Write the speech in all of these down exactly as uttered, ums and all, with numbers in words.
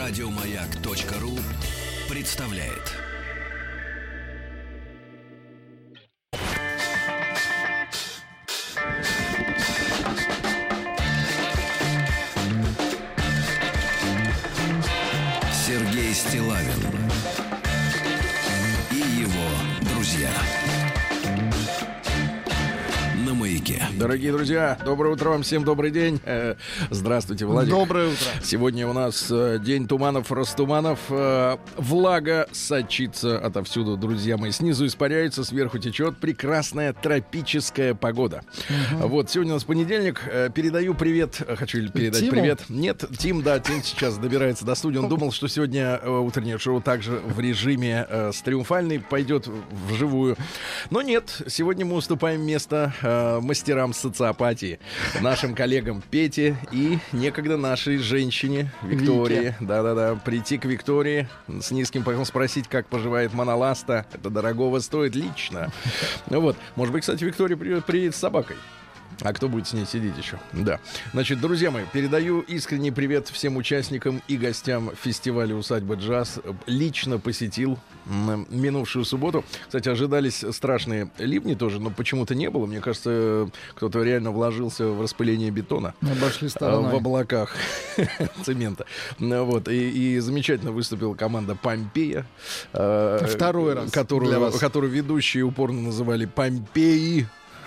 Радиомаяк.ру представляет. Сергей Стиллавин и его друзья на Маяке. Дорогие друзья, доброе утро вам, всем добрый день. Здравствуйте, Владик. Доброе утро. Сегодня у нас день туманов, растуманов. Влага сочится отовсюду, друзья мои. Снизу испаряется, сверху течет. Прекрасная тропическая погода. Угу. Вот, сегодня у нас понедельник. Передаю привет. Хочу передать Тиму? привет. Нет, Тим, да, Тим сейчас добирается до студии. Он думал, что сегодня утреннее шоу также в режиме э, с триумфальной пойдет вживую. Но нет, сегодня мы уступаем место э, мастерам социопатии, нашим коллегам Пете и некогда нашей женщине Виктории. Вике. Да-да-да, прийти к Виктории с низким поклоном, спросить, как поживает Моноласта. Это дорогого стоит лично. Ну вот, может быть, кстати, Виктория приедет, приедет с собакой. А кто будет с ней сидеть еще? Да. Значит, друзья мои, передаю искренний привет всем участникам и гостям фестиваля «Усадьба Джаз». Лично посетил м, минувшую субботу. Кстати, ожидались страшные ливни тоже, но почему-то не было. Мне кажется, кто-то реально вложился в распыление бетона. Обошли стороной. В облаках цемента. Вот. И, и замечательно выступила команда «Помпея». Второй раз Которую, которую ведущие упорно называли «Помпеи».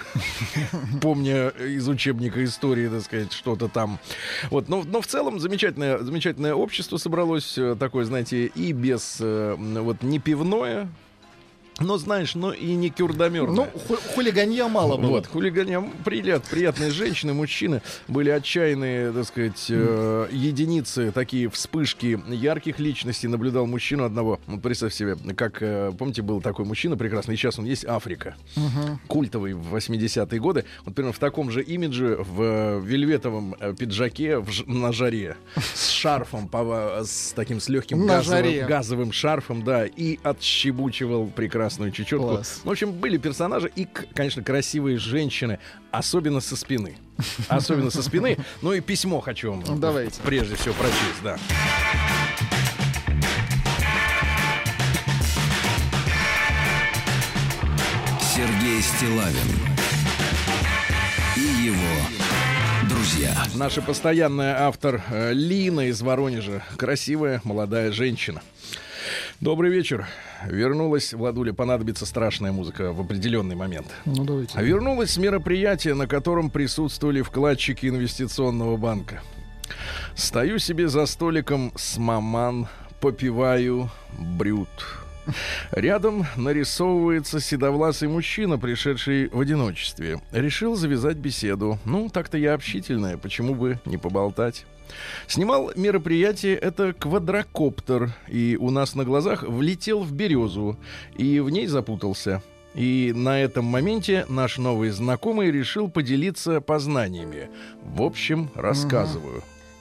Помня из учебника истории, так сказать, что-то там. Вот, но, но в целом замечательное, замечательное общество собралось, такое, знаете, и без, вот, не пивное, но, знаешь, но и не кюрдомерное. Ну, ху- хулиганья мало было. Вот, хулиганья, прият, приятные женщины, мужчины. Были отчаянные, так сказать, э, единицы, такие вспышки ярких личностей. Наблюдал мужчину одного. Вот представь себе, как, э, помните, был такой мужчина прекрасный, и сейчас он есть, Африка. Угу. Культовый в восьмидесятые годы. Вот примерно в таком же имидже, в э, вельветовом э, пиджаке в ж- на жаре, с шарфом, по, с таким, с легким газовым, газовым шарфом, да, и отщебучивал прекрасно чечетку. Класс. В общем, были персонажи и, конечно, красивые женщины, особенно со спины. Особенно со спины. Ну и письмо хочу вам Давайте. прежде всего прочесть, да. Сергей Стиллавин и его друзья. Наша постоянная автор э, Лина из Воронежа. Красивая молодая женщина. Добрый вечер. Вернулась, Владуля, понадобится страшная музыка в определенный момент. Ну, давайте. Вернулась с мероприятия, на котором присутствовали вкладчики инвестиционного банка. Стою себе за столиком с маман, попиваю брют. Рядом нарисовывается седовласый мужчина, пришедший в одиночестве. Решил завязать беседу. Ну, так-то я общительная, почему бы не поболтать? Снимал мероприятие это квадрокоптер, и у нас на глазах влетел в березу, и в ней запутался. И на этом моменте наш новый знакомый решил поделиться познаниями. В общем, рассказываю.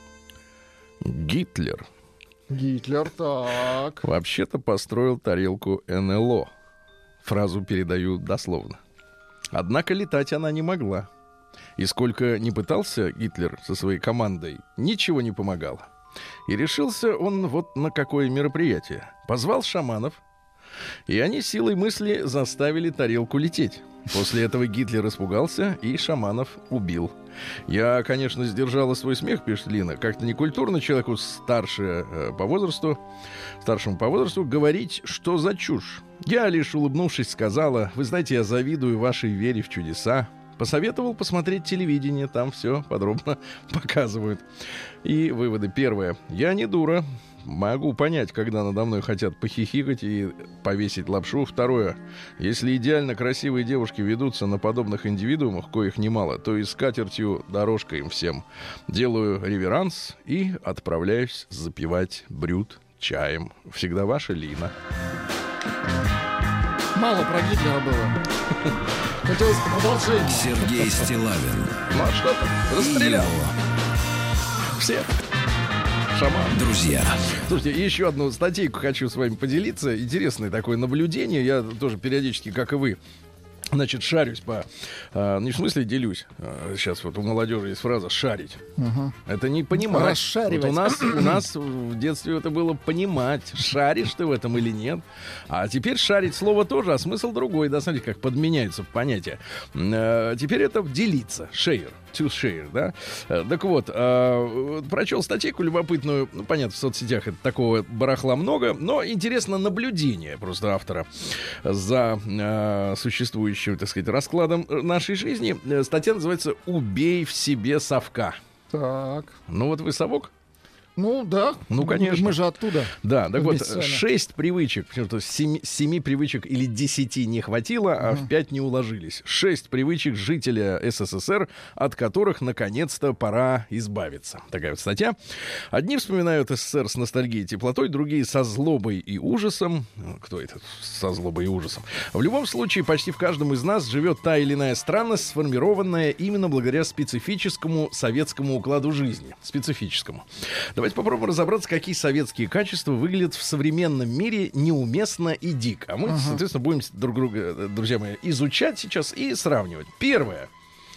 Гитлер Гитлер, так. вообще-то построил тарелку эн эл о. Фразу передаю дословно. Однако летать она не могла. И сколько ни пытался Гитлер со своей командой, ничего не помогало. И решился он вот на какое мероприятие. Позвал шаманов, и они силой мысли заставили тарелку лететь. После этого Гитлер испугался и шаманов убил. Я, конечно, сдержала свой смех, пишет Лина. Как-то некультурно человеку старше э, по возрасту, старшему по возрасту говорить, что за чушь. Я лишь улыбнувшись сказала: вы знаете, я завидую вашей вере в чудеса. Посоветовал посмотреть телевидение, там все подробно показывают. И выводы. Первое. Я не дура. Могу понять, когда надо мной хотят похихикать и повесить лапшу. Второе. Если идеально красивые девушки ведутся на подобных индивидуумах, коих немало, то и с катертью дорожка им всем. Делаю реверанс и отправляюсь запивать брют чаем. Всегда ваша Лина. Мало про Гитлера было. Хотелось продолжения. Сергей Стиллавин Ну а что ты? и Расстрелял. его Все. Шаман. друзья. Слушайте, еще одну статейку хочу с вами поделиться. Интересное такое наблюдение. Я тоже периодически, как и вы, Значит, шарюсь по... А, не в смысле делюсь. А, сейчас вот у молодежи есть фраза «шарить». Угу. Это не понимать. Расшаривать. Вот у нас, у нас в детстве это было понимать, шаришь ты в этом или нет. А теперь шарить слово тоже, а смысл другой. Да, смотрите, как подменяются понятия. А, теперь это делиться. Share. To share, да? А, так вот, а, прочел статейку любопытную. Ну, понятно, в соцсетях это такого барахла много, но интересно наблюдение просто автора за а, существующим, так сказать, раскладом нашей жизни. Статья называется «Убей в себе совка». Так. Ну вот вы совок? Ну, да. Ну, конечно. Мы же оттуда. Да, так вот, Вместе с вами. шесть привычек, почему-то семи, семи привычек или десяти не хватило, а Мгм. в пять не уложились. Шесть привычек жителя СССР, от которых, наконец-то, пора избавиться. Такая вот статья. Одни вспоминают СССР с ностальгией и теплотой, другие со злобой и ужасом. Кто это со злобой и ужасом? В любом случае, почти в каждом из нас живет та или иная странность, сформированная именно благодаря специфическому советскому укладу жизни. Специфическому. Давайте попробуем разобраться, какие советские качества выглядят в современном мире неуместно и дико. А мы, uh-huh. соответственно, будем друг друга, друзья мои, изучать сейчас и сравнивать. Первое.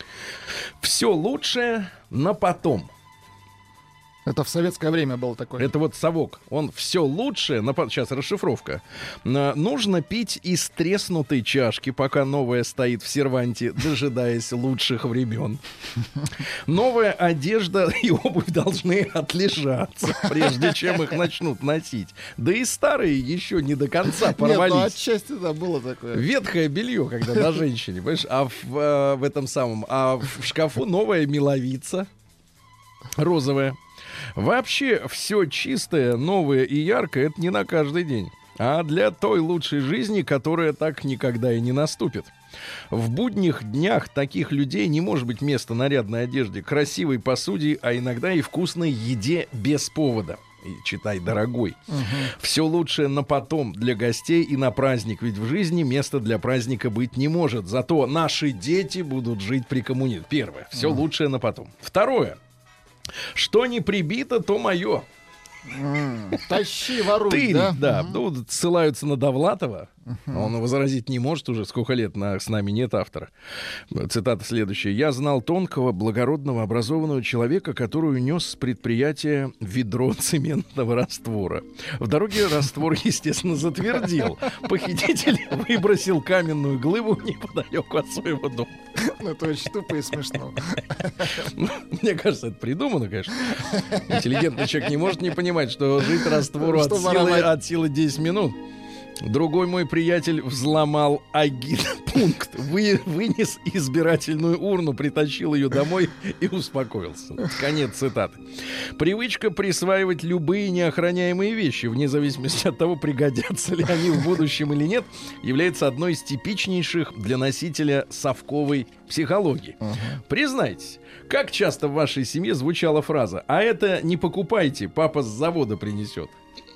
Все лучшее на потом. Это в советское время было такое. Это вот совок. Он все лучшее, на, сейчас расшифровка. На, нужно пить из треснутой чашки, пока новая стоит в серванте, дожидаясь лучших времен. Новая одежда и обувь должны отлежаться, прежде чем их начнут носить. Да и старые еще не до конца порвались. Нет, ну отчасти да, было такое. Ветхое белье, когда на женщине, понимаешь? А в, а, в этом самом, а в шкафу новая миловица розовая. Вообще, все чистое, новое и яркое — это не на каждый день, а для той лучшей жизни, которая так никогда и не наступит. В будних днях таких людей не может быть места нарядной одежде, красивой посуде, а иногда и вкусной еде без повода. И читай, дорогой. Угу. Все лучшее на потом для гостей и на праздник. Ведь в жизни места для праздника быть не может. Зато наши дети будут жить при коммунизме. Первое. Все угу. лучшее на потом. Второе. Что не прибито, то мое. Mm, тащи, воруй, Ты, да? да. Uh-huh. Ну, ссылаются на Довлатова. Uh-huh. Он возразить не может уже, сколько лет на, с нами нет автора. Цитата следующая. «Я знал тонкого, благородного, образованного человека, который унес с предприятия ведро цементного раствора. В дороге раствор, естественно, затвердил. Похититель выбросил каменную глыбу неподалеку от своего дома». Ну, это очень тупо и смешно. Мне кажется, это придумано, конечно. Интеллигентный человек не может не понимать, что жить раствору от силы, от силы десять минут. Другой мой приятель взломал агитпункт, вы, вынес избирательную урну, притащил ее домой и успокоился. Конец цитаты. Привычка присваивать любые неохраняемые вещи, вне зависимости от того, пригодятся ли они в будущем или нет, является одной из типичнейших для носителя совковой психологии. Uh-huh. Признайтесь, как часто в вашей семье звучала фраза «А это не покупайте, папа с завода принесет».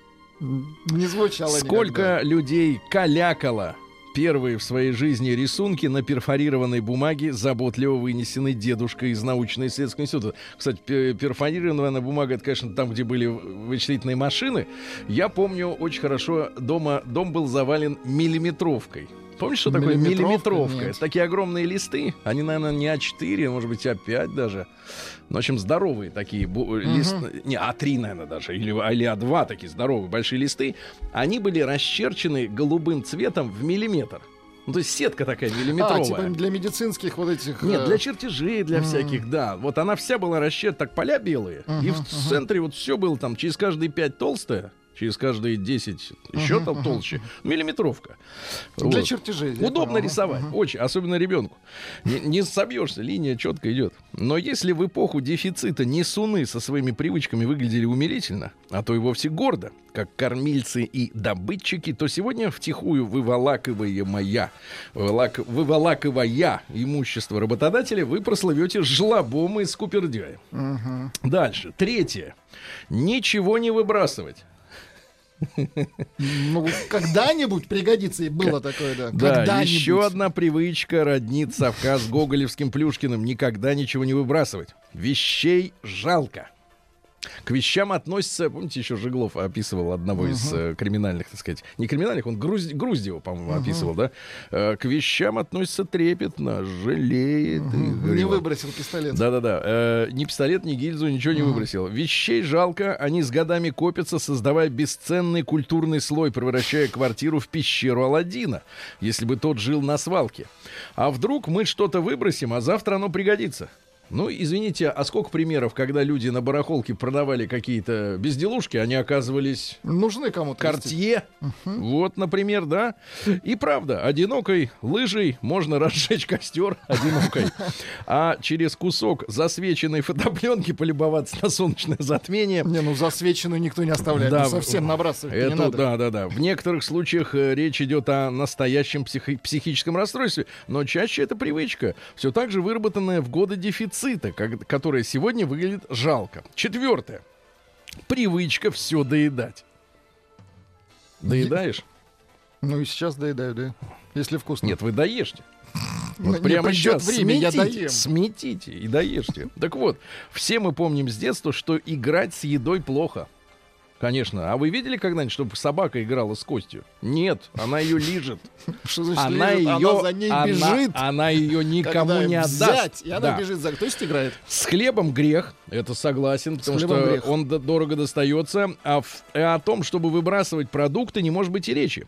Не звучало Сколько никогда. людей калякало первые в своей жизни рисунки на перфорированной бумаге, заботливо вынесенной дедушкой из научно-исследовательского института. Кстати, перфорированная бумага — это, конечно, там, где были вычислительные машины. Я помню очень хорошо, дома дом был завален миллиметровкой. Помнишь, что такое миллиметровка? Это такие огромные листы. Они, наверное, не а четыре, может быть, а пять даже. Ну, в общем, здоровые такие бу- uh-huh. листы. Не, а три, наверное, даже. Или, или а два такие здоровые большие листы. Они были расчерчены голубым цветом в миллиметр. Ну, то есть сетка такая миллиметровая. А, типа для медицинских вот этих... Нет, для чертежей, для uh-huh. всяких, да. Вот она вся была расчерчена, так поля белые. Uh-huh, и в uh-huh. центре вот все было там через каждые пять толстое. Через каждые десять еще uh-huh, там uh-huh. толще. Миллиметровка. Для вот. чертежей. Удобно uh-huh. рисовать. Uh-huh. Очень. Особенно ребенку. Не, не собьешься, линия четко идет. Но если в эпоху дефицита несуны со своими привычками выглядели умилительно, а то и вовсе гордо, как кормильцы и добытчики, то сегодня втихую выволакивая моя, выволак, выволакивая имущество работодателя, вы прослывете жлобом и скупердяем. Uh-huh. Дальше. Третье. Ничего не выбрасывать. Ну, когда-нибудь пригодится, и было такое, да. Да, еще одна привычка роднит совка с гоголевским Плюшкиным: никогда ничего не выбрасывать. Вещей жалко. К вещам относится, помните, еще Жиглов описывал одного uh-huh. из э, криминальных, так сказать, не криминальных, он Груз... Груздева, по-моему, uh-huh. описывал, да? Э, к вещам относится трепетно, жалеет. Uh-huh. Не выбросил пистолет. Да-да-да. Э, ни пистолет, ни гильзу, ничего uh-huh. не выбросил. Вещей жалко, они с годами копятся, создавая бесценный культурный слой, превращая квартиру в пещеру Аладдина, если бы тот жил на свалке. А вдруг мы что-то выбросим, а завтра оно пригодится? Ну, извините, а сколько примеров, когда люди на барахолке продавали какие-то безделушки, они оказывались... Нужны кому-то. Кортье. Uh-huh. Вот, например, да. И правда, одинокой лыжей можно разжечь костер одинокой. А через кусок засвеченной фотопленки полюбоваться на солнечное затмение. Не, ну засвеченную никто не оставляет. Да, совсем набрасывать это, не надо. Да, да, да. В некоторых случаях э, речь идет о настоящем психи- психическом расстройстве, но чаще это привычка, все так же выработанная в годы дефицита, которая сегодня выглядит жалко. Четвертое. Привычка все доедать. Доедаешь? Ну и сейчас доедаю, да. Если вкусно. Нет, вы доешьте. Вот не прямо сейчас время, сметите, я доем. сметите и доешьте. Так вот, все мы помним с детства, что играть с едой плохо. Конечно. А вы видели когда-нибудь, чтобы собака играла с костью? Нет, она ее лижет. Что значит она лижет? ее, она за ней она, бежит. Она ее никому Когда не взять, отдаст. И она да. бежит за... То есть играет? С хлебом грех, это согласен, потому что грех. он д- дорого достается. А в, о том, чтобы выбрасывать продукты, не может быть и речи.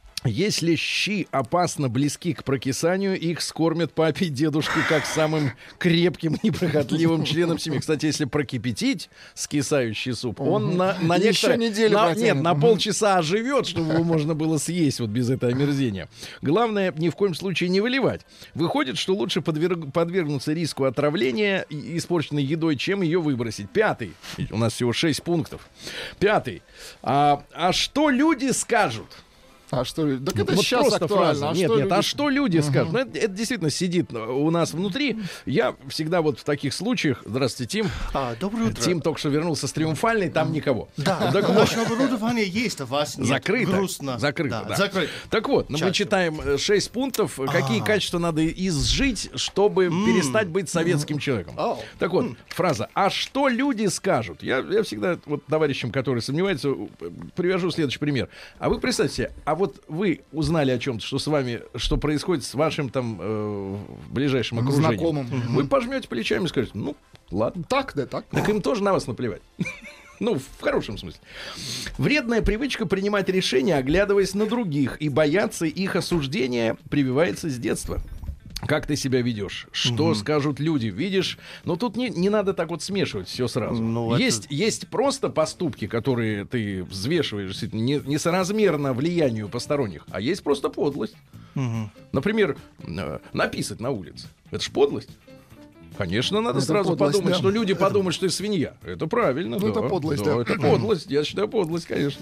Если щи опасно близки к прокисанию, их скормят папе и дедушке как самым крепким, неприхотливым членом семьи. Кстати, если прокипятить скисающий суп, он на, на Еще некоторое... неделю на, протянет. Нет, на полчаса оживет, чтобы его можно было съесть вот без этого омерзения. Главное, ни в коем случае не выливать. Выходит, что лучше подверг... подвергнуться риску отравления испорченной едой, чем ее выбросить. Пятый. У нас всего шесть пунктов. Пятый. А, а что люди скажут? А что люди? Так это Вот сейчас просто актуально. фраза. А нет, что нет, люди... а что люди uh-huh. скажут? Ну, это, это действительно сидит у нас внутри. Я всегда вот в таких случаях... Здравствуйте, Тим. А, доброе утро. Тим только что вернулся с Триумфальной, там никого. Да, так наше оборудование есть, а вас нет. Закрыто. Грустно. Закрыто, да, да. Закрыто. Так вот, ну, мы читаем шесть пунктов, какие А. качества надо изжить, чтобы М. перестать быть советским человеком. О. Так вот, фраза «А что люди скажут?» Я, я всегда вот товарищам, которые сомневаются, привожу следующий пример. А вы представьте себе, а вот вы узнали о чем-то, что с вами, что происходит с вашим там э, ближайшим окружением. Знакомым. Вы пожмете плечами и скажете, ну, ладно. Так, да, так. Так им тоже на вас наплевать. Ну, в хорошем смысле. Вредная привычка принимать решения, оглядываясь на других, и бояться их осуждения прививается с детства. Как ты себя ведешь? Что угу. скажут люди? Видишь? Но тут не, не надо так вот смешивать все сразу. Ну, есть, это... есть просто поступки, которые ты взвешиваешь не, несоразмерно влиянию посторонних, а есть просто подлость. Угу. Например, э, написать на улице. Это ж подлость. Конечно, надо это сразу подлость, подумать, да. что люди подумают, что ты свинья. Это правильно. Ну, да, это подлость, да. да. Это подлость. Я считаю, подлость, конечно.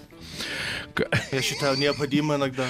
Я считаю, необходимо иногда.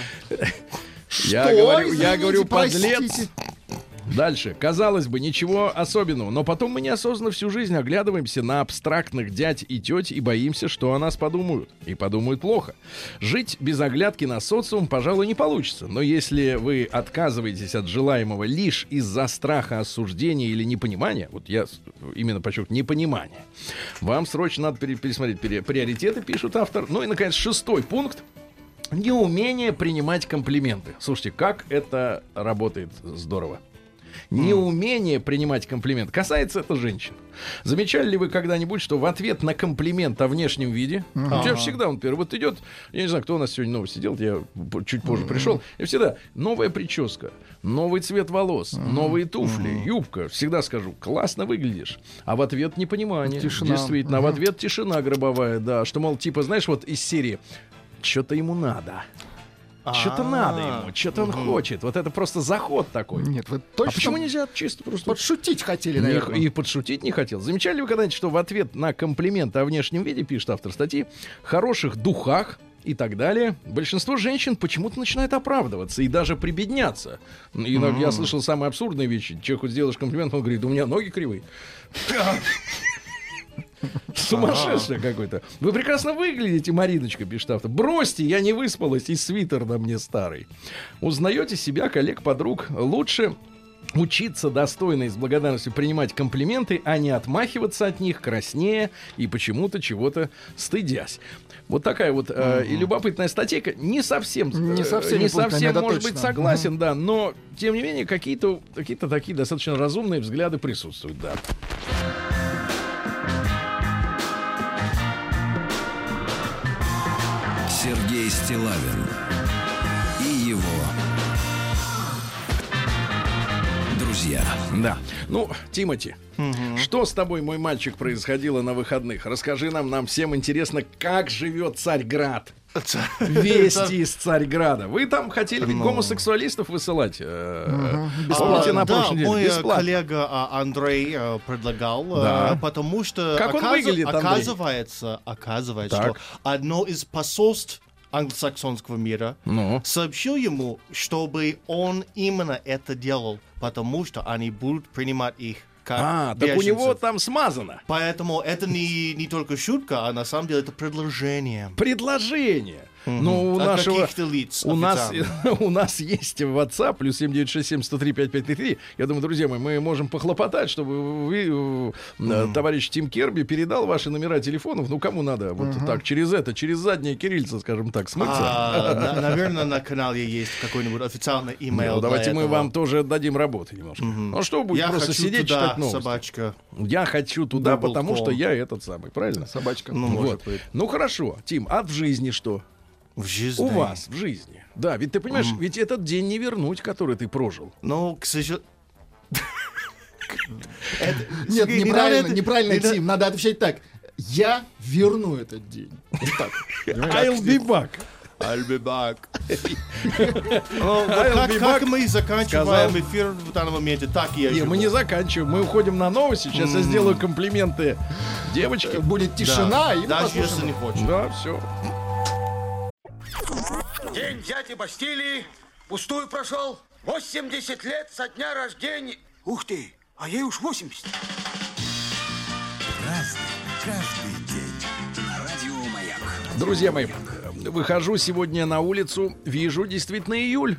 Я Что? говорю, я Извините, говорю, простите. подлец. Дальше. Казалось бы, ничего особенного, но потом мы неосознанно всю жизнь оглядываемся на абстрактных дядь и теть и боимся, что о нас подумают. И подумают плохо. Жить без оглядки на социум, пожалуй, не получится. Но если вы отказываетесь от желаемого лишь из-за страха осуждения или непонимания, вот я именно подчеркну, непонимание, вам срочно надо пересмотреть приоритеты, пишет автор. Ну и, наконец, шестой пункт. Неумение принимать комплименты. Слушайте, как это работает здорово. Неумение принимать комплимент. Касается это женщин. Замечали ли вы когда-нибудь, что в ответ на комплимент о внешнем виде, uh-huh. у тебя всегда он первый, вот идет, я не знаю, кто у нас сегодня новости делает, я чуть позже uh-huh. пришел, и всегда новая прическа, новый цвет волос, uh-huh. новые туфли, uh-huh. юбка, всегда скажу, классно выглядишь, а в ответ непонимание. Тишина. Действительно, uh-huh. а в ответ тишина гробовая, да, что, мол, типа, знаешь, вот из серии что-то ему надо. Что-то надо ему, что-то он хочет. Вот это просто заход такой. Нет, вы точно... А почему нельзя чисто просто... Подшутить хотели, наверное. И подшутить не хотел. Замечали ли вы когда-нибудь, что в ответ на комплимент о внешнем виде, пишет автор статьи, хороших духах и так далее, большинство женщин почему-то начинает оправдываться и даже прибедняться. И mm-hmm. я слышал самые абсурдные вещи. Человеку сделаешь комплимент, он говорит, у меня ноги кривые. Сумасшедший ага. какой-то. Вы прекрасно выглядите, Мариночка, пишет автор. Бросьте, я не выспалась, и свитер на мне старый. Узнаете себя, коллег, подруг. Лучше учиться достойно и с благодарностью принимать комплименты, а не отмахиваться от них, краснея и почему-то чего-то стыдясь. Вот такая вот э, и любопытная статейка. Не совсем, Не э, со всеми не пунктами, совсем это может точно. быть, согласен, да, но, тем не менее, какие-то, какие-то такие достаточно разумные взгляды присутствуют, да. Сергей Стиллавин и его друзья. Да. Ну, Тимоти, что с тобой, мой мальчик, происходило на выходных? Расскажи нам, нам всем интересно, как живет Царьград. Вести из Царьграда. Вы там хотели ведь гомосексуалистов высылать. э, Помните, на да, прошлой неделе? мой э, Бесплатно. коллега а, Андрей э, предлагал, э, Да. потому что Как он оказ- выглядит, Андрей? оказывается, оказывается, Так. что одно из посольств англосаксонского мира Ну. сообщил ему, чтобы он именно это делал, потому что они будут принимать их как А, так у беженцев. него там смазано. Поэтому это не, не только шутка, а на самом деле это предложение. Предложение. Ну, у От нашего... каких-то лиц У нас, официально. у нас есть WhatsApp, плюс семь девять шесть семь сто три пять пять три три. Я думаю, друзья мои, мы можем похлопотать, чтобы вы, э, товарищ Тим Керби, передал ваши номера телефонов. Ну, кому надо вот так, через это, через заднее кириллица, скажем так, смыться. А, на- наверное, на канале есть какой-нибудь официальный имейл. Ну, для давайте мы этого. вам тоже дадим работы немножко. Ну, что будет Я просто хочу сидеть, туда, читать новости? собачка. Я хочу туда, Double потому com. что я этот самый, правильно? Собачка. Ну, Вот. может быть. Ну, хорошо. Тим, а в жизни что? В жизни. У вас в жизни. Да, ведь ты понимаешь, ведь этот день не вернуть, который ты прожил. Ну, к сожалению... Нет, Сергей, не неправильно, надо это- неправильно, не надо- Тим. Надо отвечать так. Я верну этот день. Вот так. I'll be back. I'll be back. Ну, вот I'll как, be как back, мы заканчиваем сказал. эфир в данном моменте, так и я Не, живу. мы не заканчиваем, мы уходим на новости. Сейчас я сделаю комплименты девочке. Будет тишина, и мы Даже если послушаем. не хочешь. Да, все. День дяди Бастилии пустую прошел. восемьдесят лет со дня рождения. Ух ты, а ей уж восемьдесят. Разный, каждый день. На радио Маяк. Друзья мои, выхожу сегодня на улицу, вижу действительно июль.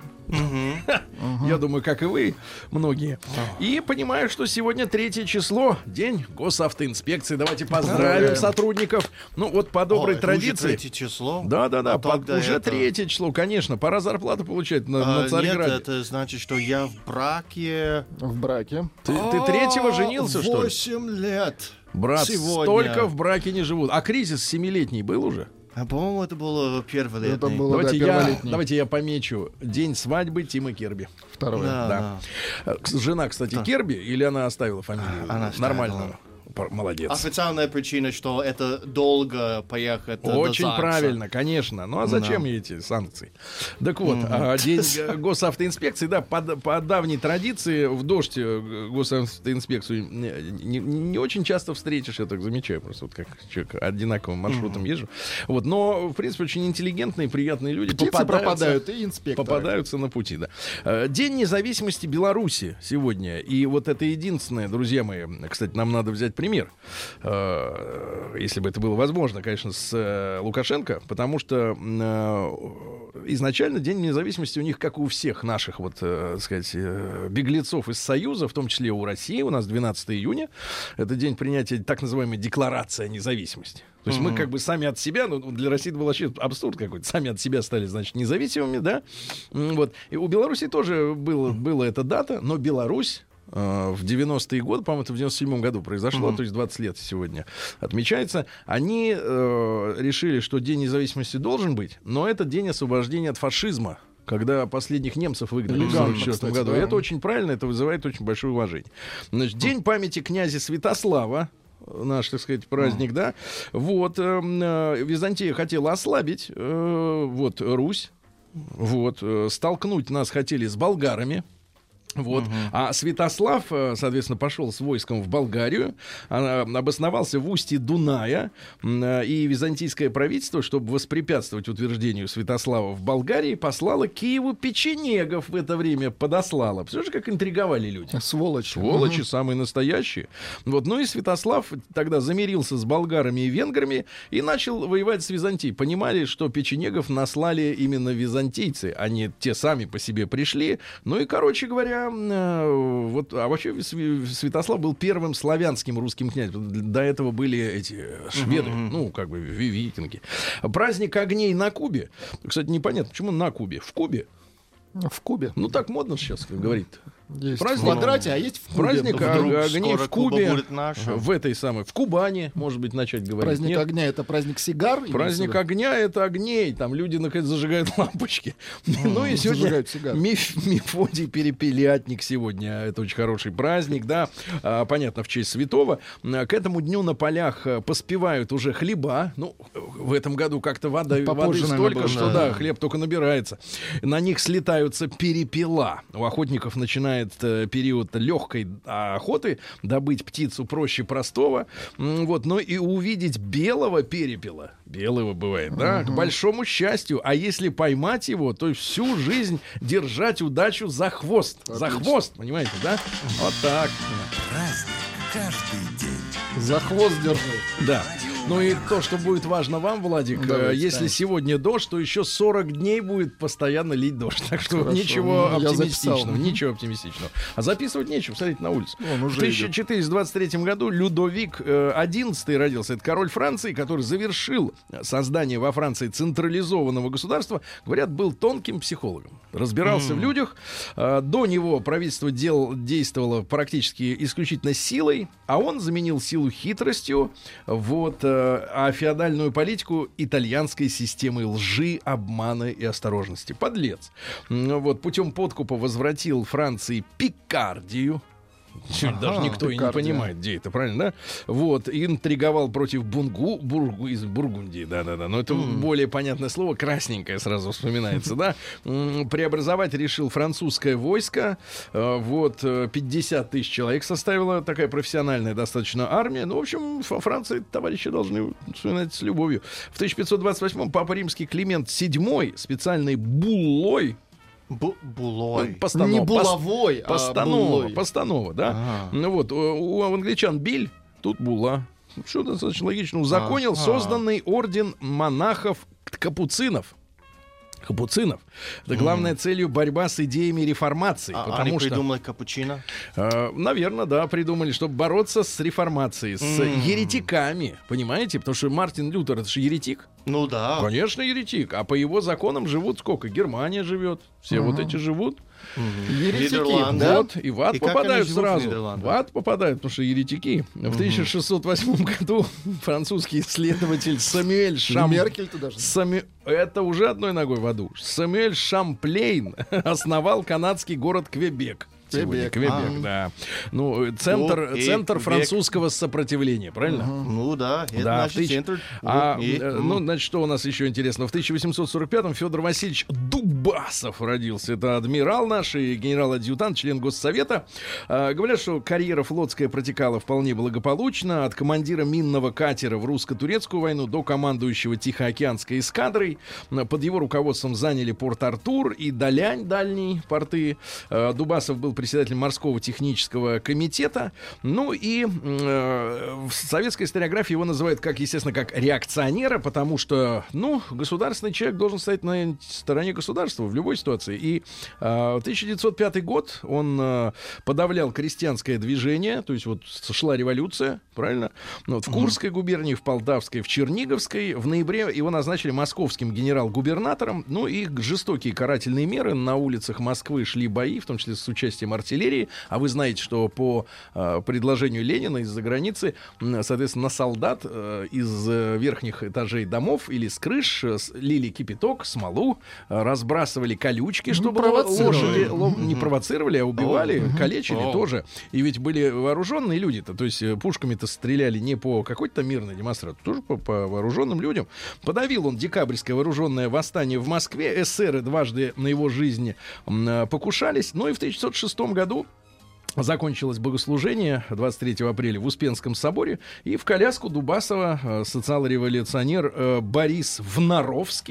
Я думаю, как и вы, многие. И понимаю, что сегодня третье число, день госавтоинспекции. Давайте поздравим сотрудников. Ну вот по доброй О, это уже традиции. третье число? Да, да, да. А под- тогда уже это- третье число, конечно. Пора зарплату получать на, А, на нет, Царьграде. это значит, что я в браке. В браке. Ты, ты третьего женился, что ли? Восемь лет. Брат, сегодня. столько в браке не живут. А кризис семилетний был уже? А, по-моему, это было первый лет. Это было, Давайте, да, я, перволетний. давайте я помечу. День свадьбы Тима Керби. Второе. Да, Да. да. Э, к- Жена, кстати, Керби, или она оставила фамилию? Она оставила. Нормальную. Пар- Молодец. Официальная причина, что это долго поехать до Очень ЗАГСа. правильно, конечно. Ну а зачем Да. ей эти санкции? Так вот, а, день э, госавтоинспекции, да, по, д- по давней традиции в дождь э, госавтоинспекцию не, не- не очень часто встретишь, я так замечаю, просто вот как человек одинаковым маршрутом езжу. Вот, но, в принципе, очень интеллигентные, приятные люди Птицы попадаются, пропадают, и инспекторы. попадаются на пути, да. Э, День независимости Беларуси сегодня. И вот это единственное, друзья мои, кстати, нам надо взять пример, э, если бы это было возможно, конечно, с э, Лукашенко, потому что э, изначально День независимости у них, как у всех наших, вот, э, так сказать, э, беглецов из Союза, в том числе у России, у нас двенадцатого июня, это день принятия так называемой декларации о независимости. То есть мы как бы сами от себя, ну, для России это был вообще абсурд какой-то, сами от себя стали, значит, независимыми, да. М, Вот. И у Беларуси тоже было, была эта дата, но Беларусь э, в девяностые годы, по-моему, это в девяносто седьмом году произошло, то есть двадцать лет сегодня отмечается, они э, решили, что День независимости должен быть, но это день освобождения от фашизма, когда последних немцев выгнали в Элегантно, сорок четвёртом кстати, году. да. И это очень правильно, это вызывает очень большое уважение. Значит, День памяти князя Святослава, наш, так сказать, праздник, да. Вот, э, э, Византия хотела ослабить, э, вот, Русь, вот, э, столкнуть нас хотели с болгарами. Вот. А Святослав, э, соответственно, пошел с войском в Болгарию, а, обосновался в устье Дуная, м, э, и византийское правительство, чтобы воспрепятствовать утверждению Святослава в Болгарии, послало к Киеву печенегов в это время, подослало. Представляешь, как интриговали люди? Сволочь. Сволочи самые настоящие. Вот. Ну и Святослав тогда замирился с болгарами и венграми и начал воевать с Византией. Понимали, что печенегов наслали именно византийцы, они те сами по себе пришли. Ну и, короче говоря, говоря, э, вот, а вообще Сви- Святослав был первым славянским русским князем. До этого были эти шведы, uh-huh. ну, как бы ви- викинги. Праздник огней на Кубе. Кстати, непонятно, почему на Кубе. В Кубе. В Кубе. Ну, так модно сейчас говорит. Есть Праздник- в квадрате, а есть в Кубе. Праздник Вдруг о- огней скоро в Кубе, Куба будет наша. в этой самой, в Кубани, может быть, начать говорить. Праздник Нет? огня — это праздник сигар? Праздник имеется в огня — это огней. Там люди, наконец, зажигают лампочки. Ну и сегодня зажигают сигары. Миф- Мефодий Перепелятник сегодня. Это очень хороший праздник, да. А, Понятно, в честь святого. А, К этому дню на полях а, поспевают уже хлеба. Ну, в этом году как-то вода, воды Попозже, наверное, столько, было, что да. да, хлеб только набирается. На них слетаются перепела. У охотников начинает э, период легкой охоты. Добыть птицу проще простого. М, Вот, но и увидеть белого перепела. Белого бывает, да, к большому счастью. А если поймать его, то всю жизнь держать удачу за хвост. За хвост, понимаете, да? Вот так. Праздник каждый день. виду. За хвост держи. Да. Ну и то, что будет важно вам, Владик, Ну, давайте, э, если конечно. сегодня дождь, то еще сорок дней будет постоянно лить дождь. Так что Хорошо. ничего Ну, я оптимистичного. записал. Ничего оптимистичного. А записывать нечего, смотрите на улицу. Он уже В тысяча четыреста двадцать третьем году Людовик э, одиннадцатый родился. Это король Франции, который завершил создание во Франции централизованного государства. Говорят, был тонким психологом. Разбирался Mm. в людях. Э, до него правительство дел, действовало практически исключительно силой, а он заменил силу хитростью. Вот, э, а феодальную политику итальянской системой лжи, обмана и осторожности. Подлец. М, Вот, путем подкупа возвратил Франции Пикардию. Ага, Даже никто и не Пикардия. понимает, где это, правильно, да? Вот, и интриговал против Бунгу, Бургу из Бургундии, да-да-да, но это более понятное слово, красненькое сразу вспоминается, да? М, Преобразовать решил французское войско, э, вот, э, пятьдесят тысяч человек составила такая профессиональная достаточно армия, ну, в общем, во Франции товарищи должны вспоминать с любовью. В тысяча пятьсот двадцать восьмом Папа Римский Климент седьмой специальной буллой, Бу- булой. постанов- Не пос- булавой, а Постанова, булой. постанова, да. Ага. Ну вот, у, у англичан биль, тут була. Что достаточно логично. Узаконил Ага. созданный орден монахов-капуцинов. Капуцинов. Это главная целью борьба с идеями реформации. А потому они что, придумали капучино? э, наверное, да, придумали, чтобы бороться с реформацией, с М. еретиками. Понимаете? Потому что Мартин Лютер — это же еретик. Ну да. Конечно, еретик. А по его законам живут сколько? Германия живет. Все вот эти живут. Еретики, Нидерланды. да? Вот, и в ад И как попадают они живут в сразу. Нидерландах? В ад попадают, потому что еретики. В тысяча шестьсот восьмом году французский исследователь Самюэль Шам... Меркель туда же. Сами- Это уже одной ногой в аду. Самюэль Шамплейн основал канадский город Квебек. Сегодня Квебек. Квебек, А. да. Ну, центр, Ну, и центр Квебек. французского сопротивления, правильно? Ну да, это Да, в наш тысяч- центр. А, И- э, ну, значит, что у нас еще интересно? В тысяча восемьсот сорок пятом Федор Васильевич Дубасов родился. Это адмирал наш и генерал-адъютант, член Госсовета. А, говорят, что карьера флотская протекала вполне благополучно. От командира минного катера в русско-турецкую войну до командующего Тихоокеанской эскадрой. Под его руководством заняли Порт-Артур и Далянь, дальние порты. А, Дубасов был председателем морского технического комитета. Ну и э, в советской историографии его называют, как, естественно, как реакционера, потому что, ну, государственный человек должен стоять на стороне государства в любой ситуации. И э, тысяча девятьсот пятый год он э, подавлял крестьянское движение, то есть вот шла революция, правильно? Ну, вот в Курской губернии, в Полтавской, в Черниговской. В ноябре его назначили московским генерал-губернатором. Ну и жестокие карательные меры. На улицах Москвы шли бои, в том числе с участием артиллерии. А вы знаете, что по э, предложению Ленина из-за границы, м, соответственно, на солдат э, из э, верхних этажей домов или с крыш э, с- лили кипяток, смолу, э, разбрасывали колючки, чтобы провоцировали. лошади ло- не провоцировали, а убивали, О, калечили О. тоже. И ведь были вооруженные люди-то, то есть э, пушками-то стреляли не по какой-то мирной демонстрации, тоже по, по вооруженным людям. Подавил он декабрьское вооруженное восстание в Москве. Эсеры дважды на его жизнь м, э, покушались. Ну и в тысяча девятьсот шестом году закончилось богослужение двадцать третьего апреля в Успенском соборе, и в коляску Дубасова э, социал-революционер э, Борис Внаровский,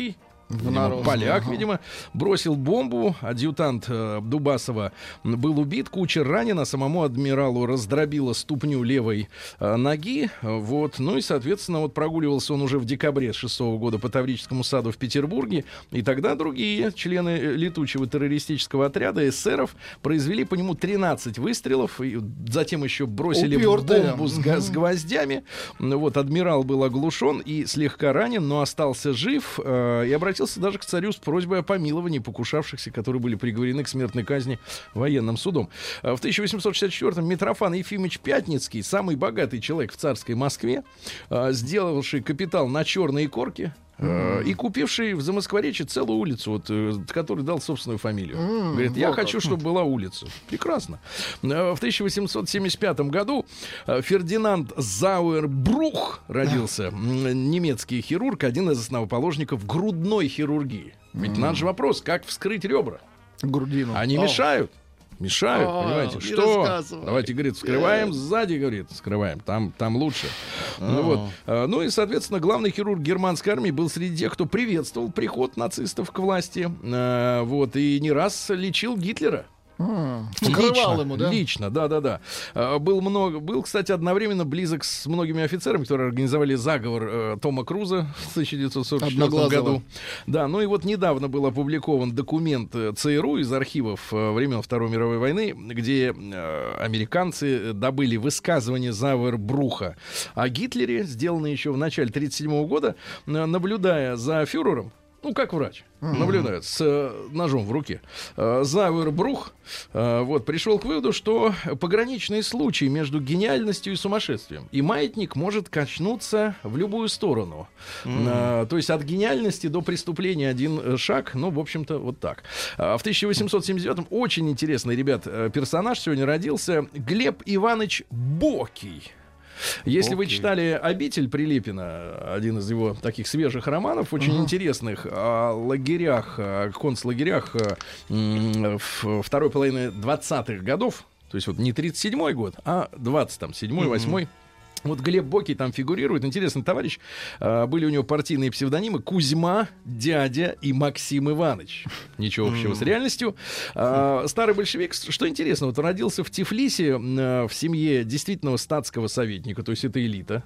видимо, поляк, видимо, бросил бомбу. Адъютант э, Дубасова был убит, кучер ранен, а самому адмиралу раздробило ступню левой э, ноги. Вот. Ну и, соответственно, вот прогуливался он уже в декабре шестого года по Таврическому саду в Петербурге. И тогда другие члены летучего террористического отряда эсеров произвели по нему тринадцать выстрелов. И затем еще бросили Упертые. бомбу с, га- с гвоздями. Вот, адмирал был оглушен и слегка ранен, но остался жив э, и обратился даже к царю с просьбой о помиловании покушавшихся, которые были приговорены к смертной казни военным судом. В тысяча восемьсот шестьдесят четвёртом Митрофан Ефимович Пятницкий, самый богатый человек в царской Москве, сделавший капитал на черные корки, Mm. и купивший в Замоскворечье целую улицу, вот, который дал собственную фамилию. Mm, Говорит, я вот хочу, как. чтобы была улица. Прекрасно. В тысяча восемьсот семьдесят пятом году Фердинанд Зауэрбрух родился. Mm. Немецкий хирург, один из основоположников грудной хирургии. Ведь mm. надо же вопрос, как вскрыть ребра? Грудину. Они oh. мешают. Мешают, а, понимаете? Что? Давайте, говорит, вскрываем yeah. сзади, говорит, скрываем. Там, там лучше. Uh-huh. Ну, вот. а, ну и, соответственно, главный хирург германской армии был среди тех, кто приветствовал приход нацистов к власти. А, вот, и не раз лечил Гитлера. А, покрывал лично, ему, да? Лично, да, да, да. А, был много, был, кстати, одновременно близок с многими офицерами, которые организовали заговор э, Тома Круза в тысяча девятьсот сорок четвёртом году. Да, ну и вот недавно был опубликован документ ЦРУ из архивов э, времен Второй мировой войны, где э, американцы добыли высказывание Зауэрбруха о Гитлере, сделанное еще в начале тридцать седьмого года, э, наблюдая за фюрером. Ну, как врач, mm-hmm. наблюдает с э, ножом в руке. Э, Зауэрбрух э, вот, пришел к выводу, что пограничные случаи между гениальностью и сумасшествием. И маятник может качнуться в любую сторону. Mm-hmm. Э, то есть от гениальности до преступления один шаг. Ну, в общем-то, вот так. Э, в тысяча восемьсот семьдесят девятом очень интересный, ребят, персонаж сегодня родился. Глеб Иванович Бокий. Если okay. вы читали «Обитель» Прилепина, один из его таких свежих романов, очень uh-huh. интересных, о лагерях, о концлагерях в второй половине двадцатых годов, то есть вот не тридцать седьмой год, а двадцать седьмой, восьмой. Uh-huh. Вот Глеб Бокий там фигурирует. Интересный товарищ. А, были у него партийные псевдонимы Кузьма, Дядя и Максим Иванович. Ничего общего mm. с реальностью. А, старый большевик, что интересно, вот он родился в Тифлисе а, в семье действительного статского советника, то есть это элита.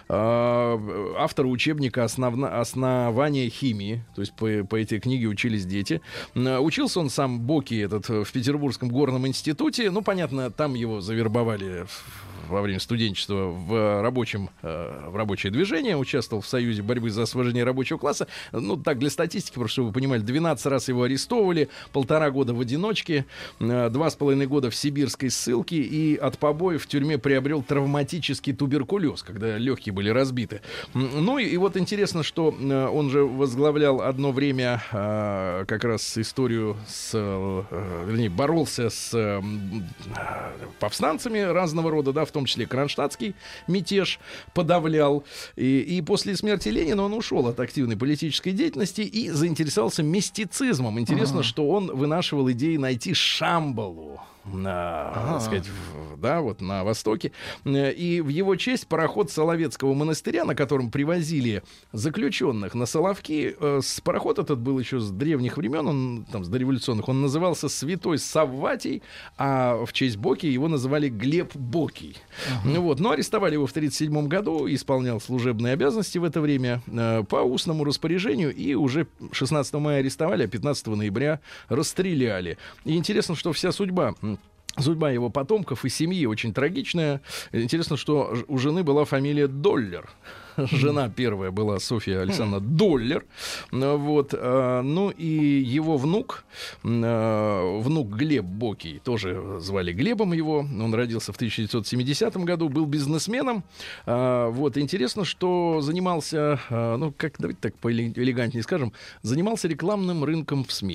А, автора учебника основна, «Основание химии», то есть по, по этой книге учились дети. А, учился он сам, Бокий, этот, в Петербургском горном институте. Ну, понятно, там его завербовали во время студенчества в рабочем, э, в рабочее движение, участвовал в Союзе борьбы за освобождение рабочего класса. Ну, так, для статистики, просто чтобы вы понимали, двенадцать раз его арестовывали, полтора года в одиночке, э, два с половиной года в сибирской ссылке, и от побоев в тюрьме приобрел травматический туберкулез, когда легкие были разбиты. Ну, и, и вот интересно, что э, он же возглавлял одно время э, как раз историю с, э, вернее, боролся с э, повстанцами разного рода, да, в том числе кронштадтский мятеж подавлял. И, и после смерти Ленина он ушел от активной политической деятельности и заинтересовался мистицизмом. Интересно, ага. что он вынашивал идеи найти Шамбалу на, ага. так сказать, в, да, вот на Востоке. И в его честь пароход Соловецкого монастыря, на котором привозили заключенных на Соловки, э, с пароход этот был еще с древних времен, он там с дореволюционных, он назывался Святой Савватий, а в честь Боки его называли Глеб Бокий. Ага. Вот. Но арестовали его в тридцать седьмом году, исполнял служебные обязанности в это время э, по устному распоряжению, и уже шестнадцатого мая арестовали, а пятнадцатого ноября расстреляли. И интересно, что вся судьба Судьба его потомков и семьи очень трагичная. Интересно, что у жены была фамилия Доллер. Жена первая была Софья Александровна Доллер. Вот. Ну и его внук, внук Глеб Бокий, тоже звали Глебом его. Он родился в тысяча девятьсот семидесятом году, был бизнесменом. Вот. Интересно, что занимался, ну как давайте так поэлегантнее скажем, занимался рекламным рынком в СМИ.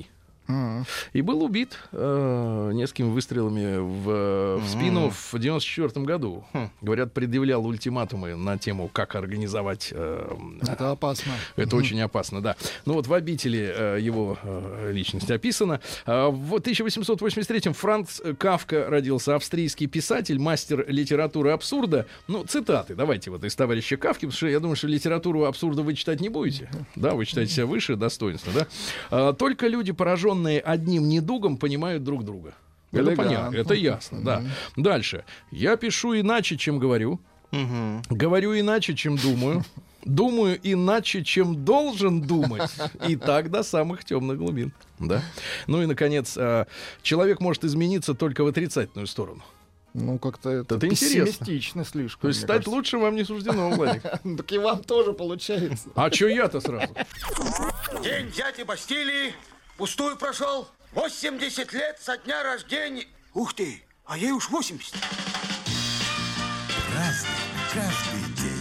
Mm-hmm. И был убит э, несколькими выстрелами в, в спину mm-hmm. в девяносто четвёртом году. Mm-hmm. Говорят, предъявлял ультиматумы на тему, как организовать... Э, Это опасно. Это mm-hmm. очень опасно, да. Ну вот в обители э, его э, личность описана. Э, в тысяча восемьсот восемьдесят третьем Франц Кафка родился, австрийский писатель, мастер литературы абсурда. Ну, цитаты давайте вот из товарища Кафки, потому что я думаю, что литературу абсурда вы читать не будете. Да, вы считаете себя выше достоинства, да? А, только люди, пораженные одним недугом, понимают друг друга. Это понятно, это ясно, да. Дальше. Я пишу иначе, чем говорю. Говорю иначе, чем думаю. Думаю иначе, чем должен думать. И так до самых темных глубин. Да? Ну и, наконец, человек может измениться только в отрицательную сторону. Ну, как-то это, это пессимистично слишком. То есть стать кажется. Лучше вам не суждено, Владик. Так и вам тоже получается. А чё я-то сразу? День дяди Бастилии пустую прошел. восемьдесят лет со дня рождения. Ух ты, а ей уж восемьдесят. Разный, каждый день.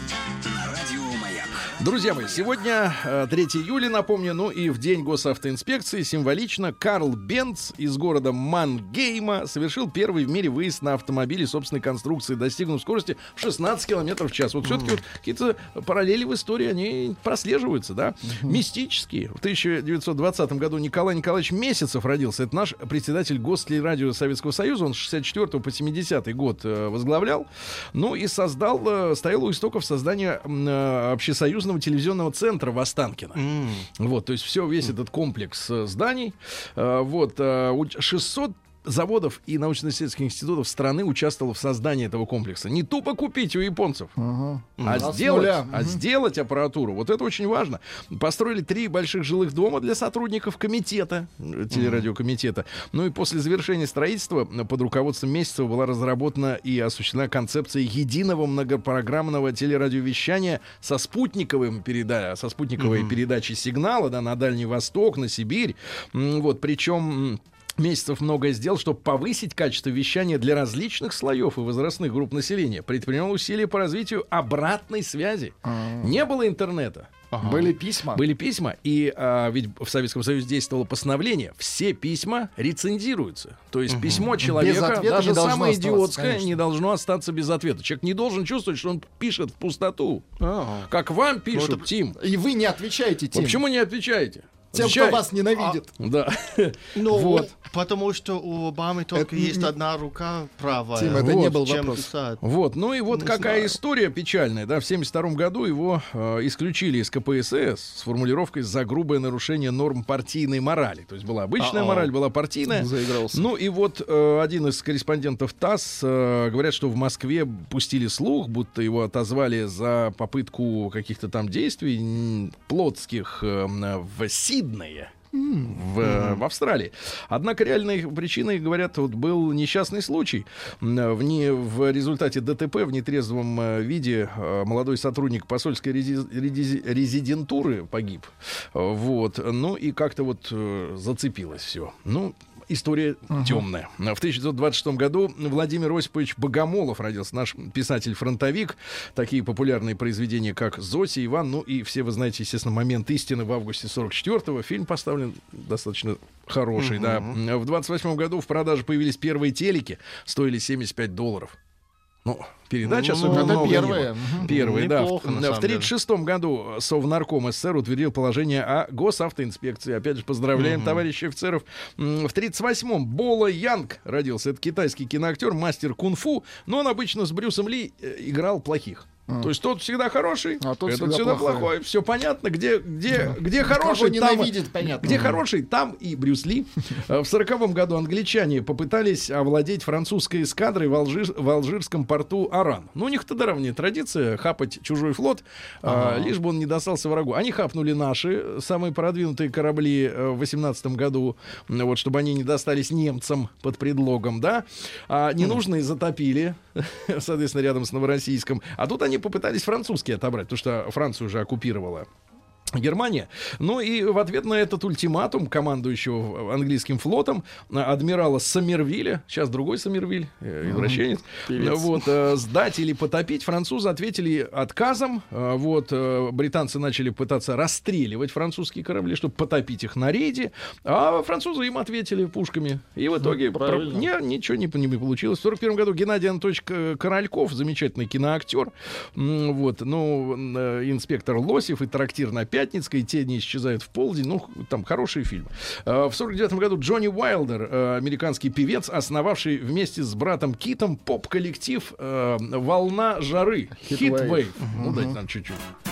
Друзья мои, сегодня третьего июля, напомню, ну и в день госавтоинспекции символично Карл Бенц из города Мангейма совершил первый в мире выезд на автомобиле собственной конструкции, достигнув скорости в шестнадцать километров в час. Вот все-таки вот какие-то параллели в истории, они прослеживаются, да, mm-hmm. мистические. В тысяча девятьсот двадцатом году Николай Николаевич Месяцев родился. Это наш председатель Гостелерадио Советского Союза. Он с шестьдесят четвёртого по семидесятый год возглавлял. Ну и создал, стоял у истоков создания общесоюзного телевизионного центра в Останкино. Mm. Вот, то есть все, весь mm. этот комплекс э, зданий. Э, вот, э, шестьсот заводов и научно-исследовательских институтов страны участвовало в создании этого комплекса. Не тупо купить у японцев, uh-huh. а, а, сделать, uh-huh. а сделать аппаратуру. Вот это очень важно. Построили три больших жилых дома для сотрудников комитета, телерадиокомитета. Uh-huh. Ну и после завершения строительства под руководством Месяцева была разработана и осуществлена концепция единого многопрограммного телерадиовещания со спутниковым переда... со спутниковой uh-huh. передачей сигнала, да, на Дальний Восток, на Сибирь. Вот, причем Месяцев многое сделал, чтобы повысить качество вещания для различных слоев и возрастных групп населения. Предпринял усилия по развитию обратной связи. А-а-а. Не было интернета. Ага. Были письма. Были письма, и а, ведь в Советском Союзе действовало постановление: все письма рецензируются. То есть угу. письмо человека, даже самое идиотское, конечно. не должно остаться без ответа. Человек не должен чувствовать, что он пишет в пустоту. А-а-а. Как вам пишут, ну, это... Тим. И вы не отвечаете, Тим. Почему не отвечаете? Тем, кто вас ненавидит. А, да. Ну, вот. Потому что у Обамы только это есть не... одна рука правая. Тим, это вот, не был вопрос. Писать. Вот. Ну и вот не какая знаю. история печальная. Да, в семьдесят втором году его э, исключили из ка пэ эс эс с формулировкой «за грубое нарушение норм партийной морали». То есть была обычная А-а. мораль, была партийная. Заигрался. Ну и вот э, один из корреспондентов ТАСС э, говорят, что в Москве пустили слух, будто его отозвали за попытку каких-то там действий плотских э, в Сиднее. В, mm-hmm. в Австралии. Однако реальной причиной, говорят, вот был несчастный случай. В, не, в результате ДТП в нетрезвом виде молодой сотрудник посольской рези, рези, резидентуры погиб. Вот. Ну и как-то вот зацепилось все. Ну, история uh-huh. темная. В тысяча девятьсот двадцать шестом году Владимир Осипович Богомолов родился, наш писатель-фронтовик. Такие популярные произведения, как «Зося», «Иван», ну и все вы знаете, естественно, «Момент истины» в августе сорок четвёртого. Фильм поставлен достаточно хороший, uh-huh. да. В двадцать восьмом году в продаже появились первые телеки, стоили семьдесят пять долларов. Ну, передач ну, особенно это много первые. не было. Первые, да. В, в тридцать шестом году Совнарком СССР утвердил положение о госавтоинспекции. Опять же, поздравляем угу. товарищей офицеров. В тридцать восьмом Боло Янг родился. Это китайский киноактер, мастер кунг-фу. Но он обычно с Брюсом Ли играл плохих. Mm. То есть тот всегда хороший, а тот этот всегда плохой. плохой. Все понятно, где, где, mm. где хороший, там, понятно. где mm. хороший, там и Брюс Ли. В сороковом году англичане попытались овладеть французской эскадрой в, Алжир, в алжирском порту Аран. Ну, у них-то давняя традиция хапать чужой флот, а, лишь бы он не достался врагу. Они хапнули наши самые продвинутые корабли в восемнадцатом году, вот, чтобы они не достались немцам под предлогом, да. А ненужные mm. затопили, соответственно, рядом с Новороссийском. А тут они попытались французские отобрать, потому что Франция уже оккупировала Германия. Ну и в ответ на этот ультиматум командующего английским флотом адмирала Сомервиля, сейчас другой Сомервиль, извращенец, mm-hmm. вот, сдать или потопить, французы ответили отказом. Вот, британцы начали пытаться расстреливать французские корабли, чтобы потопить их на рейде, а французы им ответили пушками. И в итоге mm, про... не, ничего не, не получилось. В сорок первом году Геннадий Анатольевич Корольков, замечательный киноактер, вот, ну, инспектор Лосев и трактир на Пятницкой, тени исчезают в полдень. Ну, там хороший фильм. В сорок девятом году Джонни Уайлдер, американский певец, основавший вместе с братом Китом поп-коллектив «Волна жары». Хит-вейв. Ну, дайте нам чуть-чуть.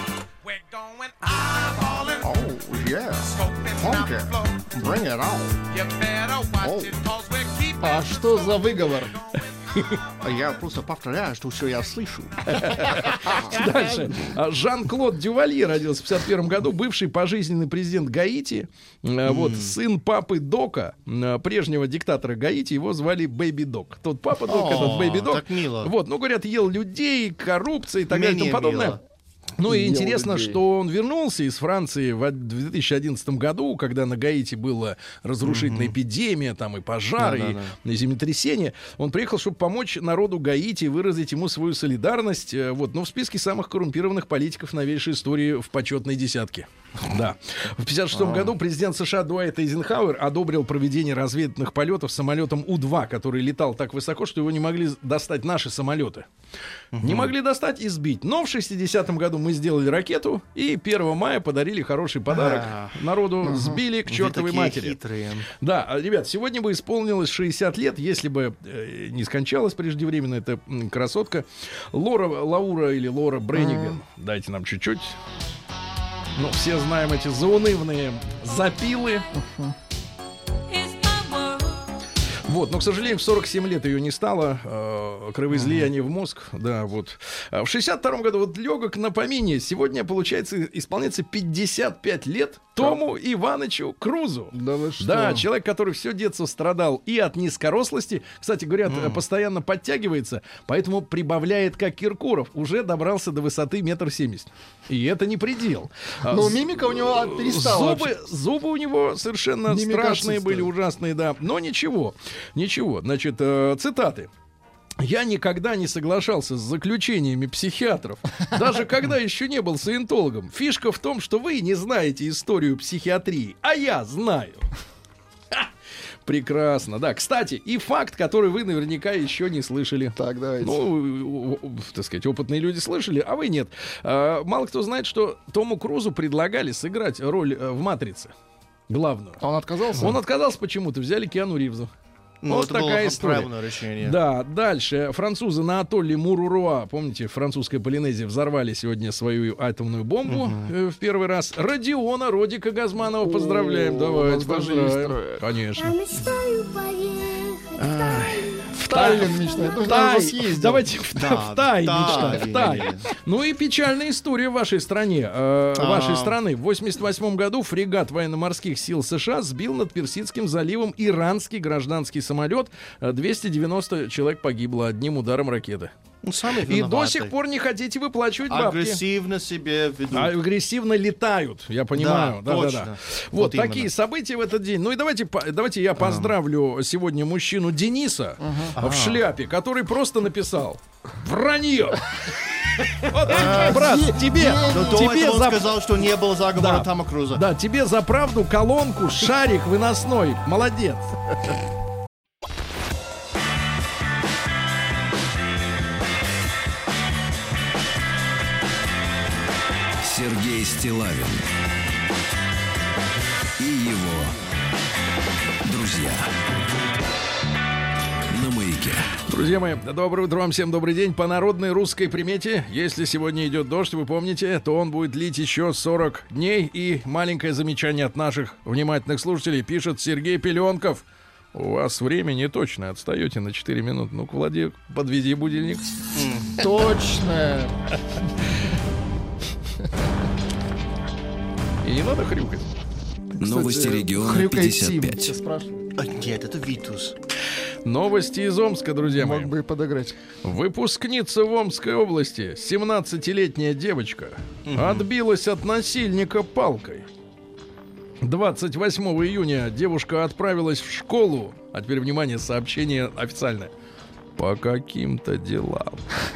Oh, yes. Funky. Bring it on. Oh. А что за выговор? Я просто повторяю, что все я слышу. Дальше. Жан-Клод Дювалье родился в пятьдесят первом году, бывший пожизненный президент Гаити. Mm. Вот, сын папы Дока, прежнего диктатора Гаити, его звали Бэйби Док. Тот папа Док, oh, этот Бэйби Док. Так мило. Вот, ну, говорят, ел людей, коррупция и так далее и тому подобное. Мило. Ну и интересно, людей. что он вернулся из Франции в две тысячи одиннадцатом году, когда на Гаити была разрушительная mm-hmm. эпидемия, там и пожары, да, да, да. и землетрясения. Он приехал, чтобы помочь народу Гаити, выразить ему свою солидарность. Вот, но в списке самых коррумпированных политиков новейшей истории в почетной десятке. Да. В пятьдесят шестом году президент США Дуайт Эйзенхауэр одобрил проведение разведывательных полетов самолетом У два, который летал так высоко, что его не могли достать наши самолеты. Mm-hmm. Не могли достать и сбить. Но в шестидесятом году мы сделали ракету и первого мая подарили хороший подарок а, народу, угу. сбили к чертовой матери. Хитрые. Да, ребят, сегодня бы исполнилось шестьдесят лет, если бы э, не скончалась преждевременно эта м, красотка Лора, Лаура или Лора Бренниган. А. Дайте нам чуть-чуть. Ну, все знаем эти заунывные запилы. Uh-huh. Вот, но, к сожалению, в сорок семь лет ее не стало. Э, кровоизлияние uh-huh. в мозг. Да, вот. В шестьдесят втором году, вот легок на помине, сегодня, получается, исполняется пятьдесят пять лет Тому Ивановичу Крузу. Да вы что? Да, человек, который все детство страдал и от низкорослости. Кстати, говорят, mm. постоянно подтягивается, поэтому прибавляет, как Киркоров. Уже добрался до высоты метр семьдесят. И это не предел. Но мимика у него перестала. Зубы, зубы у него совершенно мимика страшные были, ужасные, да. Но ничего, ничего. Значит, э, цитаты. Я никогда не соглашался с заключениями психиатров, даже когда еще не был саентологом. Фишка в том, что вы не знаете историю психиатрии, а я знаю. Ха! Прекрасно, да. Кстати, и факт, который вы наверняка еще не слышали. Так, давайте. Ну, так сказать, опытные люди слышали, а вы нет. Мало кто знает, что Тому Крузу предлагали сыграть роль в «Матрице». Главную. А он отказался? Он отказался почему-то. Взяли Киану Ривза. Ну, вот это такая было история. правильное решение. Да, дальше. Французы на атолле Муруруа, помните, французская Полинезия, взорвали сегодня свою атомную бомбу uh-huh. в первый раз. Родиона Родика Газманова поздравляем. Давайте поздравим. Конечно. В Таллин мечтает. В Тай. Давайте в Тай мечтать. В Тай. Ну и печальная история в вашей стране. Вашей страны. В восемьдесят восьмом году фрегат военно-морских сил США сбил над Персидским заливом иранский гражданский самолет. двести девяносто человек погибло одним ударом ракеты. Ну, сами и до сих пор не хотите выплачивать бабки. Агрессивно себе ведут. Агрессивно летают, я понимаю. Да, да, точно. да, да. Вот, вот такие события в этот день. Ну и давайте, давайте я поздравлю а. сегодня мужчину Дениса ага. в шляпе, который просто написал «Вранье». Вот, брат, тебе, тебе он за... сказал, что не было заговора да, Тома Круза. Да, тебе за правду колонку, шарик выносной. Молодец. Сергей Стиллавин и его друзья на Маяке. Друзья мои, доброе утро вам всем, добрый день. По народной русской примете, если сегодня идет дождь, вы помните, то он будет лить еще сорок дней. И маленькое замечание от наших внимательных слушателей пишет Сергей Пеленков. У вас время не точное, отстаете на четыре минуты. Ну-ка, Владимир, подведи будильник. Точно. И не надо хрюкать. Новости региона пятьдесят пять. Нет, это Витус. Новости из Омска, друзья мои. Мог бы и подыграть. Выпускница в Омской области, семнадцатилетняя девочка, отбилась от насильника палкой. двадцать восьмого июня девушка отправилась в школу. А теперь, внимание, сообщение официальное. По каким-то делам.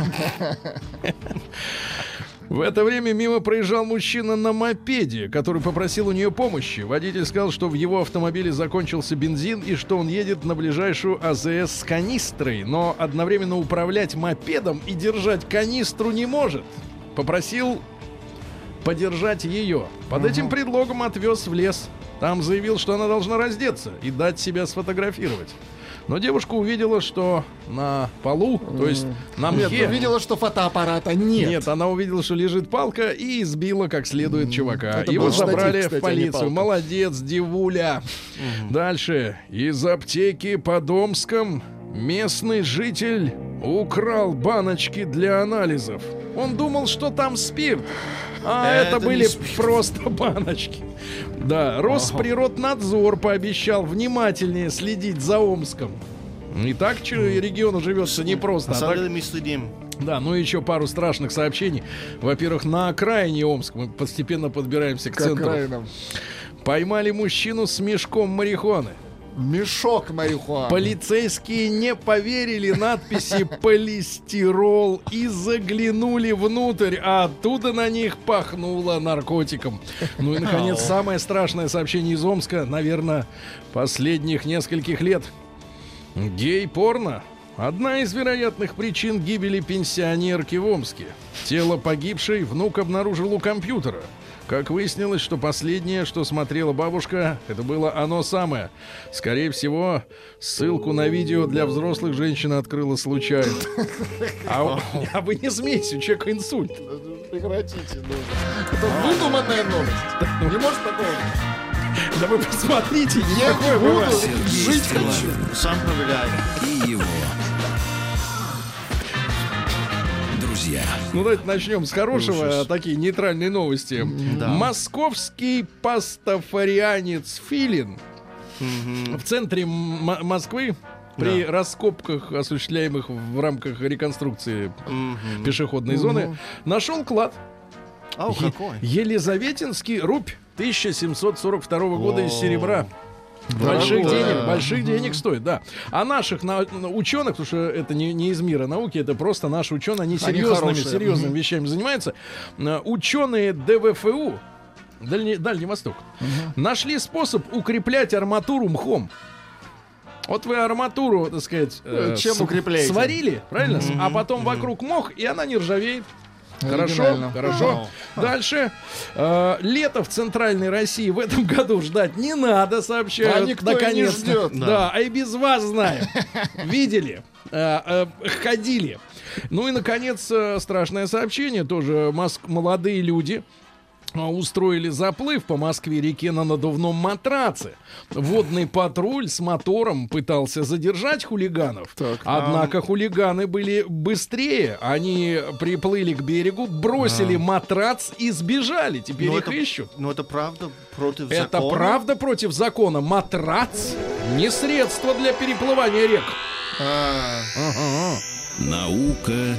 В это время мимо проезжал мужчина на мопеде, который попросил у нее помощи. Водитель сказал, что в его автомобиле закончился бензин и что он едет на ближайшую АЗС с канистрой, но одновременно управлять мопедом и держать канистру не может. Попросил подержать ее. Под uh-huh. этим предлогом отвез в лес. Там заявил, что она должна раздеться и дать себя сфотографировать. Но девушка увидела, что на полу, то есть на мхе... Нет, увидела, что фотоаппарата нет. Нет, она увидела, что лежит палка и избила как следует чувака. Это Его забрали штатив, кстати, в полицию. Молодец, девуля. Угу. Дальше. Из аптеки под Омском местный житель украл баночки для анализов. Он думал, что там спирт. А это, это были просто баночки. Да, Росприроднадзор пообещал внимательнее следить за Омском. И так региону живется непросто. На самом деле так... мы следим. Да, ну и еще пару страшных сообщений. Во-первых, на окраине Омска, мы постепенно подбираемся к, к центру. Окраинам. Поймали мужчину с мешком марихуаны. Мешок марихуаны. Полицейские не поверили надписи «полистирол» и заглянули внутрь, а оттуда на них пахнуло наркотиком. Ну и, наконец, самое страшное сообщение из Омска, наверное, последних нескольких лет. Гей-порно. Одна из вероятных причин гибели пенсионерки в Омске. Тело погибшей внук обнаружил у компьютера. Как выяснилось, что последнее, что смотрела бабушка, это было оно самое. Скорее всего, ссылку на видео для взрослых женщина открыла случайно. А, а вы не смейтесь, у человека инсульт. Прекратите. Это выдуманная новость. Не может такого. Да вы посмотрите, я буду жить. Сам проверяю. И его. Ну, давайте начнем с хорошего. Ужас. Такие нейтральные новости. Да. Московский пастафарианец Филин угу. в центре М- Москвы при да. раскопках, осуществляемых в рамках реконструкции угу. пешеходной угу. зоны, нашел клад. О, е- какой? Елизаветинский рубь тысяча семьсот сорок второго года из серебра. Да, больших да. денег, больших денег стоит, да. А наших на, на, ученых, потому что это не, не из мира науки, это просто наши ученые, они серьезными, они серьезными mm-hmm. вещами занимаются. Ученые ДВФУ, Дальний, Дальний Восток, mm-hmm. нашли способ укреплять арматуру мхом. Вот вы арматуру, так сказать, э, чем с, укрепляете? Сварили, правильно? Mm-hmm. А потом mm-hmm. вокруг мох, и она не ржавеет. Хорошо, хорошо. Oh. Дальше. Э, лето в Центральной России в этом году ждать не надо, сообщают. А никто наконец-то. не ждет. Да. да, а и без вас знаем. Видели, э, э, ходили. Ну и, наконец, страшное сообщение. Тоже моск- молодые люди устроили заплыв по Москве-реке на надувном матраце. Водный патруль с мотором пытался задержать хулиганов. Так, однако а... хулиганы были быстрее. Они приплыли к берегу, бросили а... матрац и сбежали. Теперь но их это, ищут. Но это правда против это закона? Это правда против закона. Матрац не средство для переплывания рек. А... Ага. Наука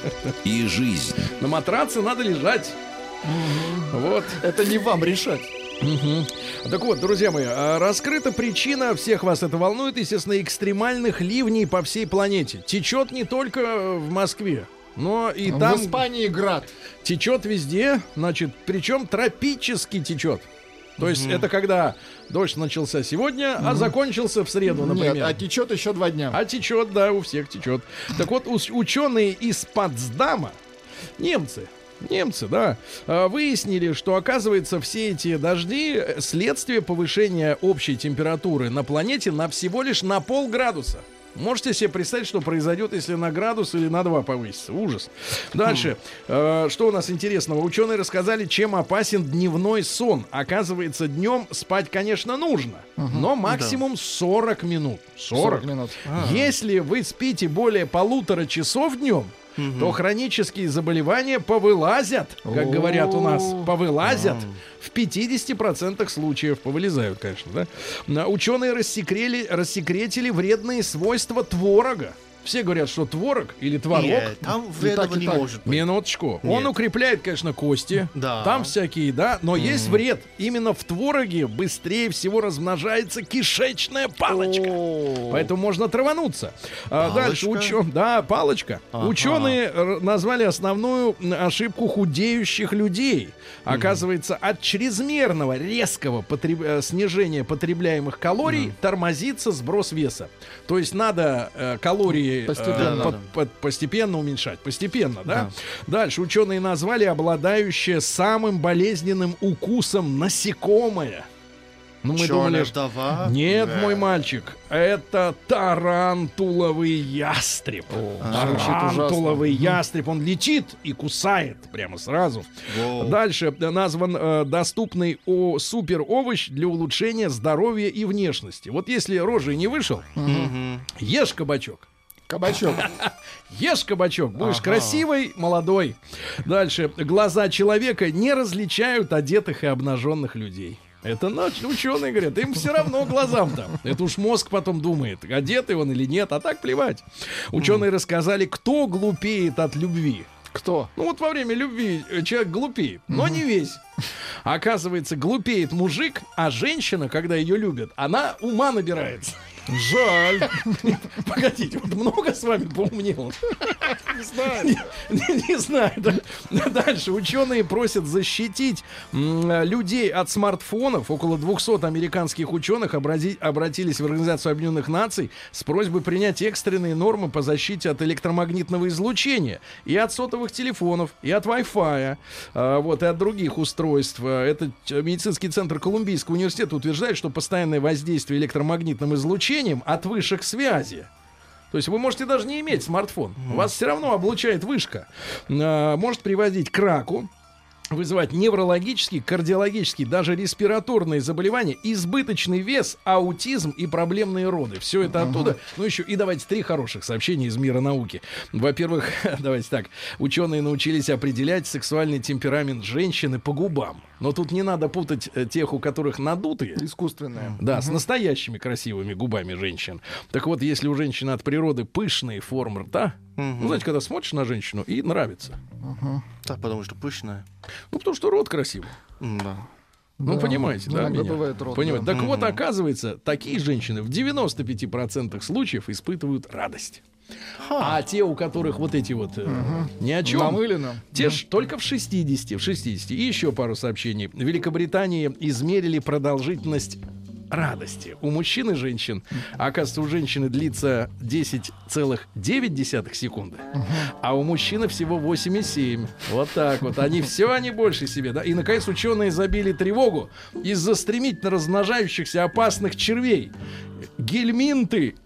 и жизнь. На матраце надо лежать. Угу. Вот. Это не вам решать. Угу. Так вот, друзья мои, раскрыта причина, всех вас это волнует, естественно, экстремальных ливней по всей планете. Течет не только в Москве, но и в там... В Испании град. Течет везде, значит, причем тропически течет. То есть это когда дождь начался сегодня, а закончился в среду, например. Нет, а течет еще два дня. А течет, да, у всех течет. Так вот, ученые из Потсдама, немцы, Немцы, да, выяснили, что, оказывается, все эти дожди — следствие повышения общей температуры на планете на всего лишь на полградуса. Можете себе представить, что произойдет, если на градус или на два повысится? Ужас. Дальше. Э, что у нас интересного? Ученые рассказали, чем опасен дневной сон. Оказывается, днем спать, конечно, нужно, угу. но максимум да. сорок минут. сорок. сорок минут. А-а-а. Если вы спите более полутора часов днем, mm-hmm. то хронические заболевания повылазят, как говорят у нас, повылазят. В пятидесяти процентах случаев повылезают, конечно, да. Ученые рассекрели, рассекретили вредные свойства творога. Все говорят, что творог или творог... Нет, там вредного не может быть. Минуточку. Нет. Он укрепляет, конечно, кости. Да. Там всякие, да. Но mm. есть вред. Именно в твороге быстрее всего размножается кишечная палочка. Oh. Поэтому можно травануться. А дальше ученые... Да, палочка. Ага. Ученые назвали основную ошибку худеющих людей. Mm. Оказывается, от чрезмерного, резкого потреб... снижения потребляемых калорий mm. тормозится сброс веса. То есть надо э, калории Постепенно. Э, по, по, постепенно уменьшать. Постепенно, да? да? Дальше ученые назвали обладающее самым болезненным укусом насекомое. Ну, мы думали, вдова? Нет, да. мой мальчик, это тарантуловый ястреб. О, тарантуловый ястреб. Он летит и кусает прямо сразу. Воу. Дальше назван э, доступный о, супер овощ для улучшения здоровья и внешности. Вот если рожей не вышел, угу. ешь кабачок. Кабачок. Ешь кабачок, будешь ага. красивый, молодой. Дальше. Глаза человека не различают одетых и обнаженных людей. Это ученые говорят, им все равно глазам там. Это уж мозг потом думает, одетый он или нет, а так плевать. Ученые рассказали, кто глупеет от любви. Кто? Ну вот во время любви человек глупеет, но не весь. Оказывается, глупеет мужик, а женщина, когда ее любят, она ума набирается. Жаль. Погодите, вот много с вами поумнело? Не знаю. Не, не, не знаю. Да. Дальше. Ученые просят защитить м, людей от смартфонов. Около двухсот американских ученых образи, обратились в Организацию Объединенных Наций с просьбой принять экстренные нормы по защите от электромагнитного излучения. И от сотовых телефонов, и от Wi-Fi, а, вот, и от других устройств. Это медицинский центр Колумбийского университета утверждает, что постоянное воздействие электромагнитным излучением от вышек связи. То есть вы можете даже не иметь смартфон. Mm. Вас все равно облучает вышка. А, может приводить к раку, вызывать неврологические, кардиологические, даже респираторные заболевания, избыточный вес, аутизм и проблемные роды. Все это uh-huh. оттуда. Ну еще и давайте три хороших сообщения из мира науки. Во-первых, давайте так. Ученые научились определять сексуальный темперамент женщины по губам. Но тут не надо путать тех, у которых надутые. Искусственные. Да, uh-huh. с настоящими красивыми губами женщин. Так вот, если у женщины от природы пышные формы рта, uh-huh. ну, знаете, когда смотришь на женщину и нравится. Uh-huh. Так, потому что пышная. Ну, потому что рот красивый. Да. Ну, да. понимаете, да, Иногда меня? бывает рот, понимаете? да. Так Угу. вот, оказывается, такие женщины в девяноста пяти процентах случаев испытывают радость. Ха. А те, у которых вот эти вот э, ни о чем, намылено, те ж только в шестидесяти, в шестидесяти. И еще пару сообщений. В Великобритании измерили продолжительность радости у мужчин и женщин. А, оказывается, у женщины длится десять целых девять десятых секунды, а у мужчины всего восемь целых семь. Вот так вот. Они все, они больше себе, да. И, наконец, ученые забили тревогу из-за стремительно размножающихся опасных червей. Гельминты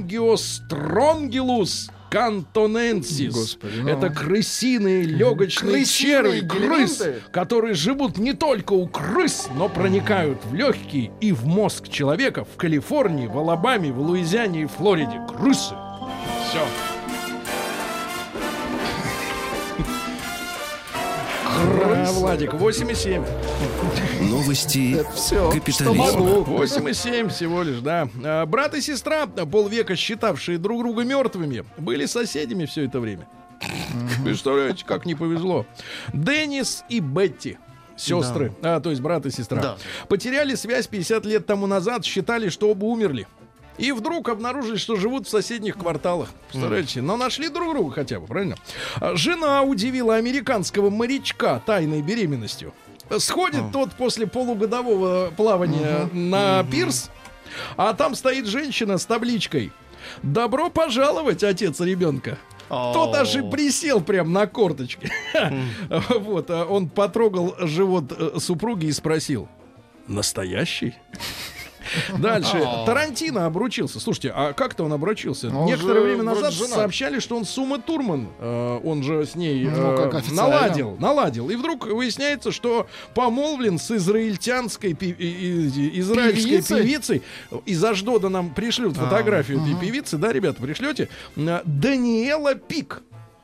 ангиостронгилус кантоненсис. Господи, ну... Это крысиные легочные черви, крыс, которые живут не только у крыс, но проникают в легкие и в мозг человека в Калифорнии, в Алабаме, в Луизиане и Флориде. Крысы. Все. А, Владик, восемь целых семь. Новости все, капитализма. восемь целых семь всего лишь, да. А, брат и сестра, полвека считавшие друг друга мертвыми, были соседями все это время. Представляете, как не повезло. Деннис и Бетти, сестры, да. а, то есть брат и сестра, да. потеряли связь пятьдесят лет тому назад, считали, что оба умерли. И вдруг обнаружили, что живут в соседних кварталах. Представляете? Но нашли друг друга хотя бы, правильно? Жена удивила американского морячка тайной беременностью. Сходит mm. тот после полугодового плавания mm-hmm. на mm-hmm. пирс, а там стоит женщина с табличкой: «Добро пожаловать, отец ребенка». Oh. Тот аж и присел прям на корточки. Mm. Вот, он потрогал живот супруги и спросил: «Настоящий?» Дальше. Oh. Тарантино обручился. Слушайте, а как-то он обручился? Он Некоторое время назад женат. сообщали, что он с Умой Турман, э, он же с ней э, ну, наладил, наладил. И вдруг выясняется, что помолвлен с израильтянской пи- и, и, израильской певицей. певицей. Из Аждода нам пришлют фотографию oh. этой uh-huh. певицы, да, ребята, пришлете? Даниэла Пик.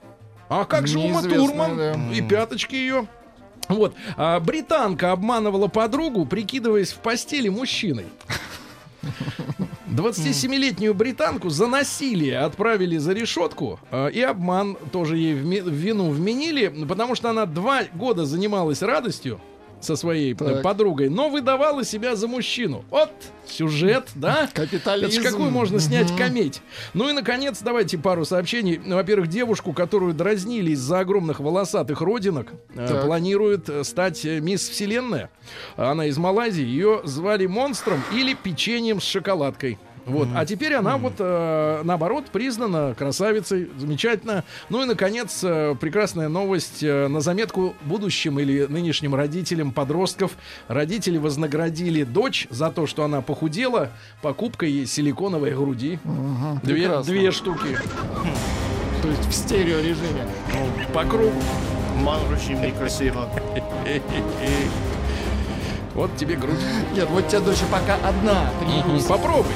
А как же Ума Неизвестная, Турман да. и пяточки ее? Вот. А, британка обманывала подругу, прикидываясь в постели мужчиной. двадцатисемилетнюю британку за насилие отправили за решетку, э, и обман тоже ей в, ми- в вину вменили, потому что она два года занималась радостью со своей Так. подругой, но выдавала себя за мужчину. Вот сюжет, да? Капитализм. Это ж какую можно снять комедь. Ну и, наконец, давайте пару сообщений. Во-первых, девушку, которую дразнили из-за огромных волосатых родинок, э, Так. планирует э, стать э, мисс Вселенная. Она из Малайзии. Ее звали Монстром или Печеньем с шоколадкой. Вот. А теперь она вот, э, наоборот, признана красавицей. Замечательно. Ну и, наконец, э, прекрасная новость э, на заметку будущим или нынешним родителям подростков. Родители вознаградили дочь за то, что она похудела, покупкой ей силиконовой груди. Ага, Две, прекрасно. две штуки То есть в стереорежиме. по кругу. В малом режиме красиво. Вот тебе грудь. Нет, вот у тебя дочь пока одна. Тренируйся. Попробуй.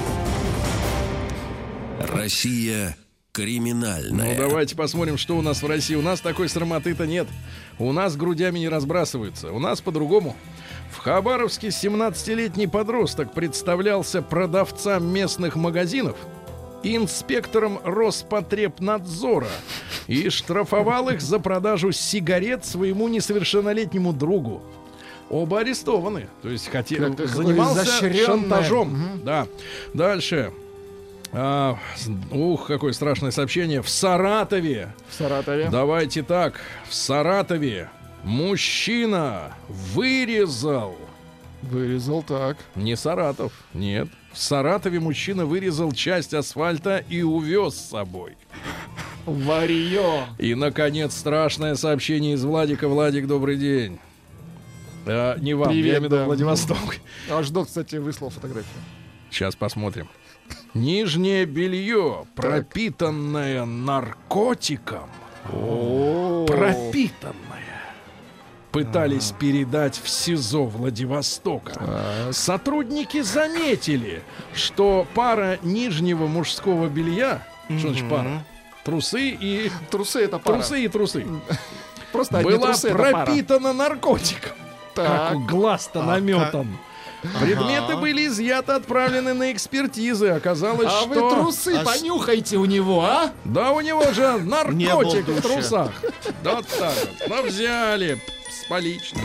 Россия Ну, криминальная. давайте посмотрим, что у нас в России. У нас такой срамоты-то нет. У нас грудями не разбрасываются. У нас по-другому. В Хабаровске семнадцатилетний подросток представлялся продавцам местных магазинов, инспектором Роспотребнадзора и штрафовал их за продажу сигарет своему несовершеннолетнему другу. Оба арестованы. То есть хотел, Как-то занимался изощренное. шантажом. Мгм. Да. Дальше. А, с- ух, какое страшное сообщение. В Саратове. В Саратове. Давайте так. В Саратове мужчина вырезал. Вырезал так. Не Саратов, нет. В Саратове мужчина вырезал часть асфальта и увез с собой. Варьё. И, наконец, страшное сообщение из Владика. Владик, добрый день. А, не вам, Привет, я имею в виду да. Владивосток. Аж Дот, кстати, выслал фотографию. Сейчас посмотрим. Нижнее белье, пропитанное наркотиком. О, Пропитанное. Пытались передать в СИЗО Владивостока. Так. Сотрудники заметили, что пара нижнего мужского белья, что значит пара? Трусы и Трусы это пара. трусы и трусы. Просто одни Была трусы это пара. пропитана наркотиком. Так. Как у глаз-то А наметан. Предметы были изъяты, отправлены на экспертизы. Оказалось, А что... вы трусы А с- понюхайте у него, а? Да у него же наркотик был в в душе. трусах. Да вот так вот. Ну, взяли с поличным.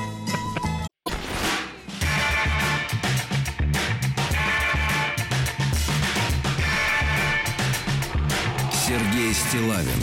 Сергей Стиллавин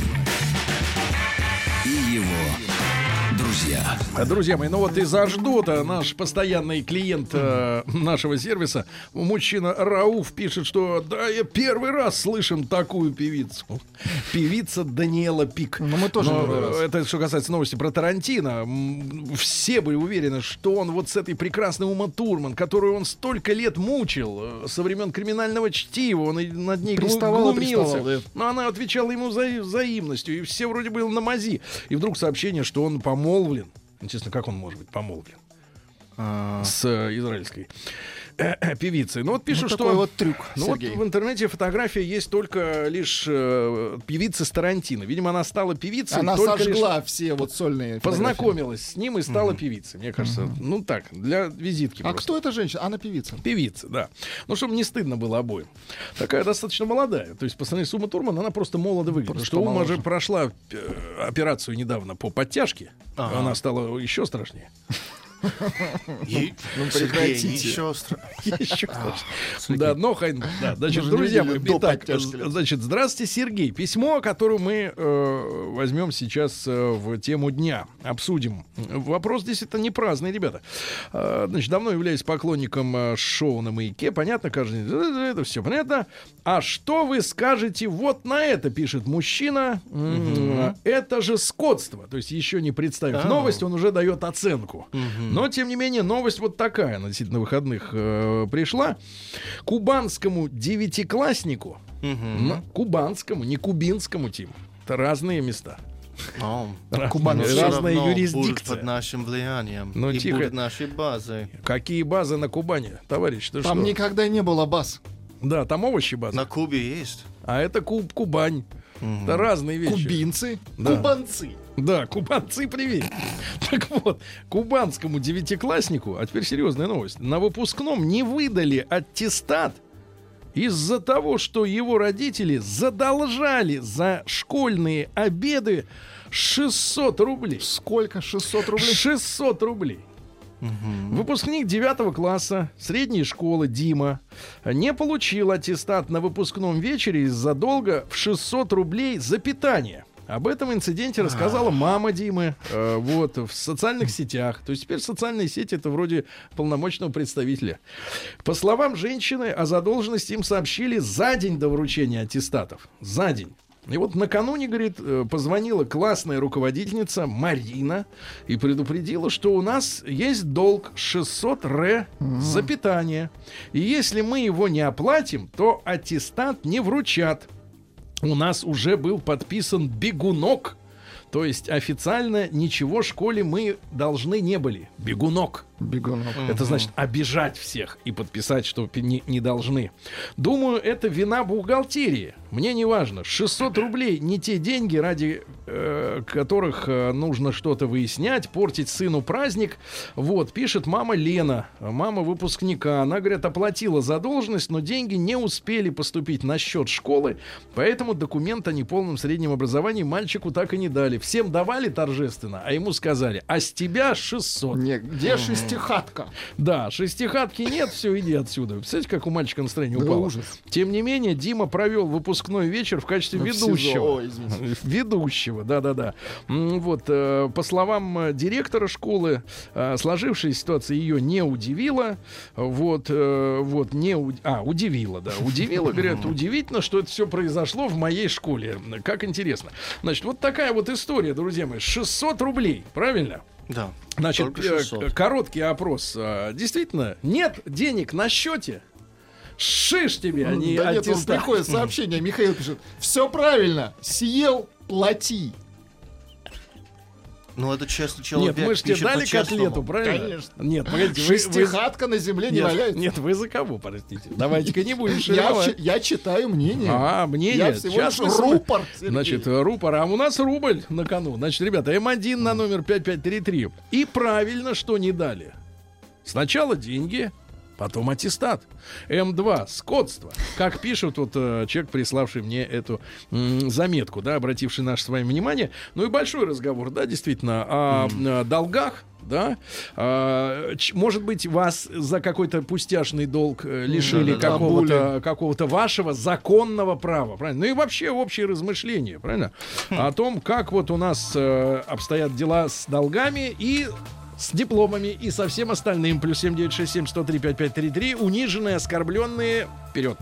и его друзья. Друзья мои, ну вот из Аждота наш постоянный клиент э, нашего сервиса, мужчина Рауф, пишет, что да, я первый раз слышим такую певицу. Певица Даниэла Пик. Ну, мы тоже Но, первый раз. это что касается новости про Тарантино. М, Все были уверены, что он вот с этой прекрасной Ума Турман, которую он столько лет мучил, э, со времен «Криминального чтива», он и над ней глу- Приставал и глумился. приставал, да. Но она отвечала ему вза- взаимностью, и все вроде было на мази. И вдруг сообщение, что он помолвлен. Честно, как он может быть помолвлен? С э, израильской э, певицей. Ну вот пишут, Вот что... такой вот трюк, Ну вот Сергей. в интернете фотография есть только лишь э, певицы с Тарантино. Видимо, она стала певицей Она только лишь... сожгла все вот сольные фотографии. Познакомилась с ним и стала певицей. Мне кажется, ну так, для визитки А просто. кто эта женщина? Она певица. Певица, да. Ну, чтобы не стыдно было обоим. Такая достаточно молодая. То есть, по сравнению с Умой Турман, она просто молодо выглядит. Просто Что Ума моложе. же прошла э, операцию недавно по подтяжке. Ага. Она стала еще страшнее. И- Ну, Сергей, прекратите. еще стра- Еще страшнее. Да, но, хай- да, значит, Мы же не друзья видели мои, до итак, подтяжки. з- значит, здравствуйте, Сергей. Письмо, которое мы э, возьмем сейчас э, в тему дня, обсудим. Вопрос здесь это не праздный, ребята. Э, значит, давно являюсь поклонником э, шоу на «Маяке». Понятно, каждый день, э, это все понятно. А что вы скажете вот на это, пишет мужчина. М, Это же скотство. То есть, еще не представив А. новость, он уже дает оценку. Но, тем не менее, новость вот такая, она действительно на выходных э, пришла. Кубанскому девятикласснику, м, кубанскому, не кубинскому, Тим, это разные места. О, Кубан, но всё разная равно будут юрисдикция. под нашим влиянием. Ну, и тихо. будут нашей базой. Какие базы на Кубани, товарищ? Ты Там что? никогда не было баз. Да, там овощи базы. На Кубе есть. А это Куб, Кубань. Это разные вещи. Кубинцы, Да. кубанцы. Да, кубанцы, привет. Так вот, кубанскому девятикласснику, а теперь серьезная новость, на выпускном не выдали аттестат из-за того, что его родители задолжали за школьные обеды шестьсот рублей. Сколько? шестьсот рублей? шестьсот рублей. Выпускник девятого класса средней школы Дима не получил аттестат на выпускном вечере из-за долга в шестьсот рублей за питание. Об этом инциденте рассказала мама Димы э, вот, в социальных сетях. То есть теперь социальные сети — это вроде полномочного представителя. По словам женщины, о задолженности им сообщили за день до вручения аттестатов. За день. И вот накануне, говорит, позвонила классная руководительница Марина и предупредила, что у нас есть долг шестьсот ре за питание. И если мы его не оплатим, то аттестат не вручат. У нас уже был подписан бегунок. То есть официально ничего школе мы должны не были. Бегунок. Бегунок. Это значит обижать всех и подписать, что не, не должны. Думаю, это вина бухгалтерии. Мне не важно. шестьсот рублей не те деньги, ради э, которых э, нужно что-то выяснять, портить сыну праздник. Вот, пишет мама Лена, мама выпускника. Она, говорит, оплатила задолженность, но деньги не успели поступить на счет школы, поэтому документ о неполном среднем образовании мальчику так и не дали. Всем давали торжественно, а ему сказали, а с тебя шестьсот. Не, где шестихатка? Да, шестихатки нет, все, иди отсюда. Представляете, как у мальчика настроение Да, упало? ужас. Тем не менее, Дима провел выпускной вечер в качестве Ну, в СИЗО. ведущего. Ой, извините. Ведущего, да-да-да. М, Вот, э, по словам э, директора школы, э, сложившаяся ситуация ее не удивила. Вот, э, вот, не уд- а, удивила, да, удивила, говорят, удивительно, что это все произошло в моей школе. Как интересно. Значит, вот такая вот история, друзья мои. шестьсот рублей, правильно? Да. Значит, Только э, шестьсот. короткий опрос. А, Действительно, нет денег на счете? Шиш тебе, а не Да нет, он аттестат. приходит сообщение, Михаил пишет, все правильно, съел, плати. Ну, это честный человек. Нет, мы же тебе пишет дали по-честному. котлету, правильно? Конечно. Нет, погодите, вы- вы- Шестихатка на земле не Нет, валяется. нет, вы за кого, простите? Давайте-ка не будем Я, шеровать. чи- я читаю мнение. А, мнение. Я всего Сейчас лишь мы с- рупор, Сергей. Значит, э, рупор. А у нас рубль на кону. Значит, ребята, эм один на номер пять пять три три. И правильно, что не дали. Сначала деньги, потом аттестат. эм два скотство. Как пишет вот э, человек, приславший мне эту м, заметку, да, обративший наше с вами внимание. Ну и большой разговор, да, действительно, о, э, долгах. Да, А, ч- может быть, вас за какой-то пустяшный долг э, лишили Да-да-да. какого-то, какого-то вашего законного права, правильно? Ну и вообще общие размышления, правильно? О том, как вот у нас э, обстоят дела с долгами и с дипломами и со всем остальным. Плюс семь девять шесть семь сто три пять пять три три. Униженные, оскорбленные. Вперед.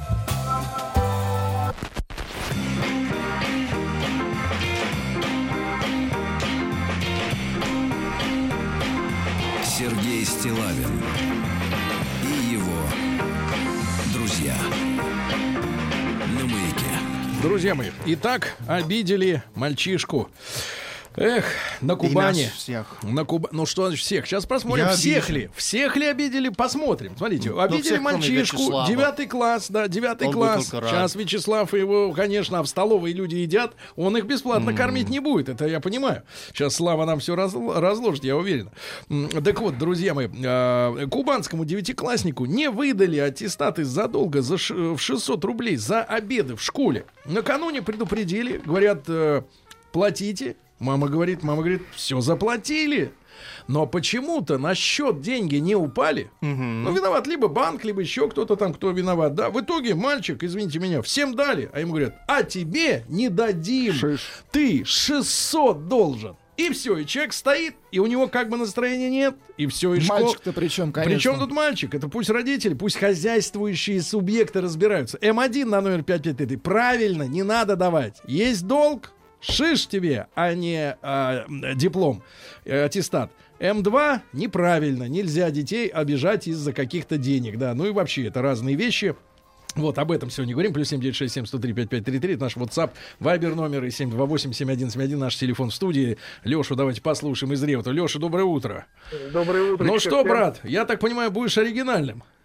Сергей Стиллавин и его друзья на Маяке. Друзья мои, итак, обидели мальчишку. Эх, на И Кубани. нас всех. На Куба... Ну что значит всех? Сейчас посмотрим, Я всех обижен. ли. Всех ли обидели? Посмотрим. Смотрите, обидели всех, кроме мальчишку. Вячеслава. Девятый класс, да, девятый Он был класс. только рад. Сейчас Вячеслав его, конечно, в столовой люди едят. Он их бесплатно кормить не будет. Это я понимаю. Сейчас Слава нам все разложит, я уверен. М, Так вот, друзья мои, э, кубанскому девятикласснику не выдали аттестат из-за долга за ш- в шестьсот рублей за обеды в школе. Накануне предупредили, говорят, э, платите. Мама говорит, мама говорит, все заплатили. Но почему-то на счет деньги не упали. Ну, виноват либо банк, либо еще кто-то там, кто виноват. Да, в итоге мальчик, извините меня, всем дали. А ему говорят, а тебе не дадим. Шиш. Ты шестьсот должен. И все, и человек стоит, и у него как бы настроения нет, и все, и школа. Мальчик-то причем, конечно. Причем тут мальчик? Это пусть родители, пусть хозяйствующие субъекты разбираются. эм один на номер пять пять три. Правильно, не надо давать. Есть долг, шиш тебе, а не а, диплом, э, аттестат. эм два неправильно. Нельзя детей обижать из-за каких-то денег. Да. Ну и вообще, это разные вещи. Вот, об этом сегодня говорим. Плюс семь девять шесть семь сто три пять пять три три. Это наш WhatsApp, Viber номер и семь два восемь семь один семь один. Наш телефон в студии. Лешу давайте послушаем из Реута. Леша, доброе утро. Доброе утро. Ну что, брат, я так понимаю, будешь оригинальным.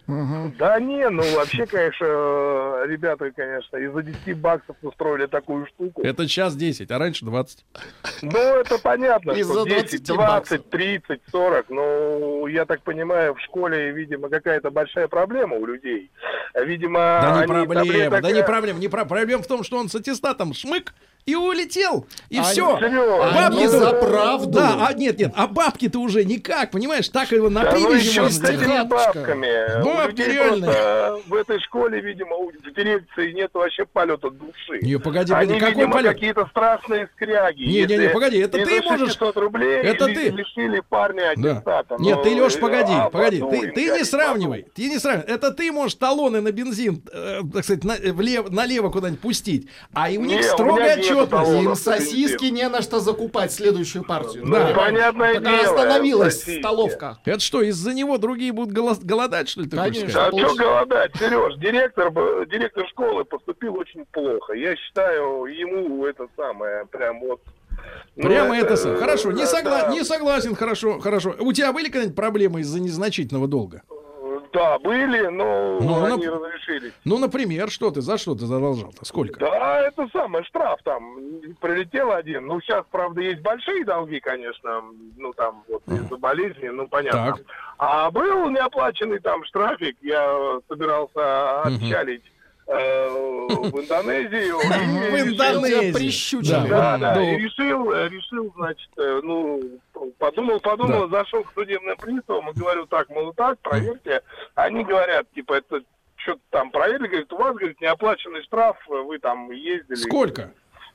Угу. Да не, ну вообще, конечно, ребята, конечно, из-за десяти баксов устроили такую штуку. Это сейчас десять, а раньше двадцать. Ну, это понятно, Из-за что десять, двадцать, тридцать, сорок. Ну, я так понимаю, в школе, видимо, какая-то большая проблема у людей. Видимо, Да не они проблема, таблеток... да не проблема, не про... проблема в том, что он с аттестатом шмык и улетел, и Они- все. Серьезно? Они за правду. Да, а нет, нет, а бабки-то уже никак, понимаешь, так его на Да ну привязи еще с можно этими сделать. бабками. У Бабки людей реальные. просто в этой школе, видимо, у- в дирекции нет вообще полета души. Не, погоди, Они, погоди, какой видимо, полет? какие-то страшные скряги. Не, не, не, Если погоди, это ты из-за можешь- шестисот рублей это ли- ты. лишили парня Да. аттестата. Нет, Ну, ты, Леш, э, погоди, а, погоди, в ты, аду им ты не горит, сравнивай, в аду. ты не сравнивай. Это ты можешь талоны на бензин, э, так сказать, на, влево, налево куда-нибудь пустить, а и у Не, них у строгая меня нету отчетность. талонов. Им сосиски не на что закупать следующую партию. Да. Ну, понятное Так дело. остановилась сосиски. столовка. Это что, из-за него другие будут голо- голодать, что ли, ты хочешь Конечно. сказать? А что голодать, Сереж? Директор, б- директор школы поступил очень плохо. Я считаю, ему это самое, прям вот... ну, Прямо это, сам. э, Хорошо, не, да, согла- да. не согласен, хорошо, хорошо. У тебя были когда-нибудь проблемы из-за незначительного долга? Да, были, но Ну, они нап- разрешились. Ну, например, что ты, за что ты задолжал-то? Сколько? Да, это самое, штраф там прилетел один. Ну, сейчас, правда, есть большие долги, конечно, ну, там, вот, из-за болезни, ну, понятно. Так. А был неоплаченный там штрафик, я собирался отчалить э, в Индонезию. и В решил- Индонезию. Прищучили. Да, Да, да, ну. и решил, э, решил, значит, э, ну, подумал, подумал, зашел к судебным приставам и говорю, так, мол, так, проверьте. Они говорят, типа, это что-то там проверили, говорит, у вас, говорит, неоплаченный штраф, вы там ездили. Сколько?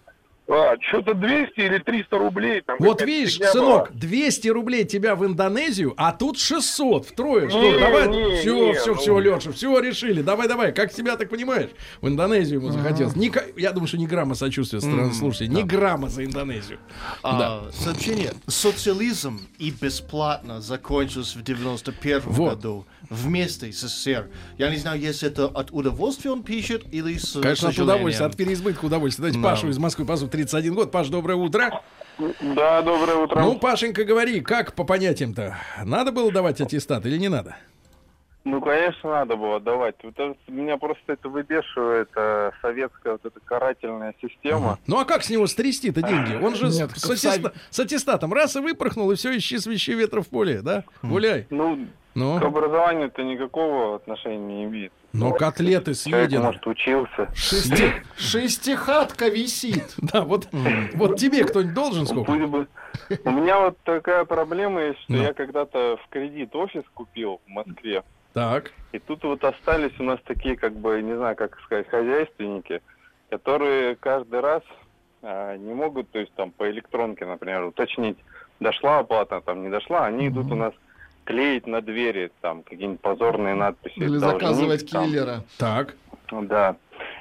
А, что-то двести или триста рублей. Там Вот какая-то видишь, фигня сынок, была. двести рублей тебя в Индонезию, а тут шестьсот, втрое. Что, Не, давай, не, все, не, все, ну. все, Леша, все решили. Давай, давай, как тебя так понимаешь? В Индонезию ему захотелось. Ни ка- я думаю, что ни грамма сочувствия со стороны слушателей, ни грамма за Индонезию. Да. А, сообщение. Социализм и бесплатно закончился в девяносто первом Вот. году вместе с СССР. Я не знаю, если это от удовольствия он пишет или с Конечно, от сожалением. удовольствия, от переизбытка удовольствия. Давайте Да. Пашу из Москвы позову, тридцать один год. Паш, доброе утро. Да, доброе утро. Ну, Пашенька, говори, как по понятиям-то? Надо было давать аттестат или не надо? Ну, конечно, надо было давать. Вот это- меня просто это выбешивает, э, советская вот эта карательная система. Ну, а как с него стрясти-то деньги? Он же с- Нет, с, как аттеста- с аттестатом раз и выпорхнул, и все, ищи свищи ветра в поле, да? Гуляй. Ну, Ну, к образованию-то никакого отношения не имеет. но котлеты Человек, съедены. может, учился. Шести... Шестихатка висит. Да, вот, вот тебе кто-нибудь должен сколько? Пусть бы. У меня вот такая проблема есть, что Ну. я когда-то в кредит офис купил в Москве. Так. И тут вот остались у нас такие, как бы, не знаю, как сказать, хозяйственники, которые каждый раз а, не могут, то есть там по электронке, например, уточнить, дошла оплата, там не дошла, они идут у нас клеить на двери там какие-нибудь позорные надписи. Или «Должник», заказывать там. киллера. Так. Да.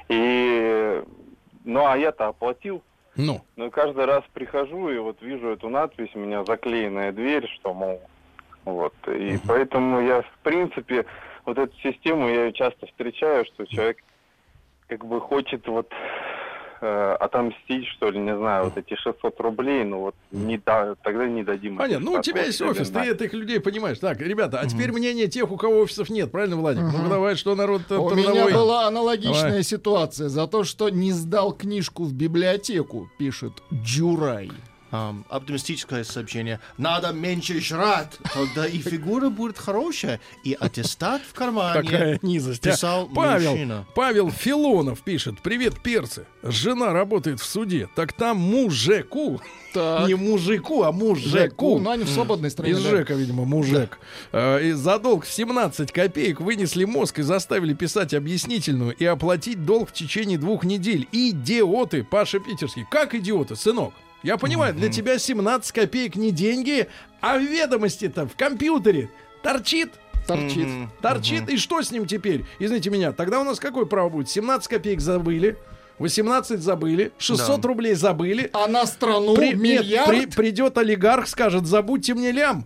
И, ну, а я-то оплатил. Ну. Но каждый раз прихожу и вот вижу эту надпись, у меня заклеенная дверь, что, мол, вот. И поэтому я, в принципе, вот эту систему я часто встречаю, что человек как бы хочет вот э, отомстить, что ли, не знаю, вот эти шестьсот рублей, ну вот не да, тогда не дадим. Понятно. Ну, у тебя есть офис, ты этих людей понимаешь. Так, ребята, а теперь мнение тех, у кого офисов нет, правильно, Владик? Ну, давай, что народ У трудовой... меня была аналогичная Давай. ситуация за то, что не сдал книжку в библиотеку, пишет Джурай. Ам, оптимистическое сообщение. Надо меньше жрать, тогда и фигура будет хорошая, и аттестат в кармане. Такая низость. а. Писал Павел, мужчина. Павел Филонов пишет. Привет, перцы. Жена работает в суде. Так там мужику, Так. не мужику, а мужику. Жеку, ну они в свободной стране. Из да. ЖЭКа, видимо, мужик. Э, И за долг в семнадцать копеек вынесли мозг и заставили писать объяснительную и оплатить долг в течение двух недель. Идиоты, Паша Питерский. Как идиоты, сынок? Я понимаю, для тебя семнадцать копеек не деньги, а в ведомости-то в компьютере торчит. Торчит. Торчит, и что с ним теперь? Извините меня, тогда у нас какое право будет? семнадцать копеек забыли, восемнадцать забыли, шестьсот Да. рублей забыли. А на страну При- нет, миллиард? при- придет олигарх, скажет, забудьте мне лям.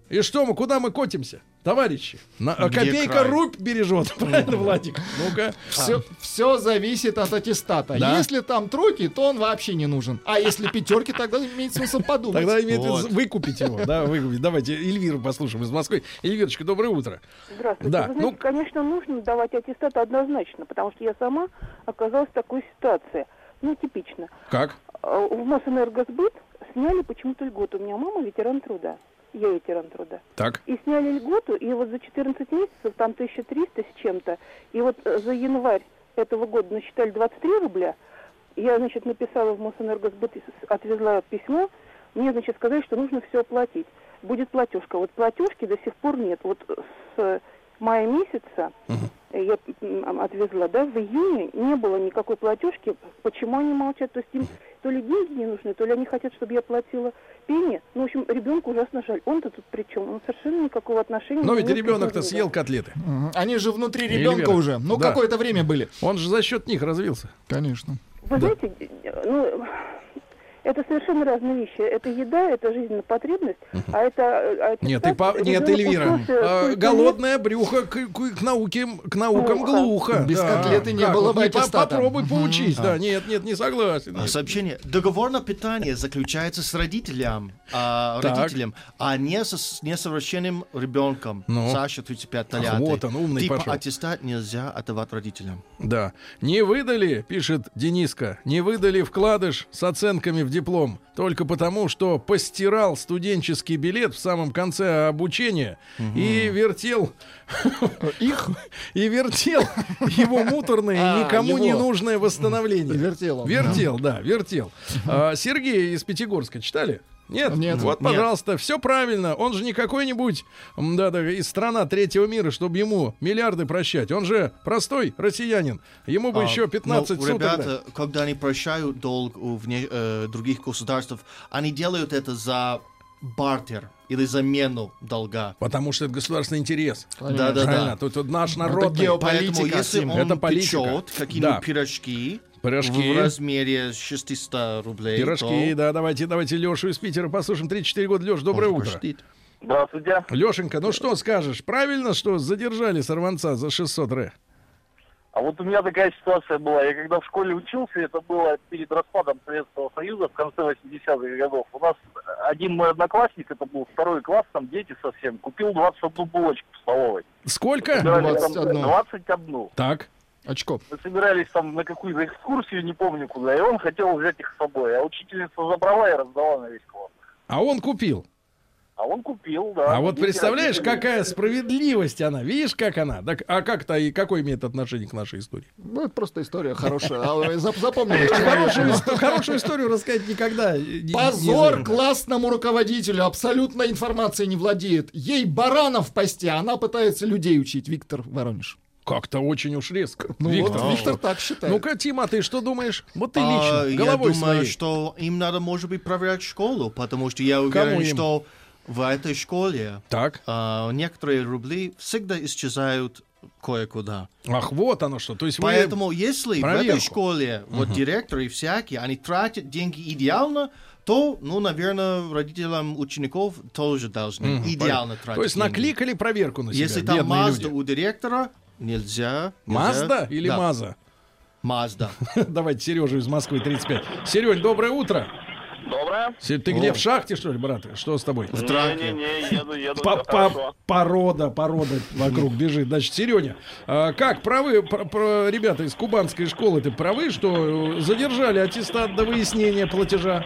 И что мы, куда мы котимся, товарищи? На, Где копейка край? рубь бережет, правильно, Владик? Ну-ка. Все, все зависит от аттестата. Да. Если там тройки, то он вообще не нужен. А если пятерки, тогда имеет смысл подумать. Тогда имеет Вот. смысл выкупить его, да, выкупить. Давайте Эльвиру послушаем из Москвы. Эльвирочка, доброе утро. Здравствуйте. Да, Вы знаете, ну- конечно, нужно давать аттестат однозначно, потому что я сама оказалась в такой ситуации. Ну, типично. Как? А, В Мосэнергосбыт сняли почему-то льготу. У меня мама ветеран труда. Я ветеран труда. Так. И сняли льготу, и вот за четырнадцать месяцев там тысяча триста с чем-то. И вот э, за январь этого года насчитали двадцать три рубля. Я, значит, написала в Мосэнергосбыт, с- отвезла письмо. Мне, значит, сказали, что нужно все оплатить. Будет платежка. Вот платежки до сих пор нет. Вот с мая месяца я м, отвезла, да, в июне не было никакой платежки. Почему они молчат? То есть им то ли деньги не нужны, то ли они хотят, чтобы я платила пени. Ну, в общем, ребенку ужасно жаль. Он-то тут при чем? Он совершенно никакого отношения Но не ведь имеет к ребенок-то этим съел деньгам. котлеты. Мгм. Они же внутри ребенка Эльвира. уже. Ну, Да. какое-то время были. Он же за счет них развился. Конечно. Вы знаете, ну, это совершенно разные вещи. Это еда, это жизненная потребность, а это... а это Нет, так, ты по... Нет, ребенок Эльвира. учился а, сколько лет. голодное брюхо к, к- к науке, к наукам Глухо. глухо. Без Да. котлеты не Как было вот, бы не по- аттестата. Попробуй Мгм. поучись. Да, нет, нет, не согласен. А, Нет. Сообщение. Договор на питание заключается с родителем, а, Так. родителем, а не со, с несовершенным ребенком. Ну. Саша, тридцать пять Ах, лет. вот он, умный Типа пошел. аттестат нельзя отдавать родителям. Да. Не выдали, пишет Дениска, не выдали вкладыш с оценками в диплом только потому, что постирал студенческий билет в самом конце обучения и вертел их и вертел его муторное, А, никому не его. нужное восстановление. Вертел он. Вертел, да, вертел. А, Сергей из Пятигорска читали? Нет? Нет. Вот, Нет. пожалуйста, все правильно. Он же не какой-нибудь, м, да, да, из страна третьего мира, чтобы ему миллиарды прощать. Он же простой россиянин. Ему бы А, еще пятнадцать ну, суток. ребята, дать. когда они прощают долг у вне- э, других государств, они делают это за бартер или замену долга. Потому что это государственный интерес. Да-да-да. Правильно. Тут, тут наш народ. геополитика. Поэтому, Политика, если Сим. он Это политика. печет какие-нибудь Да. пирожки, Пирожки. в размере шестьсот рублей, Пирожки, то... да, давайте, давайте Лешу из Питера послушаем. тридцать четыре года. Леш, доброе Он утро. пыштит. Здравствуйте. Лешенька, ну что скажешь? Правильно, что задержали сорванца за шестьсот рэ? А вот у меня такая ситуация была. Я когда в школе учился, это было перед распадом Советского Союза в конце восьмидесятых годов. У нас один мой одноклассник, это был второй класс, там дети совсем, купил двадцать одну булочку в столовой. Сколько? Собирались там двадцать одну. двадцать одну. Так. Очко. Мы собирались там на какую-то экскурсию, не помню куда, и он хотел взять их с собой. А учительница забрала и раздала на весь класс. А он купил. А он купил, да. А вот Дети представляешь, родители- какая справедливость она. Видишь, как она? Так, а как-то и какое имеет отношение к нашей истории? Ну, это просто история хорошая. А вы зап- запомнили, что Хорошую, я- исто- хорошую историю рассказать никогда. не- не Позор завидно. классному руководителю, абсолютно информацией не владеет. Ей баранов пасти, а она пытается людей учить. Виктор Воронеж. Как-то очень уж резко. Ну Виктор, вот, Виктор так считает. ну-ка, Тима, ты что думаешь? Вот ты А, лично, я головой думаю, своей. что им надо, может быть, проверять школу, потому что я уверен, Кому им? что в этой школе Так. а, некоторые рубли всегда исчезают кое-куда. Ах, вот оно что. То есть вы- Поэтому, если в проверку. этой школе вот директоры всякие, они тратят деньги идеально, то, ну, наверное, родителям учеников тоже должны Мгм, идеально понятно. тратить То есть деньги. накликали проверку на себя. Если там бедные Мазда люди. у директора, нельзя. нельзя. Мазда или Да, Маза? Мазда. Давайте Сережу из Москвы, тридцать пять. Серёнь, доброе утро. Доброе. Се- Ты где, в шахте, что ли, брат? Что с тобой? В драке. Не-не-не, еду, еду, По- всё по- хорошо. Порода, порода вокруг бежит. Значит, Сереня, а как правы, про- про- ребята из кубанской школы, ты правы, что э, задержали аттестат до выяснения платежа?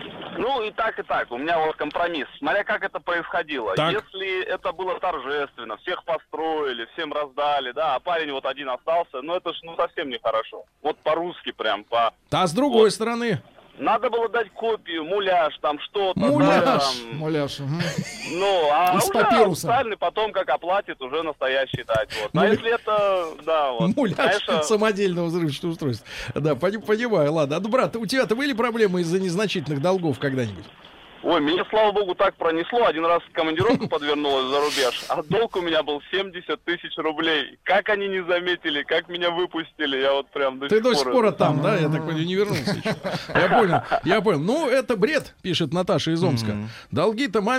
Ну и так, и так. У меня вот компромисс. Смотря как это происходило. Так. Если это было торжественно, всех построили, всем раздали, да, а парень вот один остался, ну это ж ну совсем нехорошо. Вот по-русски прям, по... А с другой стороны, Надо было дать копию, муляж, там что-то. Муляж. да, там. Муляж. мгм. Ну, а Из уже папируса. официальный потом, как оплатит, уже настоящий дать. Вот. А Муля- если это, да, вот. муляж знаешь, самодельного взрывчатого устройства. Да, пони- понимаю, ладно. А, ну, брат, у тебя-то были проблемы из-за незначительных долгов когда-нибудь? Ой, меня, слава богу, так пронесло. Один раз командировку подвернулась за рубеж, а долг у меня был семьдесят тысяч рублей. Как они не заметили, как меня выпустили, я вот прям до Ты сих до пор... сих пор там, да? Я так понял, не вернулся еще. Я понял, я понял. Ну, это бред, пишет Наташа из Омска. Долги-то мамины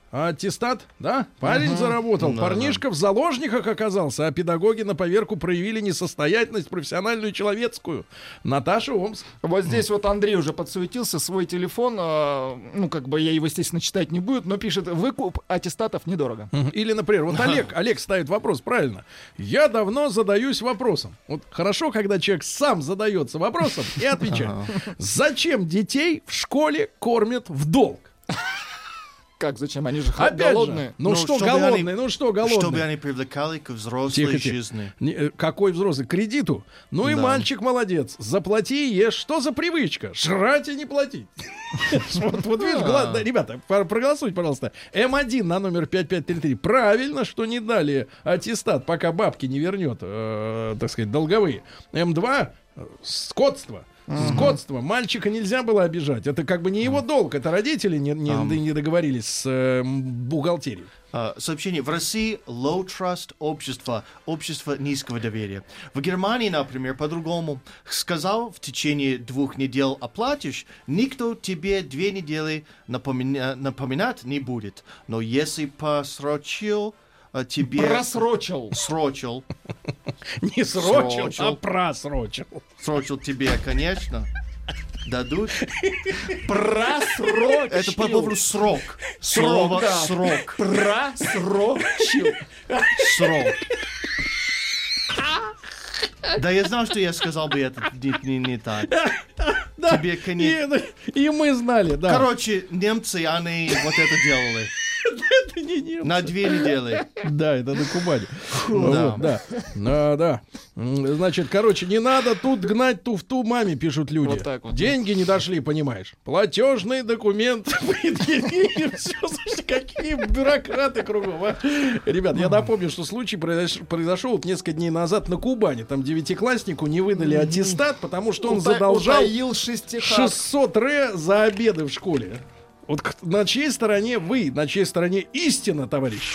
а аттестат, да? Парень Мгм. заработал, Да, парнишка в заложниках оказался, а педагоги на поверку проявили несостоятельность профессиональную и человеческую. Наташа Омск. Вот здесь вот Андрей уже подсуетился, свой телефон, э, ну, как бы я его, естественно, читать не буду, но пишет, выкуп аттестатов недорого. Мгм. Или, например, вот Олег, Олег ставит вопрос, правильно. Я давно задаюсь вопросом. Вот хорошо, когда человек сам задается вопросом и отвечает. Зачем детей в школе кормят в долг? Как, зачем? Они же ха- Опять голодные. же, ну, Ну, что чтобы голодные, они- ну что голодные? Чтобы они привлекали к взрослой Тихо, тихо. жизни. Не, э, какой взрослый? К кредиту. Ну и Да. мальчик молодец. Заплати и ешь. Что за привычка? Жрать и не платить. Вот вот видишь, гла- да, ребята, пор- проголосуйте, пожалуйста. эм один на номер пять пять три три. Правильно, что не дали аттестат, пока бабки не вернет, э, так сказать, долговые. эм два э, скотство. Скотство. Мальчика нельзя было обижать. Это как бы не его долг. Это родители не, не, Ам. не договорились с э, бухгалтерией. А, сообщение. В России low trust общество, общество низкого доверия. В Германии, например, по-другому. Сказал, в течение двух недель оплатишь, никто тебе две недели напомина- напоминать не будет. Но если просрочил, а, тебе... Просрочил. Срочил. Не срочил, Срочил. а просрочил. Срочил тебе, конечно. Дадут. Просрочил. Это по поводу срок. Срок, Слово да. срок. Просрочил. Срок. Да я знал, что я сказал бы это не, не- не так. Да, Тебе конец. И, и мы знали, да. Короче, немцы, они вот это делали. это не немцы. На две недели. Да, это на Кубани. Да. Вот, да. Да, да. М, Значит, короче, не надо тут гнать туфту маме, пишут люди. Вот так вот. Деньги не дошли, понимаешь. Платежный документ предъявили. Все, слушайте, какие бюрократы кругом, а. Ребят, я напомню, что случай произош- произошел вот несколько дней назад на Кубани. Там девятикласснику не выдали аттестат, потому что он Ута- задолжал утаил шестихат. шестьсот ре за обеды в школе. Вот к- на чьей стороне вы, на чьей стороне истина, товарищ?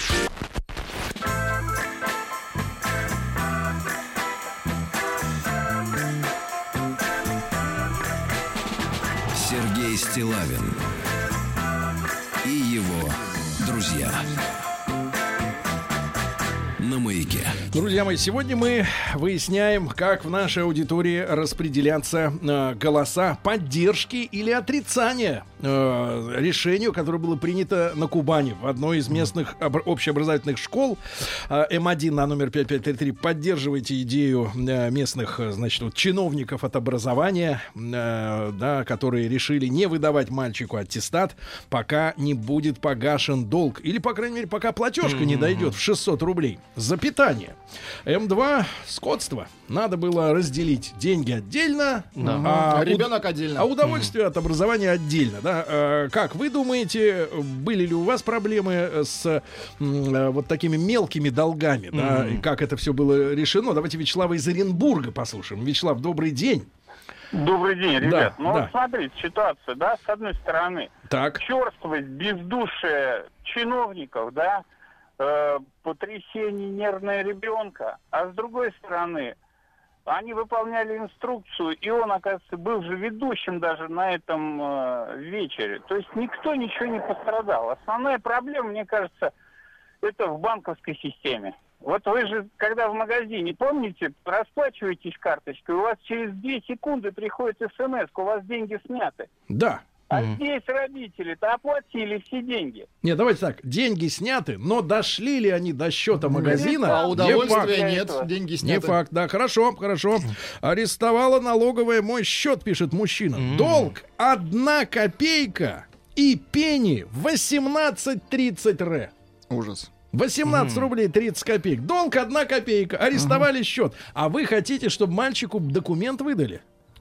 Сергей Стиллавин и его друзья. На маяке. Друзья мои, сегодня мы выясняем, как в нашей аудитории распределятся э, голоса поддержки или отрицания э, решению, которое было принято на Кубани в одной из местных обр- общеобразовательных школ. Э, эм один на номер пять пять три три. Поддерживайте идею э, местных, э, значит, вот, чиновников от образования, э, да, которые решили не выдавать мальчику аттестат, пока не будет погашен долг. Или, по крайней мере, пока платежка не дойдет в шестьсот рублей за питание. эм два скотство. Надо было разделить деньги отдельно, а, А уд- ребенок отдельно. а удовольствие от образования отдельно. Да? Э, Как вы думаете, были ли у вас проблемы с м, э, вот такими мелкими долгами? Да? И как это все было решено? Давайте Вячеслава из Оренбурга послушаем. Вячеслав, добрый день. Добрый день, ребят. Да, ну да. вот смотрите, ситуация, да, с одной стороны, Так. черствость, бездушие чиновников, да, э, потрясение нервное ребенка, а с другой стороны, они выполняли инструкцию, и он, оказывается, был же ведущим даже на этом э, вечере. То есть никто ничего не пострадал. Основная проблема, мне кажется, это в банковской системе. Вот вы же, когда в магазине, помните, расплачиваетесь карточкой, у вас через две секунды приходит смс, у вас деньги сняты. Да. А здесь родители-то оплатили все деньги. Не, давайте так. Деньги сняты, но дошли ли они до счета магазина? А Не удовольствия факт. нет, деньги Не сняты. факт, да, хорошо, хорошо. Арестовала налоговая мой счет, пишет мужчина. Долг одна копейка и пени восемнадцать тридцать ре. Ужас. восемнадцать рублей тридцать копеек. Долг одна копейка. Арестовали счет. А вы хотите, чтобы мальчику документ выдали?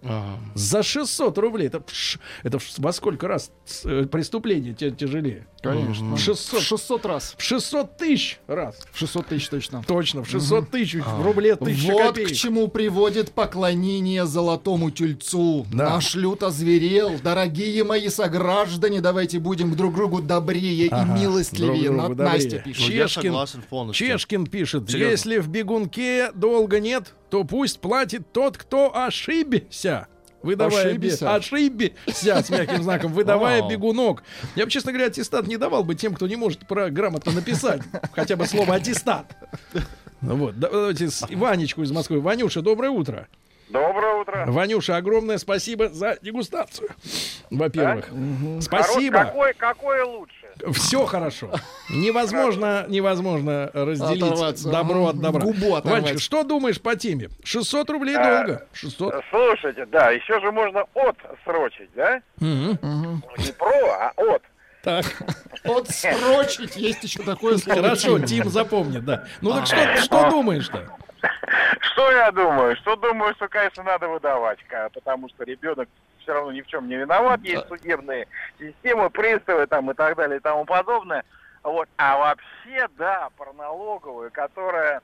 За шестьсот рублей. Это, пш, это пш, во сколько раз э, преступление те- тяжелее? Конечно. В шестьсот, шестьсот раз. в шестьсот тысяч раз. В шестьсот тысяч точно. Точно, в шестьсот тысяч в рубле тысяча Вот копеек. к чему приводит поклонение золотому тельцу. Да. Наш люд озверел. Дорогие мои сограждане, давайте будем друг другу добрее Ага, и милостливее. друг другу Над- добрее. Настя пишет. Ну, я Чешкин, согласен полностью. Чешкин пишет, Серьезно. если в бегунке долга нет, то пусть платит тот, кто ошибся. выдавая... Ошибися. Бе... Ошибися с мягким знаком, выдавая Вау. бегунок. Я бы, честно говоря, аттестат не давал бы тем, кто не может про грамотно написать хотя бы слово аттестат. Вот, давайте с Ванечку из Москвы. Ванюша, доброе утро. Доброе утро. Ванюша, огромное спасибо за дегустацию. Во-первых. Да? Спасибо. Хорош, какой, какое лучше? Все хорошо. Невозможно, невозможно разделить Оторваться. добро от добра. Губу оторвать. Ванечка, что думаешь по теме? шестьсот рублей А, долго. шестьсот. Слушайте, да, еще же можно отсрочить, да? Мгм. Не про, а от. Так. Отсрочить есть еще такое слово. Хорошо, Тим запомнит, да. Ну так что, что думаешь-то? Что я думаю? Что думаю, что, конечно, надо выдавать, ка- потому что ребенок все равно ни в чем не виноват. Есть судебные системы, приставы там и так далее и тому подобное. Вот. А вообще, да, про налоговую, которая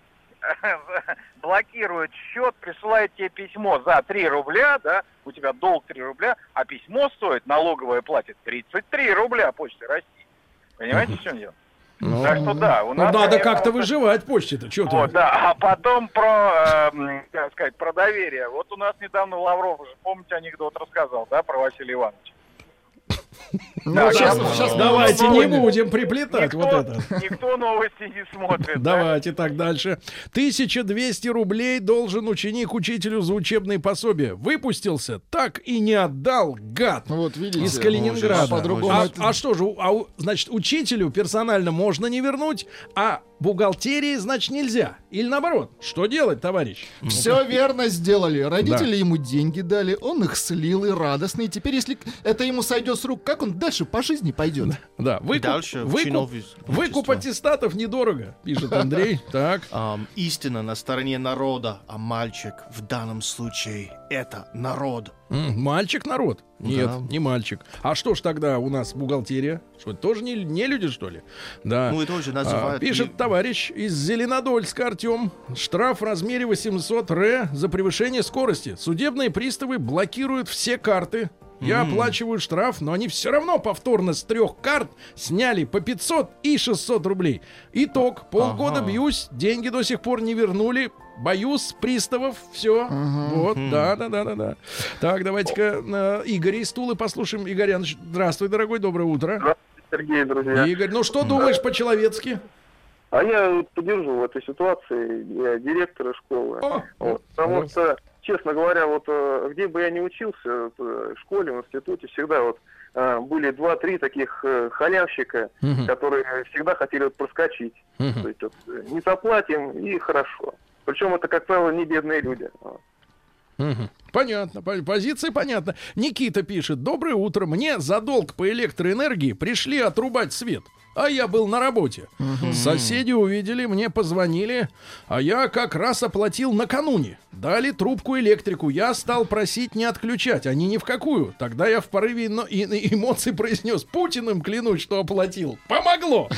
блокирует счет, присылает тебе письмо за три рубля, да, у тебя долг три рубля, а письмо стоит, налоговая платит тридцать три рубля Почты России. Понимаете, в чем дело? Ну, Так что да, у ну, нас... надо конечно, как-то вот выживать почте-то. Что вот, ты? да, а потом про, э, как сказать, про доверие. Вот у нас недавно Лавров уже, помните, анекдот рассказал, да, про Василия Ивановича? Ну, Да, сейчас, да, сейчас да. Давайте ну, не ну, будем приплетать Никто, вот это. никто новости не смотрит. да? Давайте так дальше. тысяча двести рублей должен ученик учителю за учебные пособия. Выпустился, так и не отдал, гад. Вот видите. Из Калининграда. А по-другому А, это- а что же, а, у- значит, учителю персонально можно не вернуть, а бухгалтерии, значит, нельзя. Или наоборот. Что делать, товарищ? Все верно сделали. Родители ему деньги дали, он их слил и радостный. И теперь, если это ему сойдет с рук, как он дальше по жизни пойдет? Да, выкуп, Дальше в выкуп, чиновничество. выкуп аттестатов недорого, пишет Андрей. Так. Ам, истина на стороне народа, а мальчик в данном случае это народ. М, Мальчик народ? Нет, Да. не мальчик. А что ж тогда у нас бухгалтерия? Что, тоже не, не люди, что ли? Да. Ну, это уже А, называют... пишет товарищ из Зеленодольска Артем. Штраф в размере восемьсот ре за превышение скорости. Судебные приставы блокируют все карты. Я М. оплачиваю штраф, но они все равно повторно с трех карт сняли по пятьсот и шестьсот рублей. Итог. Полгода Ага. бьюсь, деньги до сих пор не вернули. Боюсь приставов. Все. Вот, да, да, да, да, да. Так, давайте-ка э, Игоря из Тулы послушаем. Игорь Яныч, здравствуй, дорогой, доброе утро. Сергей, друзья. Игорь, ну что думаешь по-человецки? А я вот поддержу в этой ситуации я директора школы. О, Вот, потому пожалуйста. что, честно говоря, вот э, где бы я ни учился, вот, э, в школе, в институте, всегда вот э, были два-три таких э, халявщика, Мгм. которые всегда хотели вот проскочить. Мгм. То есть вот, э, не заплатим и хорошо. Причем это, как правило, не бедные люди. Вот. Мгм. Понятно, по- позиция понятна. Никита пишет: доброе утро. Мне за долг по электроэнергии пришли отрубать свет. А я был на работе. Соседи увидели, мне позвонили, а я как раз оплатил накануне. Дали трубку электрику, я стал просить не отключать, они ни в какую. Тогда я в порыве но- и- и- эмоций произнес: Путиным клянусь, что оплатил. Помогло!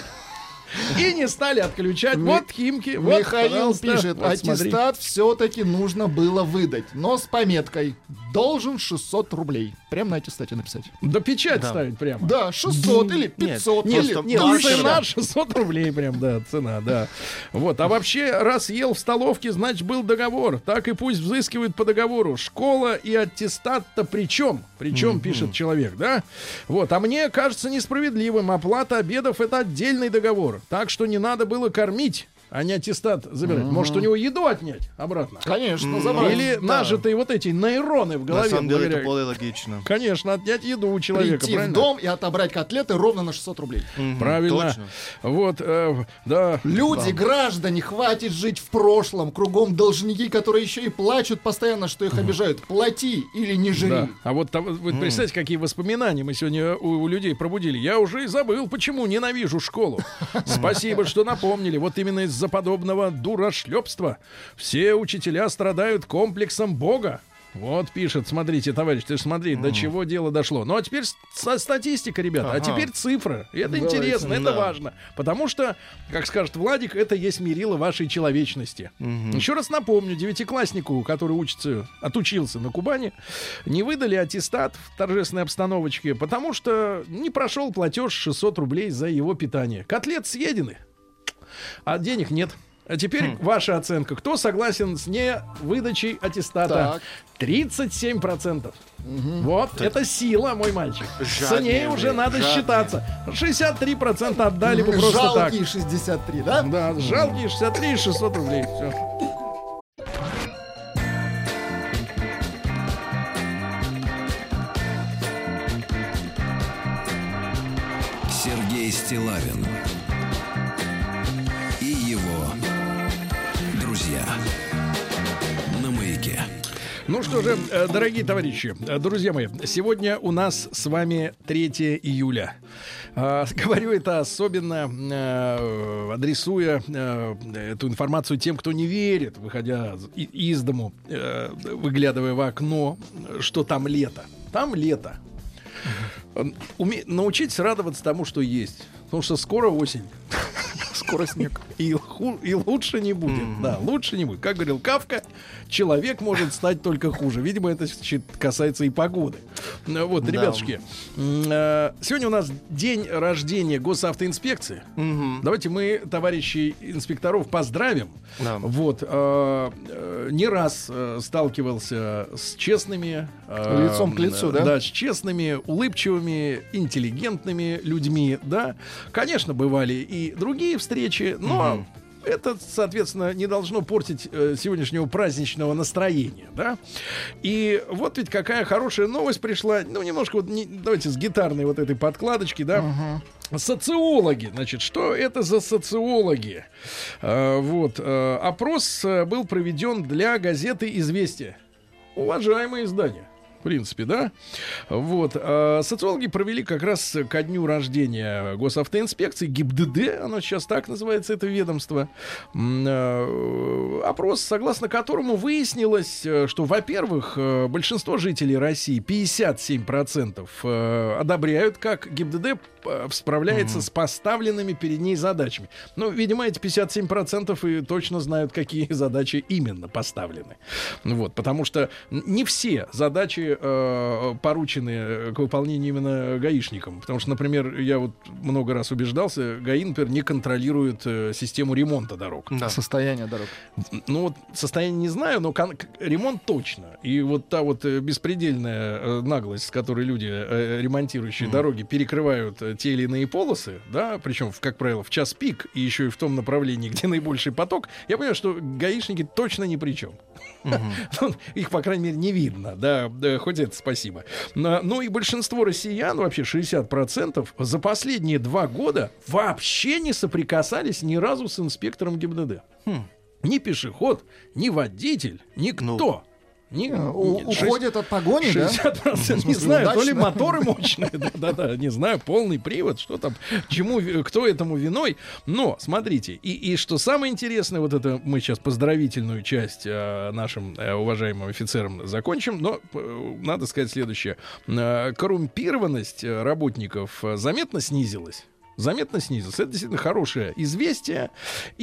И не стали отключать. Ми- Вот Химки. Вот, Михаил пожалуйста. пишет, Вот смотри. аттестат все-таки нужно было выдать, но с пометкой должен шестьсот рублей. Прям на аттестате написать. Да печать Да. ставить прямо. Да, шестьсот или Нет, пятьсот. Нет, или... Просто нет, маркером. цена шестьсот рублей прям, да, цена, да. Вот, а вообще, раз ел в столовке, значит, был договор. Так и пусть взыскивают по договору. Школа и аттестат-то при чем? Причем, пишет человек, да? Вот, а мне кажется несправедливым. Оплата обедов — это отдельный договор. Так что не надо было кормить, а не аттестат забирать. Может, у него еду отнять обратно? Конечно, забрать. Или Да. нажитые вот эти нейроны в На голове. самом деле это благодаря- более логично. Конечно, отнять еду у человека, Прийти в правильно? дом и отобрать котлеты ровно на шестьсот рублей. Мгм, Правильно. Точно. Вот, э, да. Люди, граждане, хватит жить в прошлом. Кругом должники, которые еще и плачут постоянно, что их обижают. Плати или не жри. Да. А вот там, вы представьте, какие воспоминания мы сегодня у, у людей пробудили. Я уже и забыл, почему ненавижу школу. Спасибо, что напомнили. Вот именно из-за подобного дурашлепства все учителя страдают комплексом Бога. Вот пишет, смотрите, товарищ, ты ж смотри, до чего дело дошло. Ну а теперь с- со- статистика, ребята, а Ага. теперь цифры. И это Давайте. интересно, это Да. важно. Потому что, как скажет Владик, это есть мерило вашей человечности. Еще раз напомню, девятикласснику, который учится, отучился на Кубани, не выдали аттестат в торжественной обстановочке, потому что не прошел платеж шестьсот рублей за его питание. Котлеты съедены, а денег нет. А теперь хм. ваша оценка. Кто согласен с невыдачей аттестата? Так. тридцать семь процентов. Угу. Вот, так. Это сила, мой мальчик. Жадные, с ней уже вы, надо жадные. считаться. шестьдесят три процента отдали бы просто жалкие так. Жалкие шестьдесят три, да? Да, жалкие шестьдесят три, шестьсот рублей. Все. Сергей Стиллавин и его друзья на Маяке. Ну что же, дорогие товарищи, друзья мои, сегодня у нас с вами третье июля. Говорю это особенно, адресуя эту информацию тем, кто не верит, выходя из дому, выглядывая в окно, что там лето. Там лето. Уме... Научитесь радоваться тому, что есть. Потому что скоро осень. Скоро снег. И, ху... и лучше не будет. Mm-hmm. Да, лучше не будет. Как говорил Кафка, человек может стать только хуже. Видимо, это касается и погоды. Вот, да. Ребятушки, сегодня у нас день рождения госавтоинспекции. Mm-hmm. Давайте мы, товарищей инспекторов, поздравим. Да. Вот, не раз сталкивался с честными... Лицом к лицу, да? Да, с честными, улыбчивыми, интеллигентными людьми, да. Конечно, бывали и другие встречи, но mm-hmm. это, соответственно, не должно портить э, сегодняшнего праздничного настроения, да. И вот ведь какая хорошая новость пришла, ну, немножко вот, не, давайте с гитарной вот этой подкладочки, да. Uh-huh. Социологи, значит, что это за социологи? Э, вот, э, опрос был проведен для газеты «Известия». Уважаемое издание. В принципе, да. Вот. А социологи провели как раз ко дню рождения госавтоинспекции, ГИБДД, оно сейчас так называется, это ведомство, опрос, согласно которому выяснилось, что, во-первых, большинство жителей России, пятьдесят семь процентов, одобряют, как ГИБДД справляется mm-hmm. с поставленными перед ней задачами. Ну, видимо, эти пятьдесят семь процентов и точно знают, какие задачи именно поставлены. Вот, потому что не все задачи э, поручены к выполнению именно гаишникам. Потому что, например, я вот много раз убеждался, ГАИ, например, не контролирует э, систему ремонта дорог. Да. Состояние дорог. Ну, вот состояние не знаю, но кон- ремонт точно. И вот та вот беспредельная э, наглость, с которой люди, э, ремонтирующие mm-hmm. дороги, перекрывают те или иные полосы, да, причем, как правило, в час пик и еще и в том направлении, где наибольший поток, я понимаю, что гаишники точно ни при чем. Mm-hmm. Их, по крайней мере, не видно, да, да, хоть это спасибо. Но, ну и большинство россиян, вообще шестьдесят процентов, за последние два года вообще не соприкасались ни разу с инспектором ГИБДД. Хм. Ни пешеход, ни водитель, никто. Ну. Не, У, шесть, уходит от погони, шестьдесят процентов, да? Не знаю, удачно. То ли моторы мощные, да-да-да, не знаю, полный привод, что там, чему, кто этому виной. Но, смотрите, и, и что самое интересное, вот это мы сейчас поздравительную часть э, нашим э, уважаемым офицерам закончим, но э, надо сказать следующее. Э, коррумпированность работников заметно снизилась. Заметно снизился. Это действительно хорошее известие.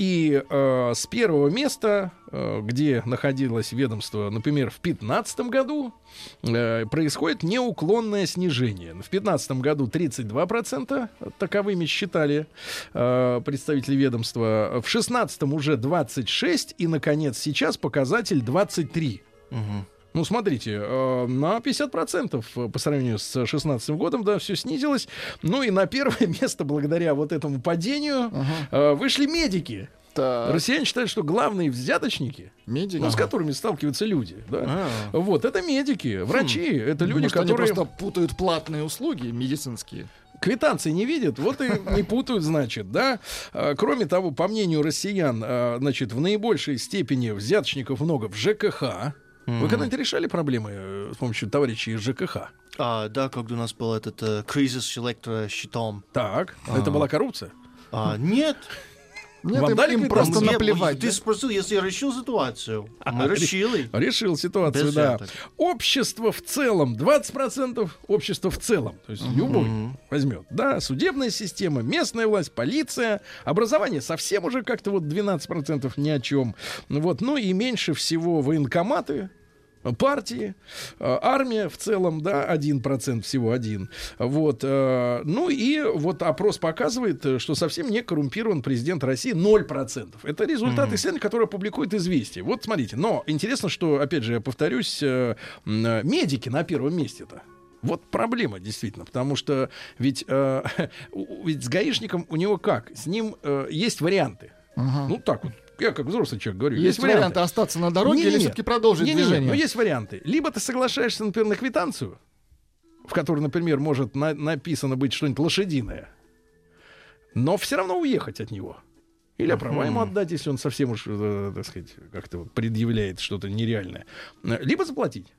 И э, с первого места, э, где находилось ведомство, например, в пятнадцатом году, э, происходит неуклонное снижение. В две тысячи пятнадцатом году тридцать два процента таковыми считали э, представители ведомства. В две тысячи шестнадцатом уже двадцать шесть процентов. И, наконец, сейчас показатель двадцать три процента. Угу. Ну, смотрите, э, на пятьдесят процентов по сравнению с шестнадцатым годом, да, все снизилось. Ну и на первое место, благодаря вот этому падению, uh-huh. э, вышли медики. Так. Россияне считают, что главные взяточники, медики? Ну, с которыми сталкиваются люди, да, uh-huh. вот, это медики, врачи, хм. это люди, Может, которые... они просто путают платные услуги медицинские. Квитанции не видят, вот и не путают, значит, да. Кроме того, по мнению россиян, значит, в наибольшей степени взяточников много в ЖКХ. Mm-hmm. Вы когда-нибудь решали проблемы с помощью товарищей из ЖКХ? А, да, когда у нас был этот uh, кризис с электрощитом. Так, а. это была коррупция? А, нет. Нет, им, им просто Мне, наплевать. Ты да? спросил, если я решил ситуацию. А, Мы решили. Решил ситуацию, Без да. Взяток. Общество в целом, двадцать процентов общества в целом. То есть uh-huh. любой возьмет. Да, судебная система, местная власть, полиция, образование совсем уже как-то вот двенадцать процентов ни о чем. Вот. Ну и меньше всего военкоматы. партии, армия в целом, да, один процент всего один. Вот. Ну и вот опрос показывает, что совсем не коррумпирован президент России, ноль процентов. Это результат mm-hmm. исследования, которое публикует «Известия». Вот смотрите, но интересно, что, опять же, я повторюсь, медики на первом месте-то. Вот проблема, действительно, потому что ведь, э, ведь с гаишником у него как? С ним э, есть варианты. Uh-huh. Ну так вот. Я как взрослый человек говорю. Есть, есть варианты. варианты остаться на дороге не, или не, все-таки продолжить не, движение? Не, не, но есть варианты. Либо ты соглашаешься, например, на квитанцию, в которой, например, может на- написано быть что-нибудь лошадиное, но все равно уехать от него. Или uh-huh. права ему отдать, если он совсем уж, э, так сказать, как-то предъявляет что-то нереальное. Либо заплатить.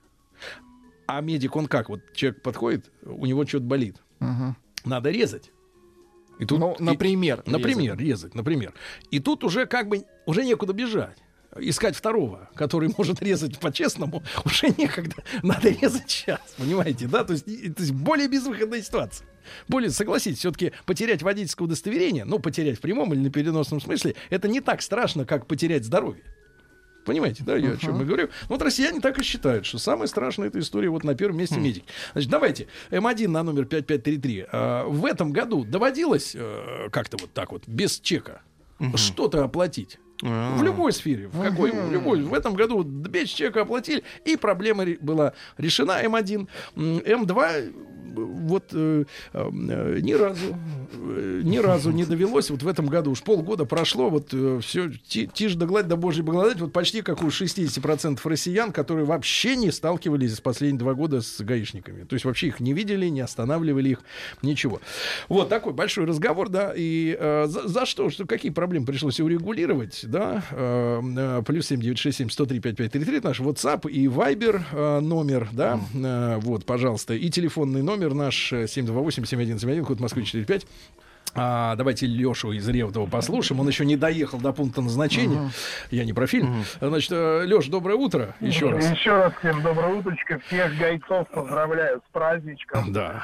А медик, он как? Вот человек подходит, у него что-то болит. Uh-huh. Надо резать. И тут, ну, например. И, например, резать. резать, например. И тут уже как бы уже некуда бежать. Искать второго, который может резать по-честному, уже некогда. Надо резать сейчас, понимаете, да? То есть, то есть более безвыходная ситуация. Более, согласитесь, все-таки потерять водительское удостоверение, ну, потерять в прямом или на переносном смысле, это не так страшно, как потерять здоровье. Понимаете, да, я uh-huh. о чем я говорю? Вот россияне так и считают, что самое страшное эта история вот на первом месте uh-huh. медики. Значит, давайте, эм один на номер пять пять три три. А, в этом году доводилось а, как-то вот так вот, без чека, uh-huh. что-то оплатить? Uh-huh. В любой сфере, в какой, uh-huh. в любой. В этом году без чека оплатили, и проблема ре- была решена. эм один. эм два вот э, э, ни разу э, ни разу не довелось. Вот в этом году уж полгода прошло, вот э, все ти, тишь да гладь да божьей благодать, вот почти как у шестьдесят процентов россиян, которые вообще не сталкивались за последние два года с гаишниками. То есть вообще их не видели, не останавливали их, ничего. Вот такой большой разговор, да, и э, за, за что, что, какие проблемы пришлось урегулировать, да, э, э, плюс семь девять шесть семь сто три пять пять три три, наш WhatsApp и Viber э, номер, да, э, вот, пожалуйста, и телефонный номер наш семь два восемь семь один семь один, код Москвы четыре пять. А, давайте Лешу из Реутова послушаем. Он еще не доехал до пункта назначения. Uh-huh. Я не про фильм. Uh-huh. Значит, Леш, доброе утро. Еще uh-huh. раз. Еще раз всем доброе утречко. Всех гайцов поздравляю с праздничком. Да.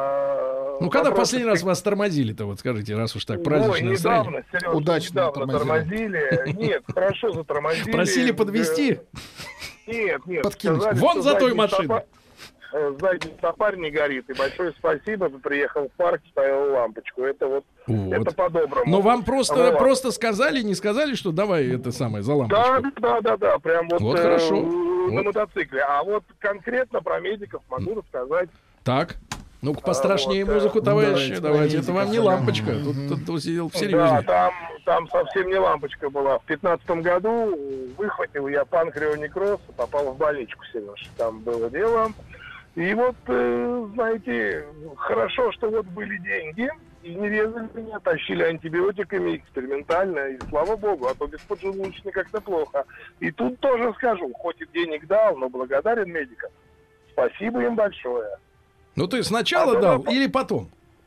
А, ну, когда последний раз вас тормозили-то, вот скажите, раз уж так праздничное настроение. Недавно, Сереж, удачно недавно тормозили. Нет, хорошо затормозили. Просили подвезти? Нет, нет. Подкинуть. Вон за той машиной. Задний сафарь не горит. И большое спасибо. Приехал в парк, ставил лампочку. Это вот, вот. Это по-доброму. Но вам просто, вот. просто сказали, не сказали, что давай это самое за лампочку? Да, да, да, да. Прям вот, вот э, хорошо. на вот. мотоцикле. А вот конкретно про медиков могу рассказать. Так. Ну-ка, пострашнее а, вот, музыку, товарищи. Давайте, давайте. Это вам не лампочка. Тут, тут, тут сидел всерьезе. Да, там, там совсем не лампочка была. В пятнадцатом году выхватил я панкреонекроз, попал в больничку, Сереж. Там было дело. И вот, э, знаете, хорошо, что вот были деньги, и не резали меня, тащили антибиотиками экспериментально, и слава богу, а то без поджелудочной как-то плохо. И тут тоже скажу, хоть и денег дал, но благодарен медикам. Спасибо им большое. Ну ты сначала а дал потом, или потом?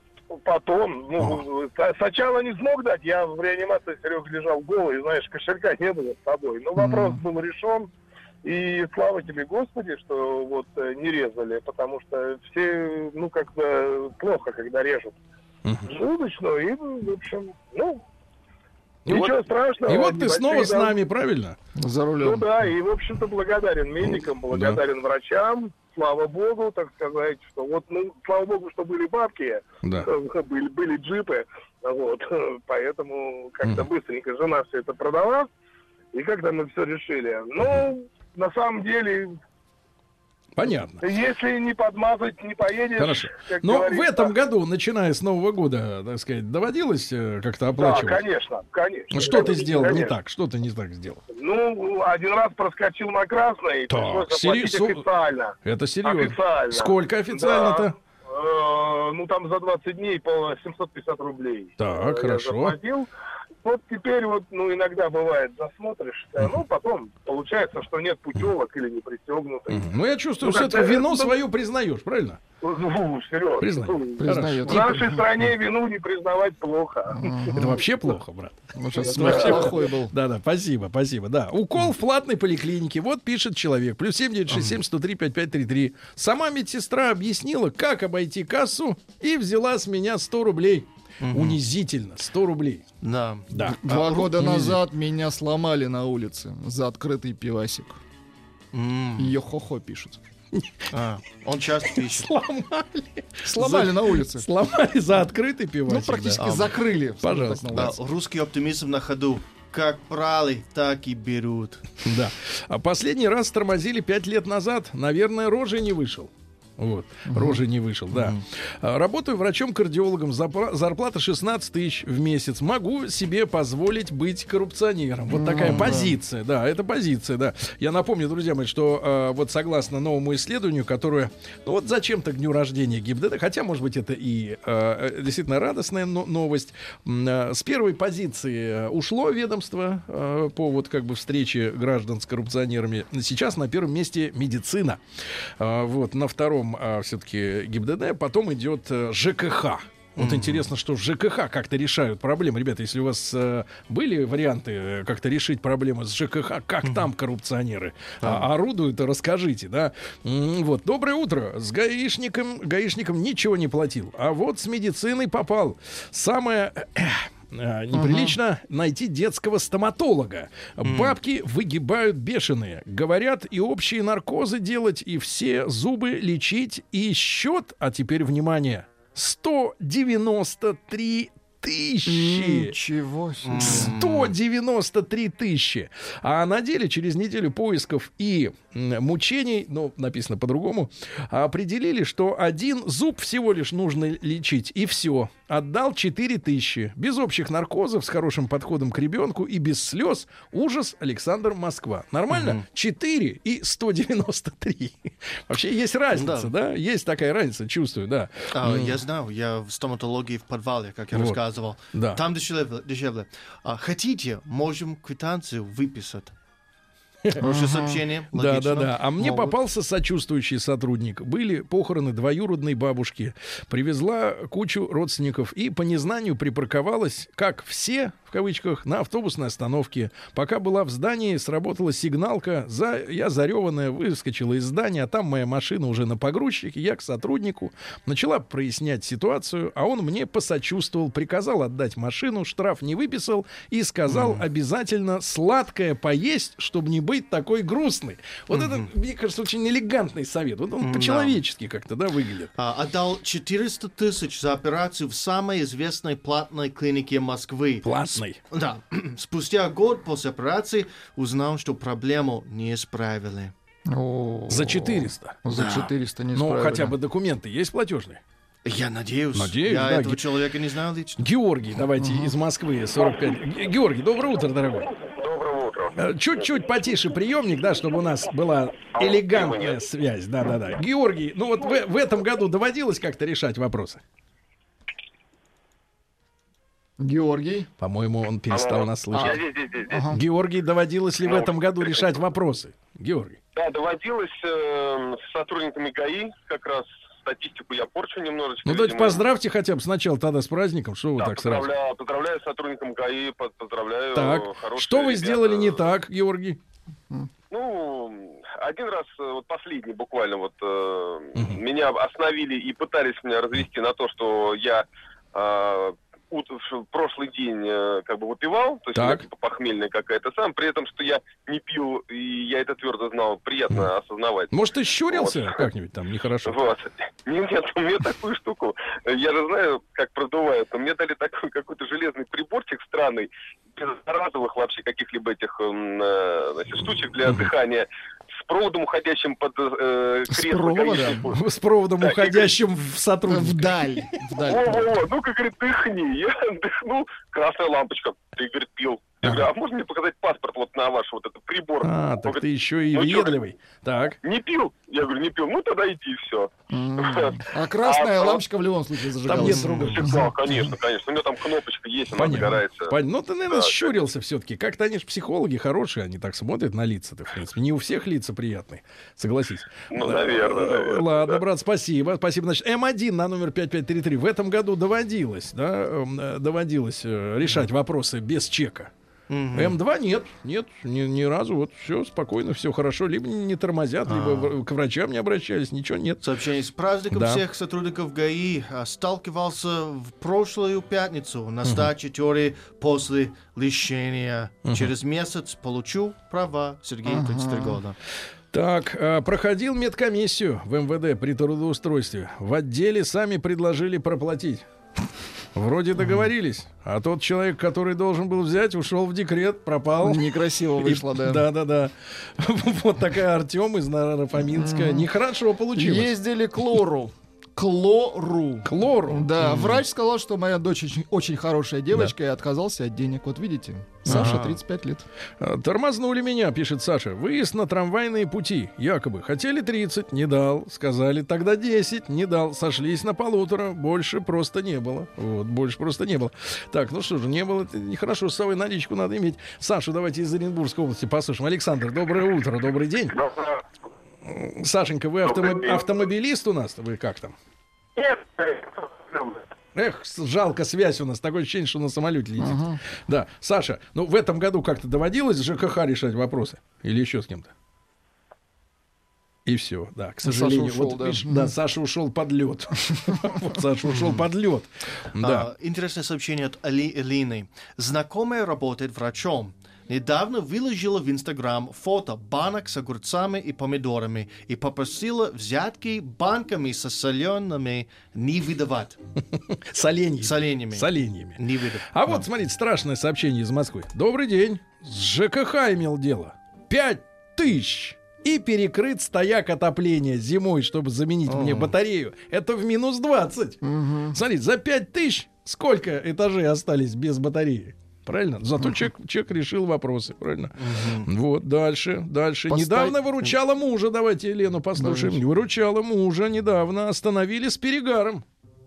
Потом. Ну, сначала не смог дать, я в реанимации, Серега, лежал голый, знаешь, кошелька не было с собой. Но вопрос mm-hmm. был решен. И слава тебе, Господи, что вот не резали, потому что все, ну, как-то плохо, когда режут uh-huh. желудочную, и, в общем, ну, и ничего вот, страшного. И вот ты снова с нами, правильно? За рулем. Ну да, и, в общем-то, благодарен медикам, благодарен да. врачам, слава Богу, так сказать, что вот, ну, слава Богу, что были бабки, да. были, были джипы, вот, поэтому как-то uh-huh. быстренько жена все это продала, и как-то мы все решили. Ну, uh-huh. на самом деле, понятно. Если не подмазать, не поедешь. Хорошо. Но в этом году, начиная с Нового года, так сказать, доводилось как-то оплачивать? Да, конечно, конечно. Что конечно, ты сделал конечно. не так? Что ты не так сделал? Ну, один раз проскочил на красный, так, пришлось оплатить сери... официально. Это серьезно? Официально. Сколько официально-то? Да. Э, ну, там за двадцать дней по семьсот пятьдесят рублей. Так, хорошо. Заплатил. Вот теперь вот, ну, иногда бывает, засмотришь, uh-huh. ну, потом получается, что нет путевок или не пристегнутых. Uh-huh. Ну, я чувствую, ну, что ты вину ну, свою признаешь, правильно? Ну, серьезно. Признаю. Признаю. В нашей стране вину не признавать плохо. Uh-huh. Это вообще плохо, брат. Ну, сейчас вообще плохой был. Да-да, спасибо, спасибо. Да. Укол в платной поликлинике. Вот пишет человек. Плюс семь девять шесть семь сто три пять пять три три. Сама медсестра объяснила, как обойти кассу, и взяла с меня сто рублей. Угу. Унизительно, сто рублей. Да. да. Два а, года назад меня сломали на улице за открытый пивасик. М. Ее хо-хо пишут. А, он часто пишет. Сломали. Сломали За- на улице. Сломали за открытый пивасик. Ну, практически да. закрыли. Пожалуйста. Так А, называется. русский оптимизм на ходу. Как брали, так и берут. Да. А последний раз тормозили пять лет назад. Наверное, Рожей не вышел. Вот, uh-huh. Рожей не вышел, да. Uh-huh. Работаю врачом-кардиологом, запра- зарплата шестнадцать тысяч в месяц. Могу себе позволить быть коррупционером. Вот uh-huh. такая позиция, да, это позиция, да. Я напомню, друзья мои, что э, вот согласно новому исследованию, которое, ну вот зачем-то к дню рождения ГИБДД, хотя, может быть, это и э, действительно радостная но- новость, э, с первой позиции ушло ведомство э, по вот как бы встрече граждан с коррупционерами. Сейчас на первом месте медицина. Э, вот, на втором а, все-таки ГИБДД, потом идет а, ЖКХ. Вот mm-hmm. интересно, что в ЖКХ как-то решают проблемы. Ребята, если у вас э, были варианты э, как-то решить проблемы с ЖКХ, как mm-hmm. там коррупционеры а, орудуют, расскажите, да. М-м, вот. Доброе утро. С гаишником, гаишником ничего не платил. А вот с медициной попал. Самое... неприлично uh-huh. найти детского стоматолога. Mm. Бабки выгибают бешеные. Говорят, и общие наркозы делать, и все зубы лечить, и счет, а теперь внимание, сто девяносто три тысячи. Ничего себе. сто девяносто три тысячи. А на деле, через неделю поисков и м, мучений, ну, написано по-другому, определили, что один зуб всего лишь нужно лечить, и все. Отдал четыре тысячи. Без общих наркозов, с хорошим подходом к ребенку и без слез. Ужас, Александр, Москва. Нормально? Угу. четыре и сто девяносто три. Вообще есть разница, да? да? Есть такая разница, чувствую, да. А, mm. Я знаю, я в стоматологии в подвале, как я вот. рассказывал. Да. Там дешевле. дешевле. А, хотите, можем квитанцию выписать. Хорошее сообщение. Да, да, да. А мне Могут. попался сочувствующий сотрудник. Были похороны двоюродной бабушки. Привезла кучу родственников и по незнанию припарковалась, как все, в кавычках, на автобусной остановке. Пока была в здании, сработала сигналка. За... Я зареванная выскочила из здания, а там моя машина уже на погрузчике. Я к сотруднику. Начала прояснять ситуацию, а он мне посочувствовал, приказал отдать машину, штраф не выписал и сказал mm. обязательно сладкое поесть, чтобы не быть такой грустный. Вот mm-hmm. это, мне кажется, очень элегантный совет. Вот он mm-hmm. по-человечески как-то, да, выглядит. А, отдал четыреста тысяч за операцию в самой известной платной клинике Москвы. Платной? С, да. Спустя год после операции узнал, что проблему не исправили. О-о-о. За четыреста? За да. четыреста не исправили. Ну, хотя бы документы есть платежные? Я надеюсь. Надеюсь, Я да. этого человека не знаю лично. Георгий, давайте, uh-huh. из Москвы, сорок пять. Георгий, доброе утро, дорогой. Доброе утро. Чуть-чуть потише приемник, да, чтобы у нас была элегантная связь. Да-да-да. Георгий, ну вот в, в этом году доводилось как-то решать вопросы? Георгий. По-моему, он перестал Алло. нас слышать. А, здесь, здесь, здесь. Ага. Георгий, доводилось ли в этом году решать вопросы? Георгий. Да, доводилось э, с сотрудниками ГАИ, как раз статистику я порчу немножечко. Ну, давайте поздравьте хотя бы сначала тогда с праздником, что вы да, так поздравляю, сразу. Поздравляю сотрудникам ГАИ, поздравляю. Так, что вы ребята. сделали не так, Георгий? Ну, один раз, вот последний буквально, вот э, угу. меня остановили и пытались меня развести на то, что я... Э, в прошлый день э, как бы выпивал, то есть так. у меня типа похмельная какая-то сам, при этом, что я не пил, и я это твердо знал, приятно mm. осознавать. Может, ты щурился вот. как-нибудь там, нехорошо? Вот. Нет, нет, у меня такую штуку, я же знаю, как продувают, но мне дали такой какой-то железный приборчик странный, без разовых вообще каких-либо этих э, значит, штучек для mm-hmm. дыхания, с проводом, уходящим под э, кресло. С проводом, с проводом да, уходящим и, в сотрудника. Вдаль. Вдаль. Во-во-во, ну-ка, говорит, дыхни. Я дыхнул, красная лампочка. Ты, говорит, пил. Я говорю, а можно мне показать паспорт вот на ваш вот этот прибор? А, Он так говорит, ты еще и ну, въедливый. Чё, так. Не пил? Я говорю, не пил. Ну, тогда иди, все. Mm. А красная а, лампочка в любом случае зажигалась. Там нет другой. Да, конечно, конечно. У меня там кнопочка есть, она Понятно. загорается. Понятно. Ну, ты, наверное, да, щурился все-таки. Как-то они же психологи хорошие, они так смотрят на лица-то, в принципе. Не у всех лица приятные, согласись. Ну, наверное, наверное. Ладно, да. брат, спасибо. Спасибо. Значит, эм один на номер пять пять три три. В этом году доводилось, да, доводилось решать вопросы без чека. Mm-hmm. эм два нет, нет, ни, ни разу. Вот все спокойно, все хорошо. Либо не тормозят, А-а-а. либо к врачам не обращались, ничего нет. Сообщение с праздником да. всех сотрудников ГАИ. Сталкивался в прошлую пятницу на сдаче mm-hmm. теории после лечения. Mm-hmm. Через месяц получу права. Сергей, тридцать три года. Так, э, проходил медкомиссию в эм вэ дэ при трудоустройстве. В отделе сами предложили проплатить. Вроде договорились, а тот человек, который должен был взять, ушел в декрет, пропал. Некрасиво вышло, И, да. Да-да-да. Вот такая Артем из Нарафаминска. Нехорошо получилось. Ездили к лору. К лору. К лору? Да, Мгм. врач сказал, что моя дочь очень, очень хорошая девочка, и отказался от денег. Вот видите, Саша, Ага. тридцать пять лет. А, Тормознули меня, пишет Саша. Выезд на трамвайные пути, якобы. Хотели тридцать, не дал. Сказали тогда десять, не дал. Сошлись на полутора, больше просто не было. Вот, больше просто не было. Так, ну что же, не было, это нехорошо, с собой наличку надо иметь. Сашу давайте из Оренбургской области послушаем. Александр, доброе утро, добрый день. Сашенька, вы автомо- автомобилист у нас? Вы как там? Эх, с- жалко связь у нас. Такое ощущение, что на самолете летит. Ага. Да, Саша, ну в этом году как-то доводилось ЖКХ решать вопросы? Или еще с кем-то? И все, да, к Саша сожалению. ушел, вот, да. видишь, да, Саша ушел под лед. Вот Саша ушел под лед. Да. А, интересное сообщение от Али Элины. Знакомая работает врачом. Недавно выложила в Инстаграм фото банок с огурцами и помидорами и попросила взятки банками со солеными не выдавать. Соленьями. Соленьями. Соленьями. Не выдавать. А вот, смотрите, страшное сообщение из Москвы. Добрый день. С ЖКХ имел дело. Пять тысяч. И перекрыт стояк отопления зимой, чтобы заменить мне батарею. Это в минус двадцать. Смотрите, за пять тысяч сколько этажей остались без батареи? Правильно? Зато человек, человек решил вопросы, правильно? Вот, дальше, дальше. Постой- Недавно выручала мужа, давайте Елену послушаем. Давайте. Выручала мужа недавно, остановили с перегаром.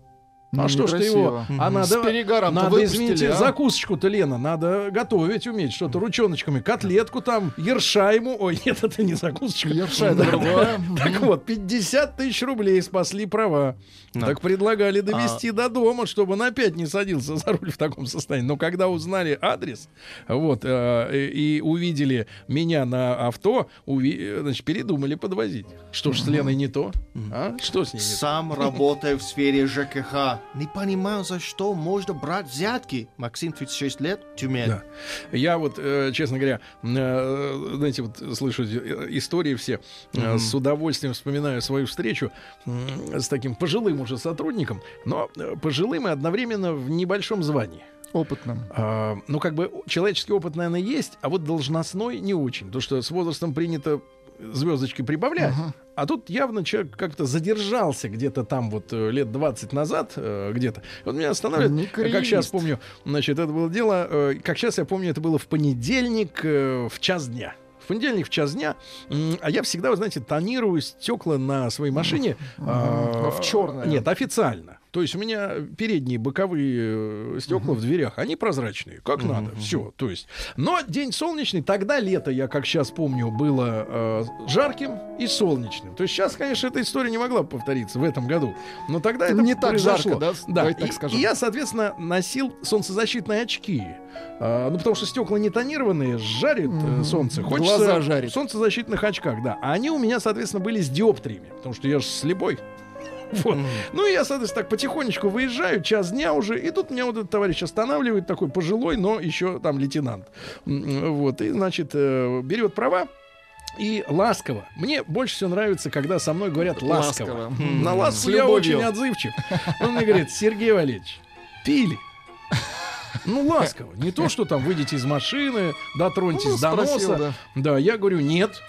Ну, А что ж ты некрасиво. его? Мгм. А надо, С перегаром-то надо, выпустили, извините, а? закусочку-то, Лена, надо готовить уметь, что-то ручоночками, котлетку там, ерша ему. Ой, нет, это не закусочка. Ерша это другое. Так вот, пятьдесят тысяч рублей спасли права. Да. Так предлагали довести до дома, чтобы он опять не садился за руль в таком состоянии. Но когда узнали адрес, вот, э, и увидели меня на авто, уви- значит, передумали подвозить. Что ж с Леной не то? А? Что с ней не то? Сам работаю в сфере ЖКХ. Не понимаю, за что можно брать взятки. Максим, тридцать шесть лет, Тюмень. Да. Я вот, э, честно говоря, э, знаете, вот слышу э, истории все, э, Мгм. с удовольствием вспоминаю свою встречу э, с таким пожилым уже сотрудником, но э, пожилым и одновременно в небольшом звании. Опытным. А, ну, как бы человеческий опыт, наверное, есть, а вот должностной не очень. Потому что с возрастом принято звездочки прибавлять. Ага. А тут явно человек как-то задержался где-то там вот э, лет двадцать назад э, где-то. Вот меня останавливает, Не э, как сейчас карьерист. помню, значит, это было дело, э, как сейчас я помню, это было в понедельник э, в час дня. В понедельник в час дня, м, а я всегда, вы знаете, тонирую стекла на своей машине. а, В чёрное. Нет, официально. То есть у меня передние боковые э, стекла в дверях, они прозрачные, как надо, все. То есть, но день солнечный, тогда лето, я как сейчас помню, было э, жарким и солнечным. То есть сейчас, конечно, эта история не могла повториться в этом году, но тогда это Не так произошло. жарко, да? Да. Давайте так И- скажем. и я, соответственно, носил солнцезащитные очки. А, ну, потому что стекла не тонированные, жарит э, солнце. Хочется Глаза жарит. в солнцезащитных очках, да. А они у меня, соответственно, были с диоптриями, потому что я же слепой. Вот. Ну и я, соответственно, так потихонечку выезжаю, час дня уже, и тут меня вот этот товарищ останавливает, такой пожилой, но еще там лейтенант. М, Вот, и, значит, э, берет права. И ласково. Мне больше всего нравится, когда со мной говорят ласково. Ласково. На М, ласку с я любовью. очень отзывчив. Он мне говорит: Сергей Валерьевич, пили. Ну, ласково. Не то, что там выйдите из машины, дотроньтесь Ну, до спросил, носа. Да, я говорю: нет.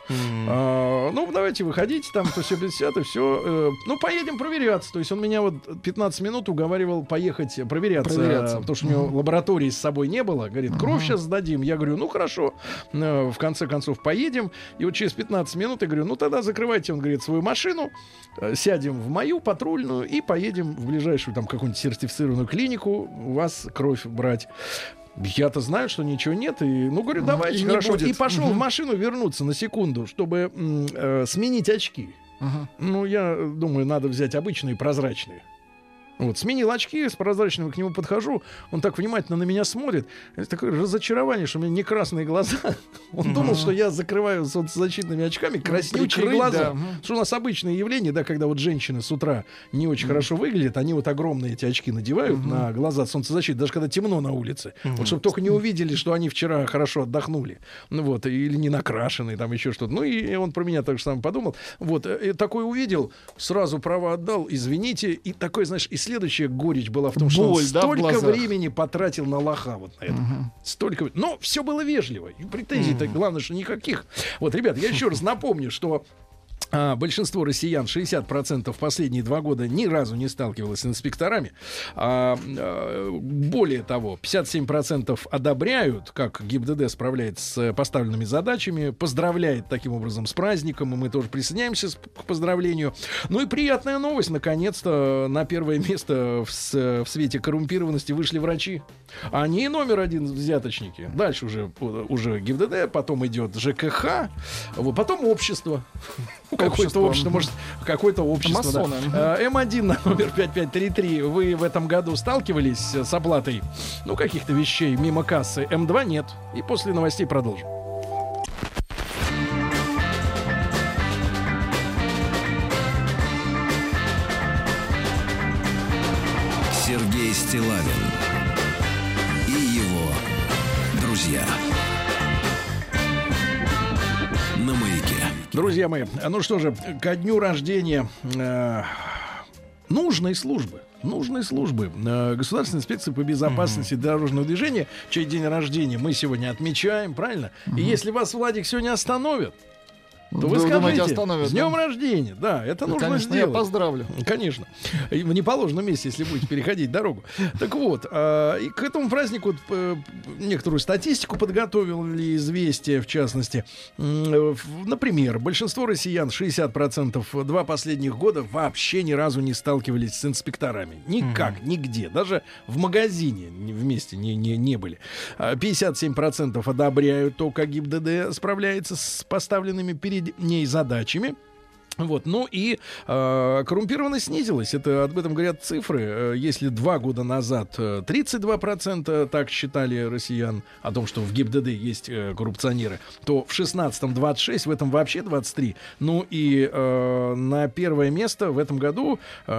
А, ну, давайте выходите, там, то все пятьдесят, и все. Ну, поедем проверяться. То есть он меня вот пятнадцать минут уговаривал поехать проверяться, Проверяться. потому что у него лаборатории с собой не было. Говорит: кровь сейчас сдадим. Я говорю: ну, хорошо. Э, В конце концов, поедем. И вот через пятнадцать минут я говорю: ну, тогда закрывайте, он говорит, свою машину, э, сядем в мою патрульную и поедем в ближайшую там какую-нибудь сертифицированную клинику у вас кровь брать. Я-то знаю, что ничего нет, и, ну, говорю, давайте, И не хорошо. будет. И пошел Мгм. в машину вернуться на секунду, чтобы м, э, сменить очки. Ага. Ну, я думаю, надо взять обычные прозрачные. Вот, сменил очки, с прозрачными к нему подхожу, он так внимательно на меня смотрит. Это такое разочарование, что у меня не красные глаза. Он mm-hmm. думал, что я закрываю солнцезащитными очками краснючие Прикрыть, глаза. Да. Что у нас обычное явление, да, когда вот женщины с утра не очень mm-hmm. хорошо выглядят, они вот огромные эти очки надевают mm-hmm. на глаза от солнцезащиты, даже когда темно на улице. Mm-hmm. Вот чтобы только не увидели, что они вчера хорошо отдохнули. Ну вот, или не накрашены, там еще что-то. Ну и он про меня так же самое подумал. Вот, и такой увидел, сразу права отдал, извините. И такой, знаешь, и следующая горечь была в том, что Боль, он да, столько времени потратил на лоха вот на это. Угу. Столько. Но все было вежливо. И претензий-то, угу. главное, что никаких. Вот, ребят, я еще раз напомню, что А, большинство россиян, шестьдесят процентов последние два года ни разу не сталкивалось с инспекторами. А, а, более того, пятьдесят семь процентов одобряют, как ГИБДД справляется с поставленными задачами, поздравляет таким образом с праздником, и мы тоже присоединяемся к поздравлению. Ну и приятная новость, наконец-то на первое место в, в свете коррумпированности вышли врачи. Они номер один взяточники. Дальше уже, уже ГИБДД, потом идет ЖКХ, вот, потом общество. Какое-то общество, может, какое-то общество. Да. эм один на номер пять пять три три. Вы в этом году сталкивались с оплатой, ну, каких-то вещей мимо кассы? эм два нет. И после новостей продолжим. Сергей Стиллавин и его друзья. На Маяке. Друзья мои, ну что же, ко дню рождения э, нужной службы, нужной службы э, Государственной инспекции по безопасности mm-hmm. дорожного движения, чей день рождения мы сегодня отмечаем, правильно? Mm-hmm. И если вас, Владик, сегодня остановят, то вы, вы скажите, остановят, с днем да? рождения. Да, это да, нужно конечно, сделать. Я поздравлю. Конечно. В неположенном месте, если будете переходить дорогу. Так вот, э, и к этому празднику э, некоторую статистику подготовили, известия, в частности. Э, например, большинство россиян, шестьдесят процентов, два последних года вообще ни разу не сталкивались с инспекторами. Никак, mm-hmm. нигде. Даже в магазине вместе не, не, не были. пятьдесят семь процентов одобряют то, как ГИБДД справляется с поставленными перед ней задачами. Вот, ну и э, коррумпированность снизилась. Это об этом говорят цифры. Если два года назад тридцать два процента так считали россиян о том, что в ГИБДД есть э, коррупционеры, то в шестнадцатом двадцать шесть, в этом вообще двадцать три. Ну и э, на первое место в этом году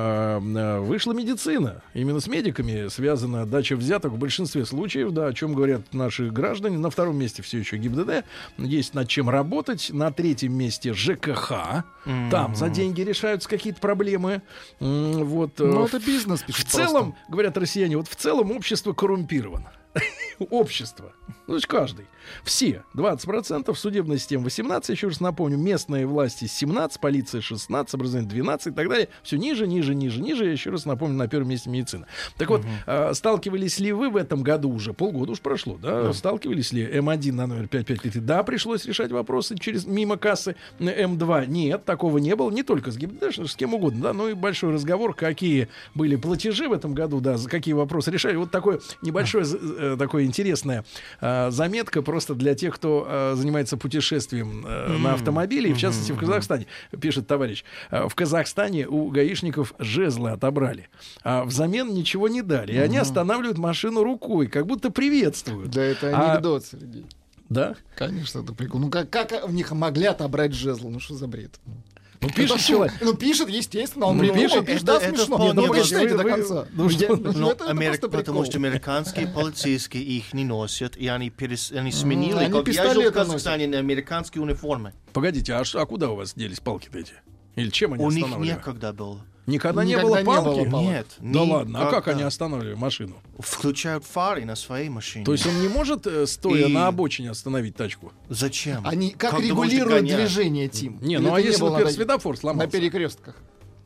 э, вышла медицина. Именно с медиками связана дача взяток в большинстве случаев, да, о чем говорят наши граждане. На втором месте все еще ГИБДД. Есть над чем работать. На третьем месте ЖКХ. Там за деньги решаются какие-то проблемы. Вот. Ну, это бизнес, пишут. В целом, просто. Говорят россияне, вот в целом общество коррумпировано. Общество. Ну, то есть каждый. Все. двадцать процентов, судебная система восемнадцать, еще раз напомню, местные власти семнадцать, полиция шестнадцать, образование двенадцать и так далее. Все ниже, ниже, ниже, ниже. Я еще раз напомню, на первом месте медицина. Так вот, uh-huh. э, сталкивались ли вы в этом году уже? Полгода уж прошло, да? Uh-huh. Сталкивались ли эм один на номер пять пять три три? Да, пришлось решать вопросы через мимо кассы. эм два нет, такого не было. Не только с ГИБДД, с кем угодно, да. Ну и большой разговор, какие были платежи в этом году, да, за какие вопросы решали. Вот такой небольшой, uh-huh. такой интересная э, заметка просто для тех, кто э, занимается путешествием э, mm-hmm. на автомобиле, и в частности mm-hmm. в Казахстане, пишет товарищ. Э, в Казахстане у гаишников жезлы отобрали, а взамен ничего не дали. И mm-hmm. они останавливают машину рукой, как будто приветствуют. Да это анекдот, а... Сергей. Да? Конечно, это прикол. Ну как, как в них могли отобрать жезл? Ну что за бред? Ну, пишет человек. Ну, пишет, естественно, он ну, пишет, пишет, да, это смешно. Ну, прочитайте до конца. Ну, что? Ну, это, Америк, это потому что американские полицейские их не носят, и они, перес, они сменили. Они как я жил в Казахстане на американские униформы. Погодите, а, а куда у вас делись палки-то эти? Или чем они у останавливали? У них некогда было. Никогда, Никогда не было палки? Не было палок. Нет. Да ладно, а как они останавливали машину? Включают фары на своей машине. То есть он не может, стоя И... на обочине, остановить тачку? Зачем? Они как, как регулируют движение, Тим? Не, ну а если, например, светофор сломался? На перекрестках.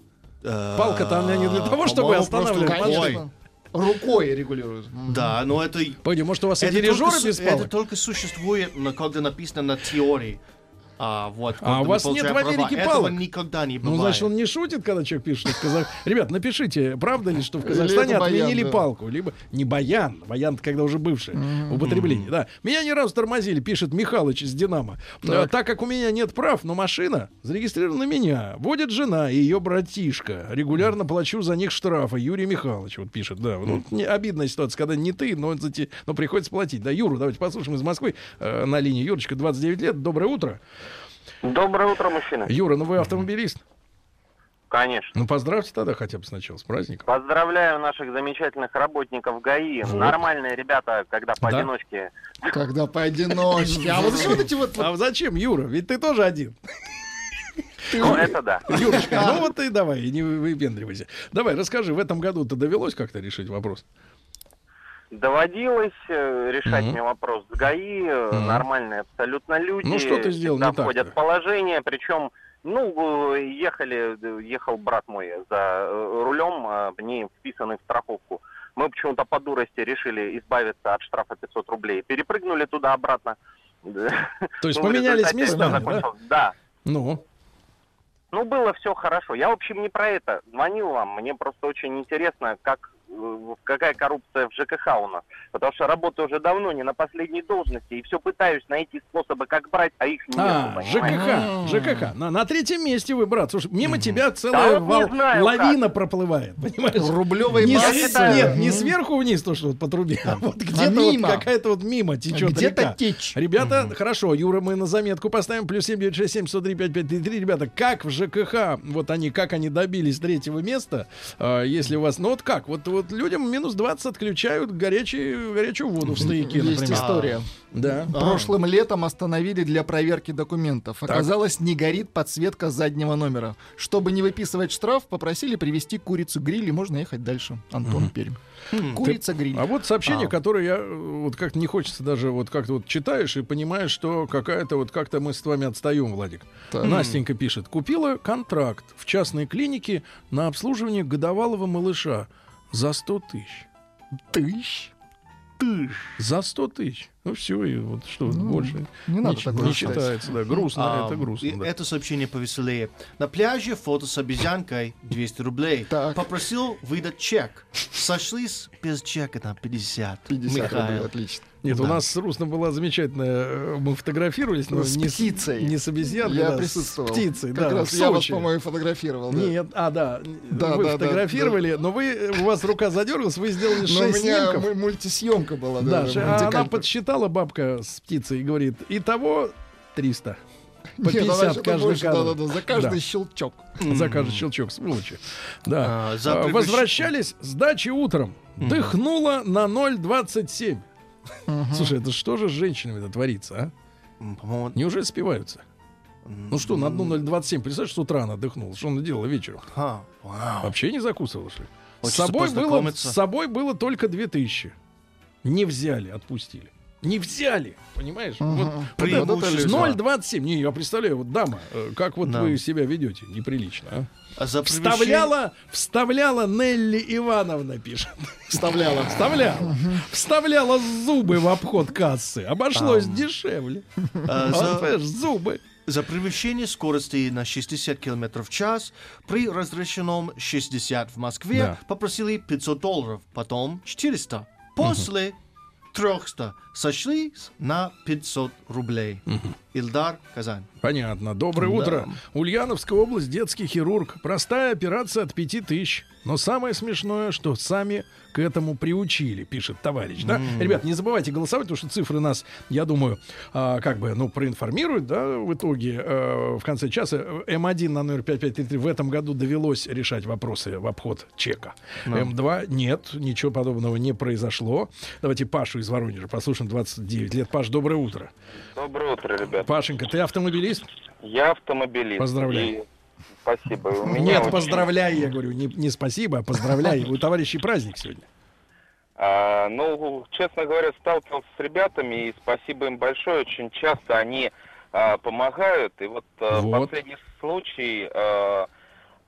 Палка-то она не для того, чтобы останавливать машину. Рукой регулируют. Да, но это... Погоди, может, у вас и дирижеры без палок? Это только существует, когда написано на теории. А, вот, а у вас нет в Америке права. палок? Этого никогда не бывает. Ну, значит, он не шутит, когда человек пишет, что в Казах... Ребят, напишите, правда ли, что в Казахстане отменили баян, палку? Да. Либо не баян, баян когда уже бывшее mm-hmm. употребление. Да. Меня не раз тормозили, пишет Михалыч из Динамо. Так. так как у меня нет прав, но машина зарегистрирована на меня. Водит жена и ее братишка. Регулярно плачу за них штрафы. Юрий Михайлович вот пишет. Да, ну, не, обидная ситуация, когда не ты, но, но приходится платить. Да, Юру, давайте послушаем из Москвы. Э, на линии Юрочка, двадцать девять лет. Доброе утро. Доброе утро, мужчина. Юра, ну вы автомобилист? Конечно. Ну поздравьте тогда хотя бы сначала с праздником. Поздравляю наших замечательных работников ГАИ. Вот. Нормальные ребята, когда поодиночке. Да? Когда поодиночке. А вот зачем вот эти вот... А зачем, Юра? Ведь ты тоже один. Ну, это да. Юрочка, ну вот и давай, не выпендривайся. Давай, расскажи, в этом году-то довелось как-то решить вопрос? Доводилось э, решать uh-huh. мне вопрос с ГАИ, uh-huh. нормальные абсолютно люди. Ну что ты сделал не так? Входят в положение, причем, ну, ехали, ехал брат мой за э, рулем, э, они вписаны в страховку. Мы почему-то по дурости решили избавиться от штрафа пятьсот рублей. Перепрыгнули туда-обратно. То есть поменялись местами, да? Да. Ну? Ну, было все хорошо. Я, в общем, не про это звонил вам. Мне просто очень интересно, как... какая коррупция в ЖКХ у нас. Потому что работаю уже давно, не на последней должности, и все пытаюсь найти способы, как брать, а их нет. А, ЖКХ, ЖКХ. На, на третьем месте вы, брат. Слушай, мимо mm-hmm. тебя целая да, вал, знаю, лавина как. проплывает, понимаешь? Рублевой не массы. С, нет, не сверху вниз, то, что вот по трубе, а вот где-то а вот какая-то вот мимо течет где-то река. течь. Ребята, mm-hmm. хорошо, Юра, мы на заметку поставим. Плюс семь девять шесть семь сто три пять пять три три. Ребята, как в ЖКХ, вот они, как они добились третьего места, э, если у вас, ну вот как, вот, вот людям минус двадцать отключают горячую, горячую воду в стояке, например. Есть история. А, да. Прошлым а. летом остановили для проверки документов. Так. Оказалось, не горит подсветка заднего номера. Чтобы не выписывать штраф, попросили привезти курицу-гриль, и можно ехать дальше. Антон, угу. Пермь. Хм, Курица-гриль. А вот сообщение, а. которое я вот как не хочется даже вот как-то вот читаешь и понимаешь, что какая-то вот как-то мы с вами отстаем, Владик. Так. Настенька пишет: купила контракт в частной клинике на обслуживание годовалого малыша за сто тысяч. Тысяч? Тысяч. За сто тысяч. Ну все, и вот что ну, больше не, надо не, не считается. Да, грустно, а, это грустно. Да. Это сообщение повеселее. На пляже фото с обезьянкой двести рублей. Так. Попросил выдать чек. Сошлись без чека на пятьдесят. пятьдесят рублей, отлично. Нет, да. у нас с Русным была замечательная... Мы фотографировались, но с не птицей. С, не с обезьянкой, я да, присутствовал. С птицей, как да, раз я вас, по-моему, фотографировал. Да. Нет, а, да, да вы да, фотографировали, да, да. но вы, у вас рука задергалась, вы сделали шесть но у меня снимков. Мультисъемка была. Да, да, а она подсчитала, бабка с птицей, и говорит, итого триста. По пятьдесят Нет, каждый больше, да, да, да, за каждый да. щелчок. За каждый щелчок, сволочи. Да. А, а, возвращались с дачи утром. Mm-hmm. Дыхнуло на ноль двадцать семь. Uh-huh. Слушай, это что же с женщинами-то творится, а? Mm-hmm. Неужели спиваются? Mm-hmm. Ну что, на одну ноль двадцать семь, представляешь, с утра она отдыхнула. Что она делала вечером? Uh-huh. Wow. Вообще не закусывала, что ли? С собой, было, с собой было только две тысячи. Не взяли, отпустили. Не взяли, понимаешь? Uh-huh. Вот, вот ноль двадцать семь. Не, я представляю, вот дама, как вот no. вы себя ведете неприлично, а? А за превышение... Вставляла, вставляла Нелли Ивановна, пишет. Вставляла. Вставляла. Uh-huh. Вставляла зубы в обход кассы. Обошлось um. дешевле. А, вот, за... зубы. За превышение скорости на шестьдесят километров в час при разрешенном шестьдесят в Москве да. попросили пятьсот долларов, потом четыреста. После uh-huh. триста сошлись на пятьсот рублей. Угу. Ильдар, Казань. Понятно. Доброе да. утро. Ульяновская область, детский хирург. Простая операция от пяти тысяч. Но самое смешное, что сами к этому приучили, пишет товарищ. Да? Mm. Ребят, не забывайте голосовать, потому что цифры нас, я думаю, а, как бы, ну, проинформируют, да, в итоге а, в конце часа. эм один на номер пять пять три три в этом году довелось решать вопросы в обход чека. No. эм два нет, ничего подобного не произошло. Давайте Пашу из Воронежа послушаем, двадцать девять лет. Паш, доброе утро. Доброе утро, ребят. Пашенька, ты автомобилист? Я автомобилист. Поздравляю. И... Спасибо. У меня Нет, очень... поздравляй, я говорю, не, не спасибо, а поздравляй. У товарищей праздник сегодня. А, ну, честно говоря, сталкивался с ребятами, и спасибо им большое. Очень часто они а, помогают. И вот, а, вот. последний случай, а,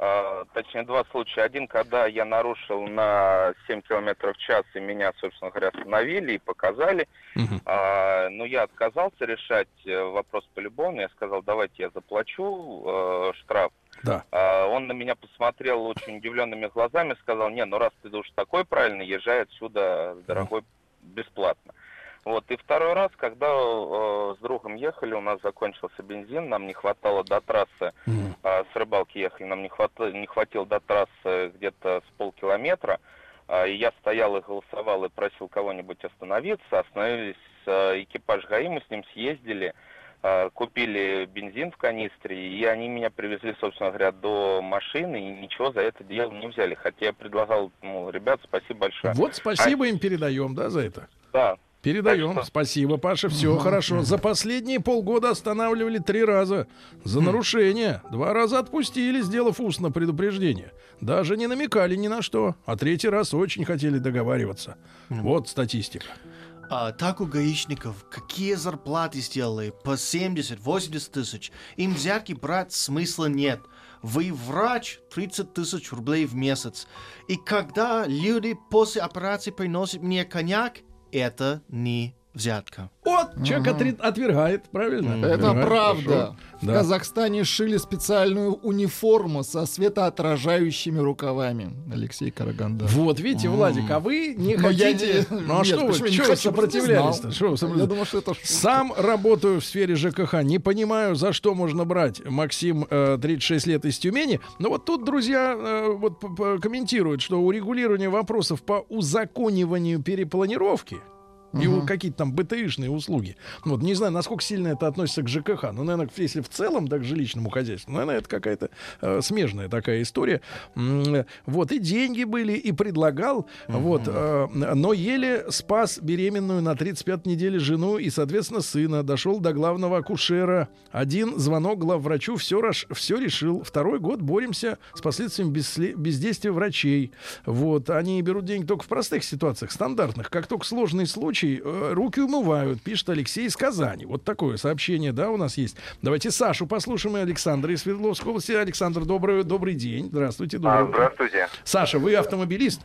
А, точнее, два случая. Один, когда я нарушил на семь километров в час, и меня, собственно говоря, остановили и показали. Uh-huh. А, но я отказался решать вопрос полюбовно. Я сказал, давайте я заплачу э, штраф. Да. А, он на меня посмотрел очень удивленными глазами, сказал, не, ну раз ты уж такой правильный, езжай отсюда, дорогой, бесплатно. Вот, и второй раз, когда э, с другом ехали, у нас закончился бензин, нам не хватало до трассы, mm. э, с рыбалки ехали, нам не хватало, не хватило до трассы где-то с полкилометра, э, и я стоял и голосовал и просил кого-нибудь остановиться, остановились э, экипаж ГАИ, мы с ним съездили, э, купили бензин в канистре, и они меня привезли, собственно говоря, до машины, и ничего за это дело не взяли, хотя я предлагал, ну, ребят, спасибо большое. Вот спасибо а... им передаем, да, за это? Да. Передаем. Что... Спасибо, Паша. Все хорошо. За последние полгода останавливали три раза за нарушение. Два раза отпустили, сделав устно предупреждение. Даже не намекали ни на что. А третий раз очень хотели договариваться. Вот статистика. А, так у гаишников какие зарплаты сделали? По семьдесят-восемьдесят тысяч. Им взятки брать смысла нет. Вы врач, тридцать тысяч рублей в месяц. И когда люди после операции приносят мне коньяк, это не взятка. Вот, человек Ага. отри- отвергает, правильно? Это Отвергает, правда. хорошо. В Да. Казахстане шили специальную униформу со светоотражающими рукавами. Алексей Караганда. Вот, видите, Владик, а вы не Но я хотите... не- Ну а нет, что вы, почему я не что вы хочу, сопротивлялись-то? просто Что вы знал. сопротивлялись? Я думал, что это шутка. Сам работаю в сфере ЖКХ. Не понимаю, за что можно брать. Максим, э, тридцать шесть лет, из Тюмени. Но вот тут друзья э, вот, п- п- комментируют, что урегулирование вопросов по узакониванию перепланировки и у какие-то там БТИшные услуги. Вот не знаю, насколько сильно это относится к ЖКХ. Но, наверное, если в целом, так к жилищному хозяйству, наверное, это какая-то э, смежная такая история. М, Вот, и деньги были, и предлагал. Вот, э, но еле спас беременную на тридцать пятой неделе жену и, соответственно, сына. Дошел до главного акушера. Один звонок главврачу, все, раш, все решил. Второй год боремся с последствиями безсле- бездействия врачей. Вот, они берут деньги только в простых ситуациях, стандартных. Как только сложный случай, э, руки умывают, пишет Алексей из Казани. Вот такое сообщение, да, у нас есть. Давайте Сашу послушаем и Александра из Свердловской области. Александр, добрый, добрый день. Здравствуйте. Добрый. А, здравствуйте. Саша, вы автомобилист?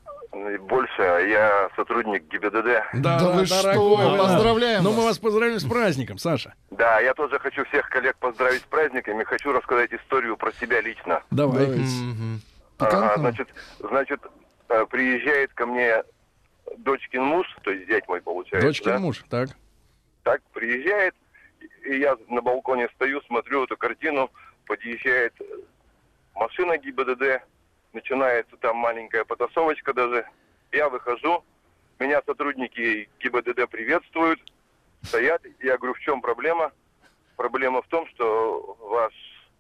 Больше, я сотрудник ГИБДД. Да, Да вы дорогой, что, вы- поздравляем Ну, вас. мы вас поздравляем с праздником, Саша. Да, я тоже хочу всех коллег поздравить с праздниками. Хочу рассказать историю про себя лично. Давай. Давайте. А, значит, значит, э, приезжает ко мне дочкин муж, то есть зять мой получается. Дочкин да? муж, так. Так, приезжает, и я на балконе стою, смотрю эту картину, подъезжает машина ГИБДД, начинается там маленькая потасовочка даже. Я выхожу, меня сотрудники ГИБДД приветствуют, стоят, я говорю, в чем проблема? Проблема в том, что ваш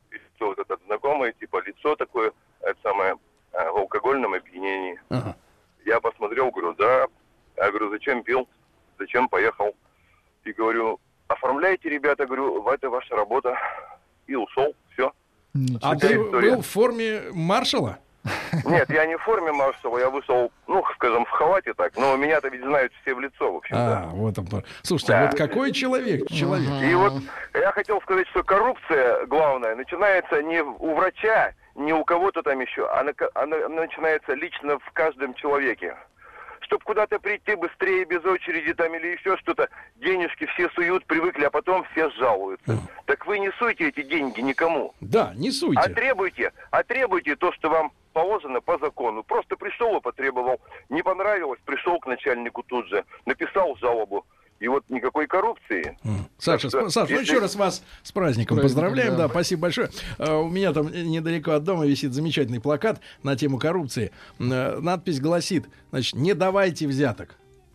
вот этот знакомый, типа лицо такое, это самое, э, в алкогольном опьянении. Ага. Я посмотрел, говорю, да. Я говорю, зачем пил, зачем поехал? И говорю, оформляйте, ребята, говорю, это ваша работа. И ушел, все. А Такая ты история. был в форме маршала? Нет, я не в форме маршала, я вышел, ну, скажем, в халате так, но меня-то ведь знают все в лицо, в общем-то. А, вот он. Слушайте, а Да. вот какой человек? Человек. И вот я хотел сказать, что коррупция, главное, начинается не у врача, не у кого-то там еще, она, она начинается лично в каждом человеке. Чтобы куда-то прийти быстрее, без очереди там или еще что-то, денежки все суют, привыкли, а потом все жалуются. Так вы не суйте эти деньги никому. Да, не суйте. А требуйте, а требуйте то, что вам положено по закону. Просто пришел и потребовал. Не понравилось, пришел к начальнику тут же, написал жалобу. И вот никакой коррупции. Саша, Так что, сп- Саша, ну если- еще раз вас с праздником Праздником, поздравляем. да. Да, спасибо большое. А, у меня там недалеко от дома висит замечательный плакат на тему коррупции. М, Надпись гласит, значит, не давайте взяток.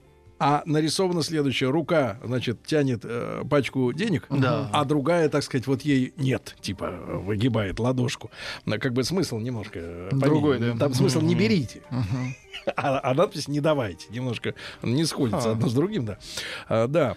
А нарисовано следующее. Рука, значит, тянет э, пачку денег, Да. а другая, так сказать, вот ей нет. Типа э, выгибает ладошку. Но как бы смысл немножко э, Другой, поменян. да. Там смысл не берите. Мгм. А, а надпись не давайте. Немножко не сходится А. одно с другим, да. А, да.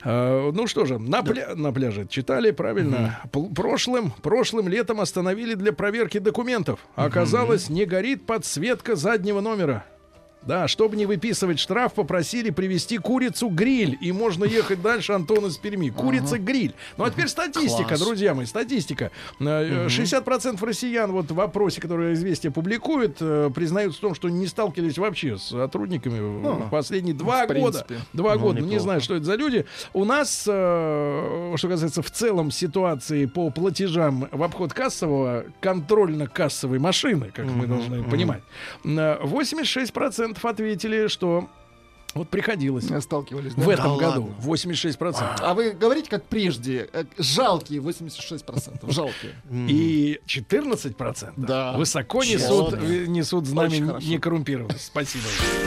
А, ну что же, на, пля- на пляже читали, правильно. Пл- прошлым, прошлым летом остановили для проверки документов. Оказалось, не горит подсветка заднего номера. Да, чтобы не выписывать штраф, попросили привезти курицу-гриль. И можно ехать дальше, Антон из Перми. Курица-гриль. Ну, а теперь статистика, Класс. друзья мои, статистика. Э, шестьдесят процентов россиян вот в опросе, который «Известия» публикует, э, признаются в том, что не сталкивались вообще с сотрудниками в последние два в года. принципе. Два Ну, года. Не неплохо. знаю, что это за люди. У нас, э, что касается в целом ситуации по платежам в обход кассового, контрольно-кассовой машины, как мы должны понимать, э, восемьдесят шесть процентов ответили, что вот приходилось Сталкивались, в да? этом Да году. ладно. восемьдесят шесть процентов. А вы говорите, как прежде, э, жалкие восемьдесят шесть процентов. Жалкие. И четырнадцать процентов Да. высоко Честно. несут, э, несут знамя Очень хорошо. некоррумпированности. Спасибо.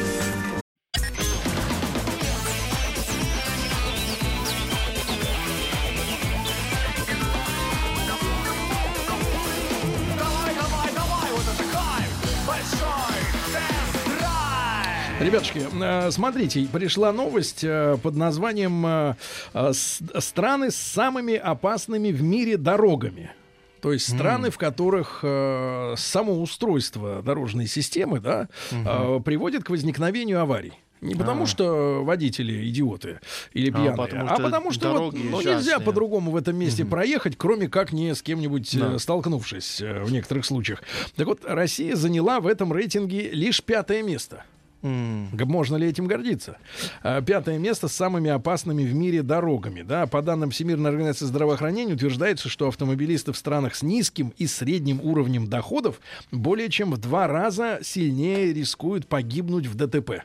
Ребятушки, э, смотрите, пришла новость э, под названием э, э, с- «Страны с самыми опасными в мире дорогами». То есть страны, в которых э, само устройство дорожной системы, да, э, приводит к возникновению аварий. Не потому, А. что водители идиоты или А, пьяные, потому а что потому что вот, дороги ну, нельзя ужасные. по-другому в этом месте проехать, кроме как не с кем-нибудь э, Да. столкнувшись э, в некоторых случаях. Так вот, Россия заняла в этом рейтинге лишь пятое место. Г- Можно ли этим гордиться? А, Пятое место с самыми опасными в мире дорогами. Да? По данным Всемирной организации здравоохранения утверждается, что автомобилисты в странах с низким и средним уровнем доходов более чем в два раза сильнее рискуют погибнуть в ДТП.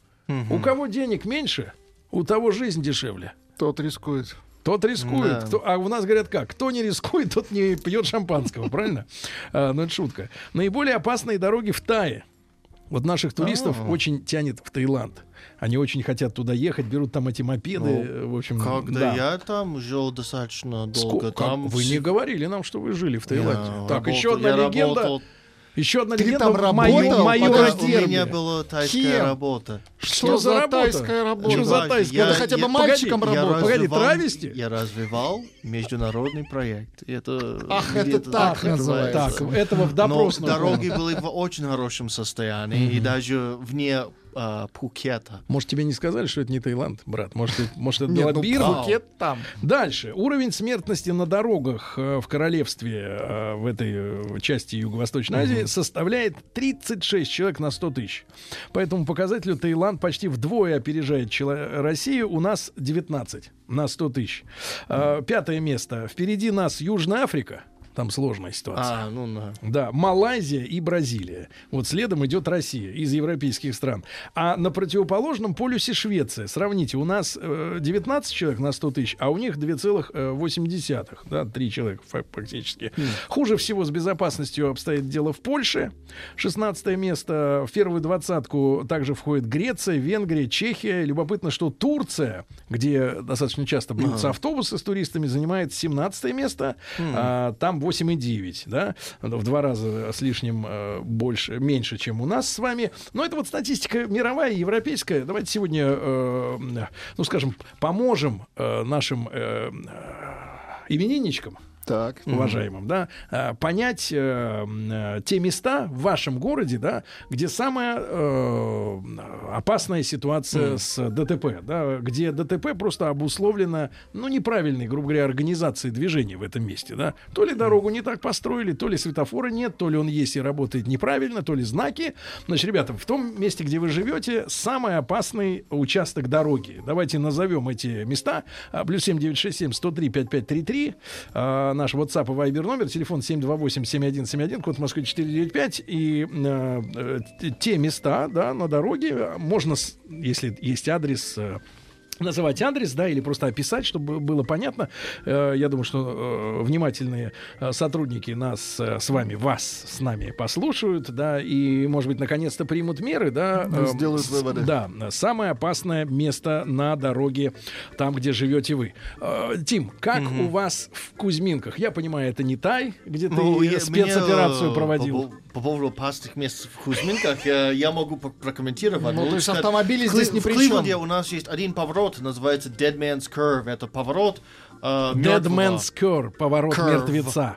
У кого денег меньше, у того жизнь дешевле. Тот рискует. Тот рискует. Да. Кто- а у нас говорят как? Кто не рискует, тот не пьет шампанского, правильно? А, ну, это шутка. Наиболее опасные дороги в Тае. Вот наших туристов А. очень тянет в Таиланд. Они очень хотят туда ехать, берут там эти мопеды. Ну, в общем, Когда да. я там жил достаточно долго, Ско- там... как- Вы вс- не говорили нам, что вы жили в Таиланде. Я Так, работал- еще одна я легенда. работал- Еще одна Ты легенда. там Мою- работал? мою Подожди, родину. У меня была тайская Кем? работа. Что за работа? тайская работа? Что за тайская? Надо Я- хотя бы я- мальчиком погоди, Я работать. Погоди, развивал- травести? Я развивал международный проект. И Это Ах, где-то это так называется. Так, этого в Но допросную. дороги были в очень хорошем состоянии, и даже вне а, Пхукета. Может, тебе не сказали, что это не Таиланд, брат? Может, это- может это Нет, была ну, Бирма? Пхукет там. Дальше. Уровень смертности на дорогах э, в королевстве э, в этой э, части Юго-Восточной Азии составляет тридцать шесть человек на сто тысяч. По этому показателю Таиланд почти вдвое опережает чело- Россию. У нас девятнадцать на сто тысяч. Э, Пятое место. Впереди нас Южная Африка. Там сложная ситуация. А, ну да. Да, Малайзия и Бразилия. Вот следом идет Россия из европейских стран. А на противоположном полюсе Швеция. Сравните, у нас э, девятнадцать человек на сто тысяч, а у них два целых восемь десятых. Да, три человека фа- фактически. Хуже всего с безопасностью обстоит дело в Польше. шестнадцатое место. В первую двадцатку также входит Греция, Венгрия, Чехия. Любопытно, что Турция, где достаточно часто бьются автобусы с туристами, занимает семнадцатое место. А, там восемь и девять, да, в два раза с лишним э, больше, меньше, чем у нас с вами. Но это вот статистика мировая, европейская. Давайте сегодня, э, ну, скажем, поможем э, нашим э, именинничкам, Так. уважаемым, да, э, понять э, э, те места в вашем городе, да, где самая э, опасная ситуация с ДТП, да, где ДТП просто обусловлено, ну, неправильной, грубо говоря, организацией движения в этом месте, да. То ли дорогу не так построили, то ли светофора нет, то ли он есть и работает неправильно, то ли знаки. Значит, ребята, в том месте, где вы живете, самый опасный участок дороги. Давайте назовем эти места. А, Плюс семь девять шесть семь сто три пять пять три три. А, Наш WhatsApp и Viber номер, телефон семь два восемь семь один семь один, код Москвы четыре девять пять. И э, э, те места, да, на дороге, можно, с- если есть адрес, э, называть адрес, да, или просто описать, чтобы было понятно. Э, Я думаю, что э, внимательные э, сотрудники нас э, с вами, вас с нами послушают, да, и, может быть, наконец-то примут меры, да. э, Сделают с- выводы. Да, самое опасное место на дороге, там, где живете вы. Э, Тим, как у вас в Кузьминках? Я понимаю, это не Тай, где ты Ну, я- спецоперацию мне, э, проводил. По, по поводу опасных мест в Кузьминках, я, я могу про- прокомментировать. Ну, то Лучше есть сказать, автомобили в здесь Кли- ни в при Кливленде чем. у нас есть один поворот, называется Dead Man's Curve. Это поворот э, Dead мертвого. Man's Curve, поворот Curve. мертвеца.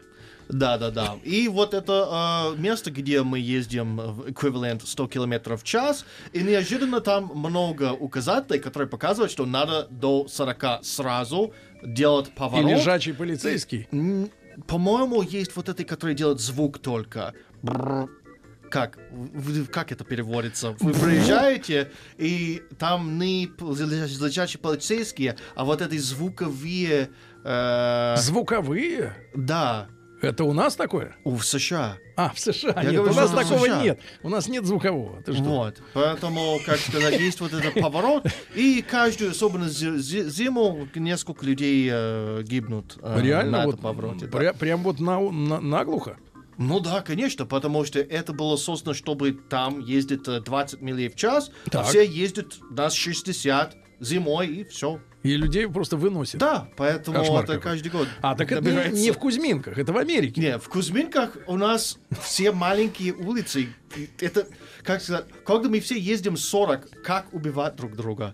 Да, да, да. И вот это э, место, где мы ездим в эквивалент сто километров в час, и неожиданно там много указателей, которые показывают, что надо до сорока сразу делать поворот. И лежачий полицейский. И, по-моему, есть вот это, который делает звук только. Бррр. Как? Как это переводится? Вы приезжаете, и там не лежачие полицейские, а вот эти звуковые... Э... Звуковые? Да. Это у нас такое? У в США. А, в США. Я нет, говорю, у нас что такого в США. нет. У нас нет звукового. Ты что? Вот. Поэтому, как сказать, есть вот этот поворот. И каждую, особенно зиму, несколько людей э, гибнут э, Реально? на Вот этом повороте. Пря- Да. Прям вот на, на, наглухо? Ну да, конечно, потому что это было создано, чтобы там ездит двадцать миль в час, Так. а все ездят на шестьдесят зимой, и все. И людей просто выносит. Да, поэтому Кошмар это какой. каждый год. А, так это не, набирается. не в Кузьминках, это в Америке. Не, в Кузьминках у нас все маленькие улицы. Это, как сказать, когда мы все ездим сорок, как убивать друг друга?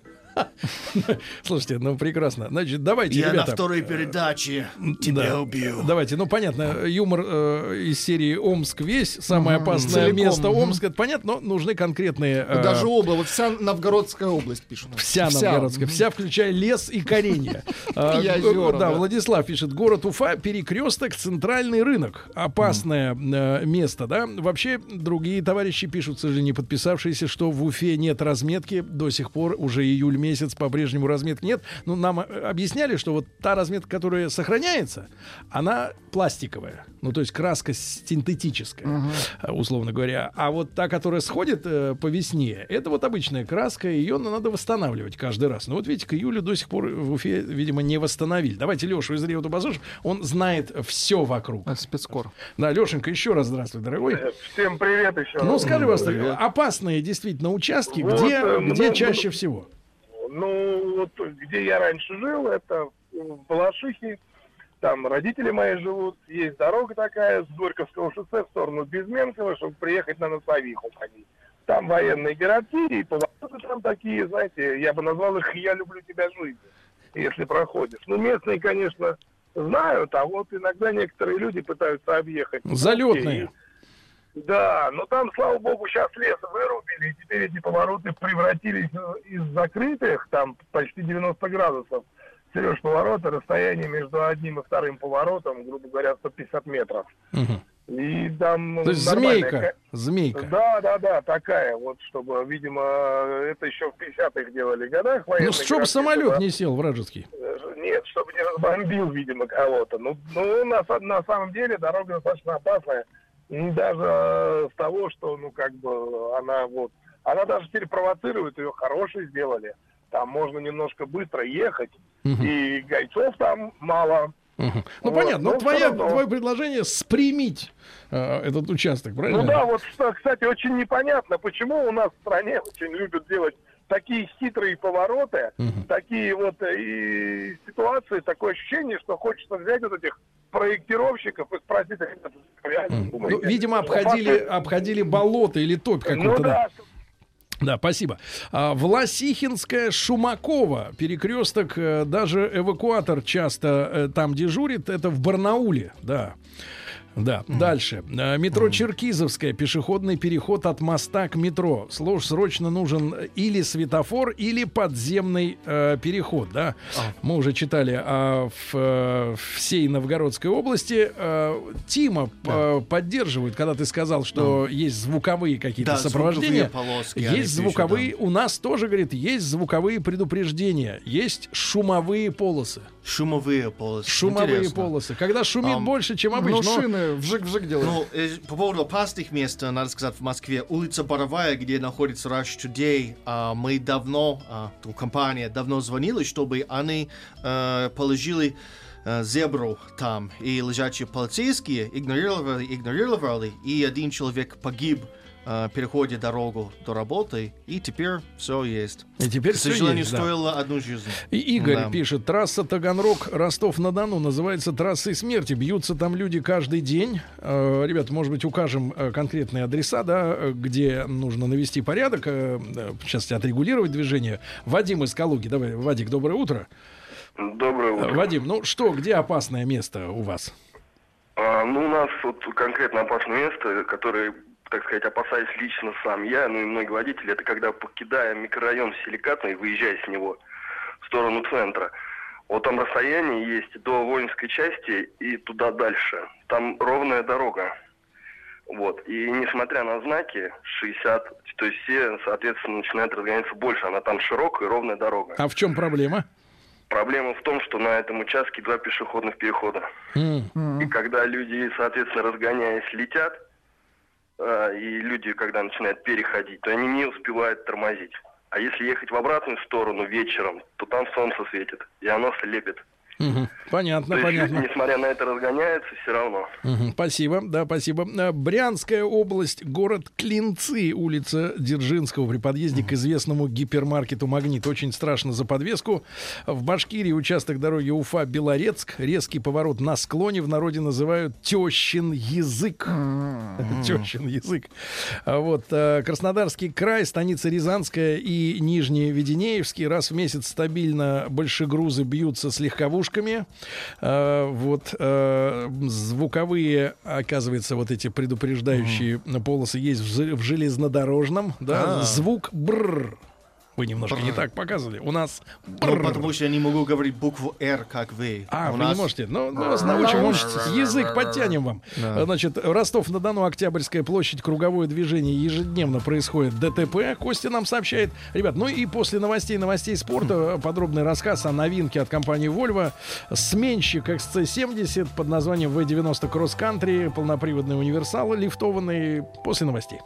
Слушайте, ну прекрасно. Значит, давайте, Я ребята. на второй передаче тебя Да. убью. Давайте, ну понятно, юмор э, из серии «Омск весь», самое Мгм. опасное Целиком, место мгм. Омск, это понятно, но нужны конкретные... э, Даже область, вот вся Новгородская область пишут. Вся Новгородская, вся, включая лес и коренья. А, И г- озера, Да, да. Владислав пишет, город Уфа, перекресток, центральный рынок. Опасное э, место, да? Вообще, другие товарищи пишут, к сожалению, не подписавшиеся, что в Уфе нет разметки. До сих пор, уже июль месяц, по-прежнему разметки нет. Ну, нам э, объясняли, что вот та разметка, которая сохраняется, она пластиковая. Ну, то есть краска синтетическая, э, условно говоря. А вот та, которая сходит э, по весне, это вот обычная краска, ее надо восстанавливать каждый раз. Ну, вот видите, к июлю до сих пор в Уфе, видимо, не восстановили. Давайте Лешу из Реута послушаем. Он знает все вокруг. Спецкор. Да, Лешенька, еще раз здравствуй, дорогой. Всем привет еще. Ну, скажи, вас, Привет. опасные действительно участки, Вот, где, э, где много- чаще всего? Ну, вот где я раньше жил, это в Балашихе. Там родители мои живут. Есть дорога такая с Горьковского шоссе в сторону Безменкова, чтобы приехать на Носовиху ходить. Там военные городки, и повороты там такие, знаете, я бы назвал их «Я люблю тебя, жизнь», если проходишь. Ну, местные, конечно, знают, а вот иногда некоторые люди пытаются объехать. Залетные. Да, но там, слава богу, сейчас лес вырубили, и теперь эти повороты превратились из закрытых, там почти девяносто градусов. Сереж, поворота, расстояние между одним и вторым поворотом, грубо говоря, сто пятьдесят метров. И там То есть нормальная змейка, ка- змейка. Да, да, да, такая вот, чтобы, видимо, это еще в пятидесятых делали годах. Ну, военные чтобы городки самолет туда- не сел вражеский. Нет, чтобы не разбомбил, видимо, кого-то. Ну, ну на, са- на самом деле дорога достаточно опасная. И даже э, с того, что, ну, как бы, она вот... Она даже теперь провоцирует, ее хорошей сделали. Там можно немножко быстро ехать. И гайцов там мало. Мгм. Ну, Вот, понятно, но но твоя, всё равно. твое предложение спрямить э, этот участок, правильно? Ну да, вот, что, кстати, очень непонятно, почему у нас в стране очень любят делать такие хитрые повороты, такие вот э, и ситуации, такое ощущение, что хочется взять вот этих проектировщиков и спросить, «Ребята, реально Ну, думаете, видимо, что обходили, опасно?» обходили болото или топь какую-то. Ну да. Да, спасибо. А, Власихинская, Шумакова, перекресток, э, даже эвакуатор часто э, там дежурит. Это в Барнауле, да. Да, дальше. Э, Метро Черкизовская, пешеходный переход от моста к метро. Слож, срочно нужен или светофор, или подземный э, переход, да. Мы уже читали а, в э, всей Новгородской области. Э, Тима э, поддерживает, когда ты сказал, что есть звуковые какие-то Да, сопровождения. звуковые полоски они Есть пишут, звуковые, у нас тоже, говорит, есть звуковые предупреждения, есть шумовые полосы. Шумовые полосы. Шумовые Интересно. полосы. Когда шумит Ам, больше, чем обычно. Ну, но- шины вжик-вжик делают. Ну, э, по поводу опасных мест, э, надо сказать, в Москве, улица Боровая, где находится Rush Today, а, мы давно, а, ту- компания давно звонила, чтобы они э, положили э, зебру там, и лежачие полицейские игнорировали, игнорировали, и один человек погиб э, переходе дорогу до работы, и теперь все есть. И теперь К всё сожалению, есть, да. стоило одну жизнь. И Игорь Да. пишет, трасса Таганрог, Ростов-на-Дону называется трассой смерти. Бьются там люди каждый день. Э, ребят, может быть, укажем э, конкретные адреса, да, э, где нужно навести порядок, э, э, в частности, отрегулировать движение. Вадим из Калуги. Давай, Вадик, доброе утро. Доброе утро. Э, Вадим, ну что, где опасное место у вас? А, ну, у нас вот конкретно опасное место, которое, так сказать, опасаюсь лично сам я, ну и многие водители, это когда, покидая микрорайон Силикатный, выезжая с него в сторону центра, вот там расстояние есть до воинской части и туда дальше. Там ровная дорога. Вот. И несмотря на знаки шестьдесят, то есть все, соответственно, начинают разгоняться больше. Она там широкая и ровная дорога. А в чем проблема? Проблема в том, что на этом участке два пешеходных перехода. Mm-hmm. И когда люди, соответственно, разгоняясь, летят, э, и люди, когда начинают переходить, то они не успевают тормозить. А если ехать в обратную сторону вечером, то там солнце светит, и оно слепит. Угу. Понятно, то понятно. Есть, несмотря на это, разгоняется все равно. Угу. Спасибо, да, спасибо. Брянская область, город Клинцы, улица Дзержинского, при подъезде к известному гипермаркету «Магнит». Очень страшно за подвеску. В Башкирии участок дороги Уфа-Белорецк. Резкий поворот на склоне. В народе называют тещин язык. Тещин язык. Вот. Краснодарский край, станица Рязанская и Нижневеденеевский. Раз в месяц стабильно большегрузы бьются с легковушками. А, вот а, звуковые, оказывается, вот эти предупреждающие mm. полосы есть в, в железнодорожном, да, а. звук бррр. Вы немножко бррр. Не так показывали. У нас бррр. Ну, потому что я не могу говорить букву «Р», как вы. А, у вы нас... не можете? Ну, мы вас научим, может, язык подтянем вам. Да. Значит, Ростов-на-Дону, Октябрьская площадь, круговое движение, ежедневно происходит ДТП. Костя нам сообщает. Ребят, ну и после новостей, новостей спорта, подробный рассказ о новинке от компании Volvo. Сменщик икс си семьдесят под названием ви девяносто Cross Country, полноприводный универсал, лифтованный, после новостей.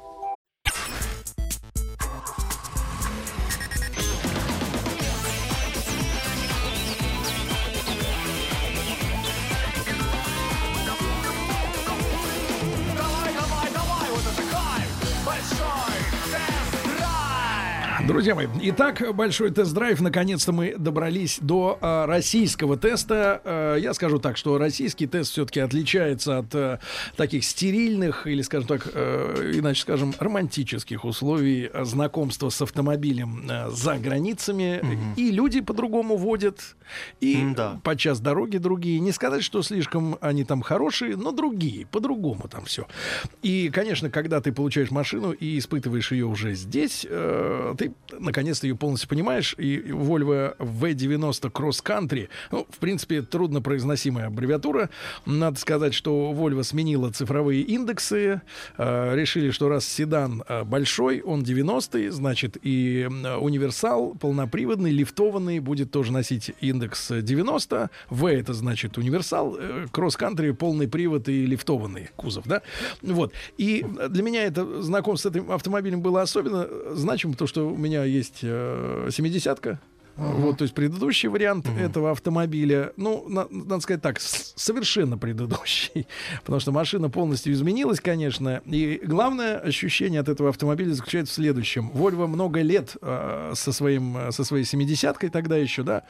Друзья мои, итак, большой тест-драйв. Наконец-то мы добрались до э, российского теста. Э, я скажу так, что российский тест все-таки отличается от э, таких стерильных или, скажем так, э, иначе скажем, романтических условий знакомства с автомобилем э, за границами. Mm-hmm. И люди по-другому водят, и mm, да. подчас дороги другие. Не сказать, что слишком они там хорошие, но другие, по-другому там все. И, конечно, когда ты получаешь машину и испытываешь ее уже здесь, э, ты наконец-то ее полностью понимаешь. И Volvo ви девяносто Cross Country, ну, в принципе, труднопроизносимая аббревиатура. Надо сказать, что Volvo сменила цифровые индексы. Э, решили, что раз седан э, большой, он девяностый, значит, и э, универсал полноприводный, лифтованный, будет тоже носить индекс девяносто. V — это значит универсал, э, Cross Country — полный привод и лифтованный кузов, да? Вот. И для меня это знакомство с этим автомобилем было особенно значимо, потому что у меня есть э, семидесятка. Uh-huh. Вот, то есть предыдущий вариант uh-huh. этого автомобиля, ну, на, надо сказать так, с- совершенно предыдущий, потому что машина полностью изменилась, конечно, и главное ощущение от этого автомобиля заключается в следующем. Volvo много лет э, со, своим, со своей семидесяткой тогда еще, да,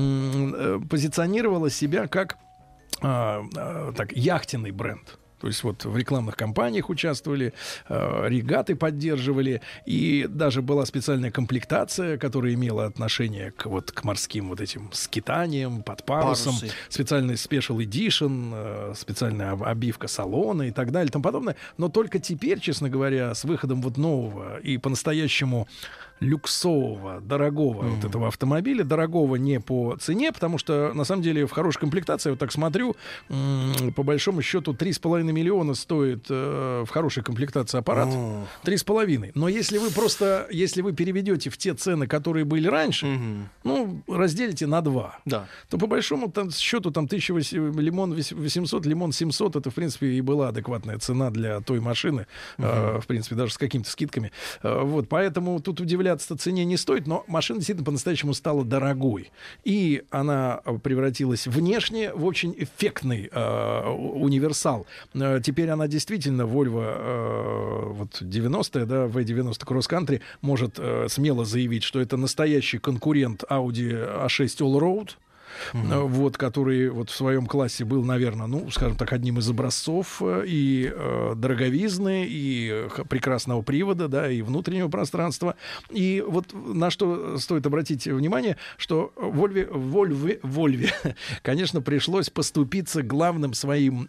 э, позиционировала себя как э, э, так, яхтенный бренд. То есть вот в рекламных кампаниях участвовали, э, регаты поддерживали, и даже была специальная комплектация, которая имела отношение к, вот, к морским вот этим скитаниям под парусом, Парусы. Специальный Special Edition, э, специальная обивка салона и так далее и тому подобное. Но только теперь, честно говоря, с выходом вот нового и по-настоящему люксового, дорогого mm. вот этого автомобиля, дорогого не по цене, потому что, на самом деле, в хорошей комплектации, я вот так смотрю, м- по большому счету, три с половиной миллиона стоит э, в хорошей комплектации аппарат. Три с половиной. Но если вы просто, если вы переведете в те цены, которые были раньше, mm-hmm. ну, разделите на два, да. то по большому там, счету там тысяча лимон восемьсот, лимон семьсот, это, в принципе, и была адекватная цена для той машины, mm-hmm. э, в принципе, даже с какими-то скидками. Э, вот, поэтому тут удивляться цене не стоит, но машина действительно по-настоящему стала дорогой. И она превратилась внешне в очень эффектный э, универсал. Э, теперь она действительно, Volvo э, вот девяностая, да, ви девяносто Cross Country, может э, смело заявить, что это настоящий конкурент Audi а шесть Allroad. mm-hmm. вот, который вот в своем классе был, наверное, ну, скажем так, одним из образцов и э, дороговизны, и прекрасного привода, да, и внутреннего пространства. И вот на что стоит обратить внимание, что Вольве, Вольве, Вольве конечно, пришлось поступиться главным своим,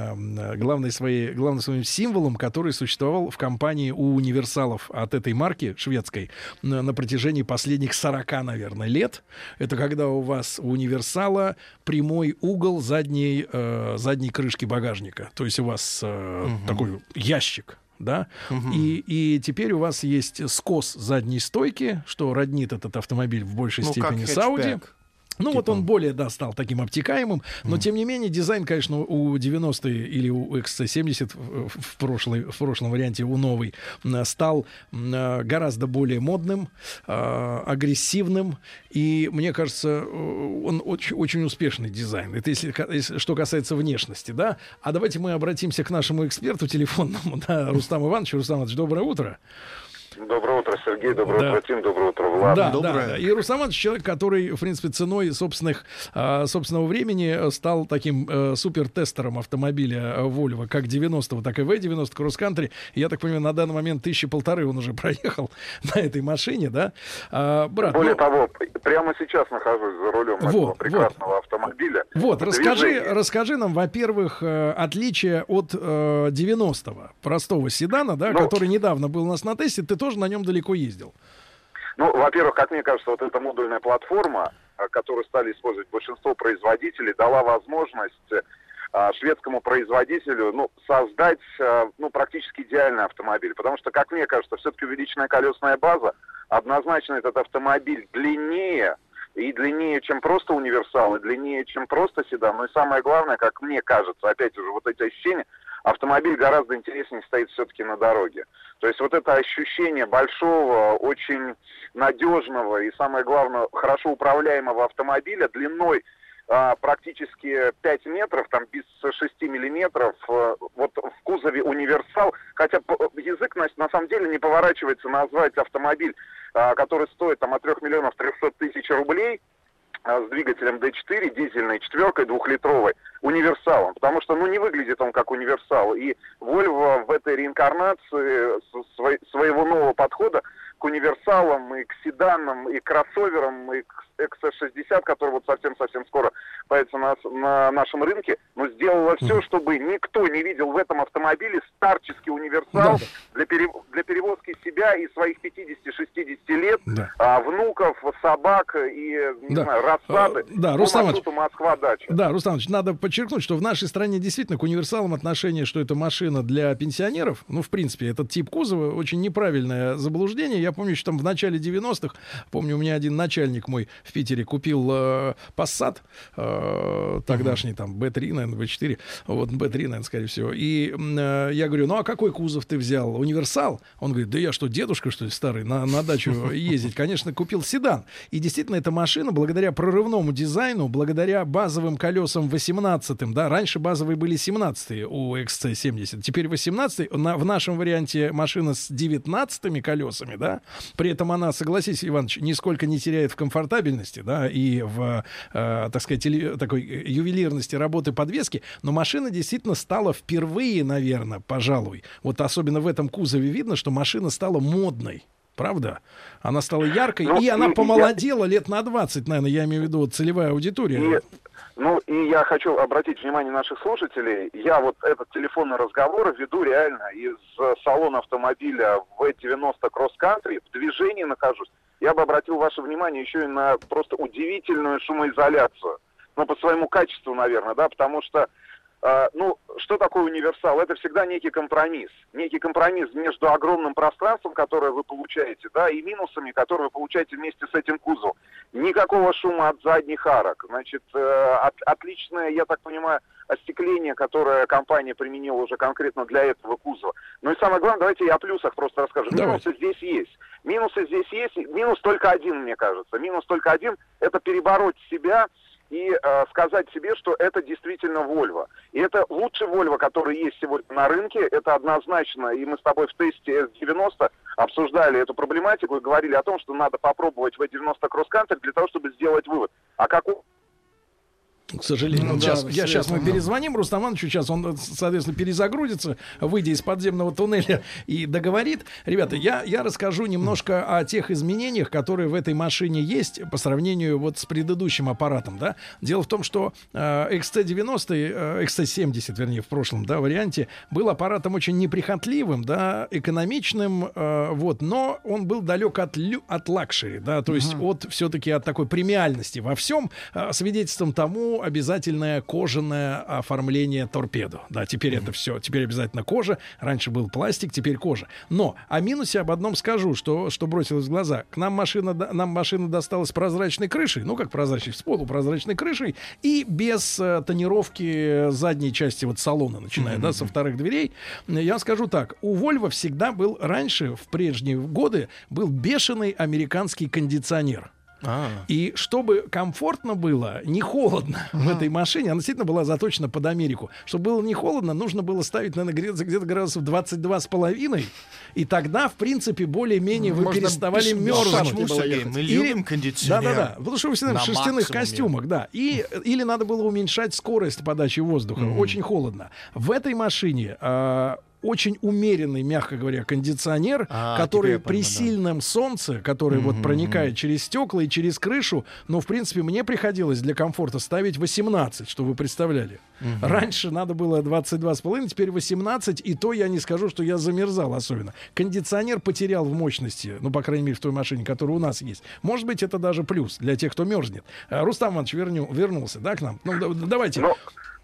э, главной своей, главным своим символом, который существовал в компании у универсалов от этой марки шведской на, на протяжении последних сорока, наверное, лет. Это когда у вас у универсала прямой угол задней, э, задней крышки багажника. То есть у вас э, угу. такой ящик. Да? Угу. И, и теперь у вас есть скос задней стойки, что роднит этот автомобиль в большей ну, степени с Audi. Ну, типа. Вот он более, да, стал таким обтекаемым, но, mm. тем не менее, дизайн, конечно, у девяностого или у икс си семьдесят в, в, прошлой, в прошлом варианте, у новой, стал гораздо более модным, агрессивным, и, мне кажется, он очень, очень успешный дизайн. Это если, если что касается внешности, да. А давайте мы обратимся к нашему эксперту телефонному, да, Рустаму Ивановичу. Рустам Иванович, доброе утро. Доброе утро, Сергей. Доброе да. утро, Тим. Доброе утро, Влад. Да, доброе. Да. И Рустам Иванович человек, который, в принципе, ценой собственных, э, собственного времени стал таким э, супертестером автомобиля Volvo, как девяностого, так и ви девяносто Cross Country. Я так понимаю, на данный момент тысячи полторы он уже проехал на этой машине, да? А, брат, Более ну... того, прямо сейчас нахожусь за рулем вот, этого прекрасного вот. автомобиля. Вот, расскажи, расскажи нам, во-первых, э, отличие от э, девяностого простого седана, да, ну, который недавно был у нас на тесте. Ты тоже на нем далеко ездил? Ну, во-первых, как мне кажется, вот эта модульная платформа, которую стали использовать большинство производителей, дала возможность а, шведскому производителю, ну, создать, а, ну, практически идеальный автомобиль. Потому что, как мне кажется, все-таки увеличенная колесная база, однозначно этот автомобиль длиннее, и длиннее, чем просто универсал, и длиннее, чем просто седан. Ну и самое главное, как мне кажется, опять же, вот эти ощущения, автомобиль гораздо интереснее стоит все-таки на дороге. То есть вот это ощущение большого, очень надежного и, самое главное, хорошо управляемого автомобиля длиной а, практически пять метров, там без шести миллиметров, а, вот в кузове универсал, хотя язык на, на самом деле не поворачивается назвать автомобиль, а, который стоит там от трёх миллионов трёхсот тысяч рублей, с двигателем дэ четыре, дизельной четверкой, двухлитровой, универсалом. Потому что, ну, не выглядит он как универсал. И Volvo в этой реинкарнации своего нового подхода к универсалам, и к седанам, и к кроссоверам, и к икс эс шестьдесят, который вот совсем-совсем скоро появится на, на нашем рынке, но сделала все, чтобы никто не видел в этом автомобиле старческий универсал да, да. Для, перев... для перевозки себя и своих пятидесяти-шестидесяти лет, да. а, внуков, собак и, не да. знаю, рассады а, да, по маршруту Москва-Дача. Да, Рустам Ильич, надо подчеркнуть, что в нашей стране действительно к универсалам отношение, что это машина для пенсионеров, ну, в принципе, этот тип кузова очень неправильное заблуждение. Я помню, что там в начале девяностых, помню, у меня один начальник мой в Питере купил э, Passat, э, тогдашний там бэ три, наверное, бэ четыре, вот бэ три, наверное, скорее всего. И э, я говорю, ну а какой кузов ты взял? Универсал? Он говорит, да я что, дедушка, что ли, старый, на, на дачу ездить? Конечно, купил седан. И действительно, эта машина, благодаря прорывному дизайну, благодаря базовым колесам восемнадцатым, да, раньше базовые были семнадцатые у икс си семьдесят, теперь восемнадцатые, на, в нашем варианте машина с девятнадцатыми колесами, да, при этом она, согласись, Иванович, нисколько не теряет в комфортабельности, да, и в, э, так сказать, или, такой ювелирности работы подвески, но машина действительно стала впервые, наверное, пожалуй, вот особенно в этом кузове видно, что машина стала модной. Правда? Она стала яркой, ну, и она и, помолодела я... лет на двадцать, наверное, я имею в виду целевая аудитория. И, ну, и я хочу обратить внимание наших слушателей. Я вот этот телефонный разговор веду реально из салона автомобиля ви девяносто Cross Country, в движении нахожусь. Я бы обратил ваше внимание еще и на просто удивительную шумоизоляцию. Ну, по своему качеству, наверное, да, потому что Uh, ну, что такое универсал? Это всегда некий компромисс. Некий компромисс между огромным пространством, которое вы получаете, да, и минусами, которые вы получаете вместе с этим кузовом. Никакого шума от задних арок. Значит, uh, от, отличное, я так понимаю, остекление, которое компания применила уже конкретно для этого кузова. Ну и самое главное, давайте я о плюсах просто расскажу. Давайте. Минусы здесь есть. Минусы здесь есть. Минус только один, мне кажется. Минус только один – это перебороть себя и э, сказать себе, что это действительно Volvo. И это лучший Volvo, который есть сегодня на рынке, это однозначно. И мы с тобой в тесте эс девяносто обсуждали эту проблематику и говорили о том, что надо попробовать ви девяносто Cross Country для того, чтобы сделать вывод. А какой К сожалению. Ну, сейчас, да, я, сейчас мы да. перезвоним Рустаму Ивановичу, сейчас он, соответственно, перезагрузится, выйдя из подземного туннеля и договорит. Ребята, я, я расскажу немножко о тех изменениях, которые в этой машине есть по сравнению вот с предыдущим аппаратом. Да? Дело в том, что э, икс си девяносто, э, икс си семьдесят, вернее, в прошлом да, варианте, был аппаратом очень неприхотливым, да, экономичным, э, вот, но он был далек от, лю- от лакшери, да, то есть uh-huh. от все-таки от такой премиальности во всем, э, свидетельством тому обязательное кожаное оформление торпедо. Да, теперь mm-hmm. это все. Теперь обязательно кожа. Раньше был пластик, теперь кожа. Но о минусе об одном скажу, что, что бросилось в глаза. К нам машина, нам машина досталась с прозрачной крышей. Ну, как прозрачной, с полупрозрачной крышей. И без э, тонировки задней части вот салона, начиная, mm-hmm. да, со вторых дверей. Я вам скажу так. У Volvo всегда был раньше, в прежние годы, был бешеный американский кондиционер. А. И чтобы комфортно было, не холодно а. в этой машине, она действительно была заточена под Америку. Чтобы было не холодно, нужно было ставить, наверное, где-то, где-то градусов двадцать два с половиной, и тогда, в принципе, более-менее вы Можно переставали мерзнуть. Мы любим кондиционер. Да-да-да, потому что вы всегда в шерстяных костюмах, да. И, или надо было уменьшать скорость подачи воздуха. Mm-hmm. Очень холодно. В этой машине... А, очень умеренный, мягко говоря, кондиционер, а, который при понимаю, сильном да. солнце, который mm-hmm. вот проникает через стекла и через крышу, но, в принципе, мне приходилось для комфорта ставить восемнадцать, чтобы вы представляли. Mm-hmm. Раньше надо было двадцать два с половиной, теперь восемнадцать, и то я не скажу, что я замерзал особенно. Кондиционер потерял в мощности, ну, по крайней мере, в той машине, которая у нас есть. Может быть, это даже плюс для тех, кто мерзнет. Рустам Иванович верню, вернулся, да, к нам? Ну, да, давайте. Но...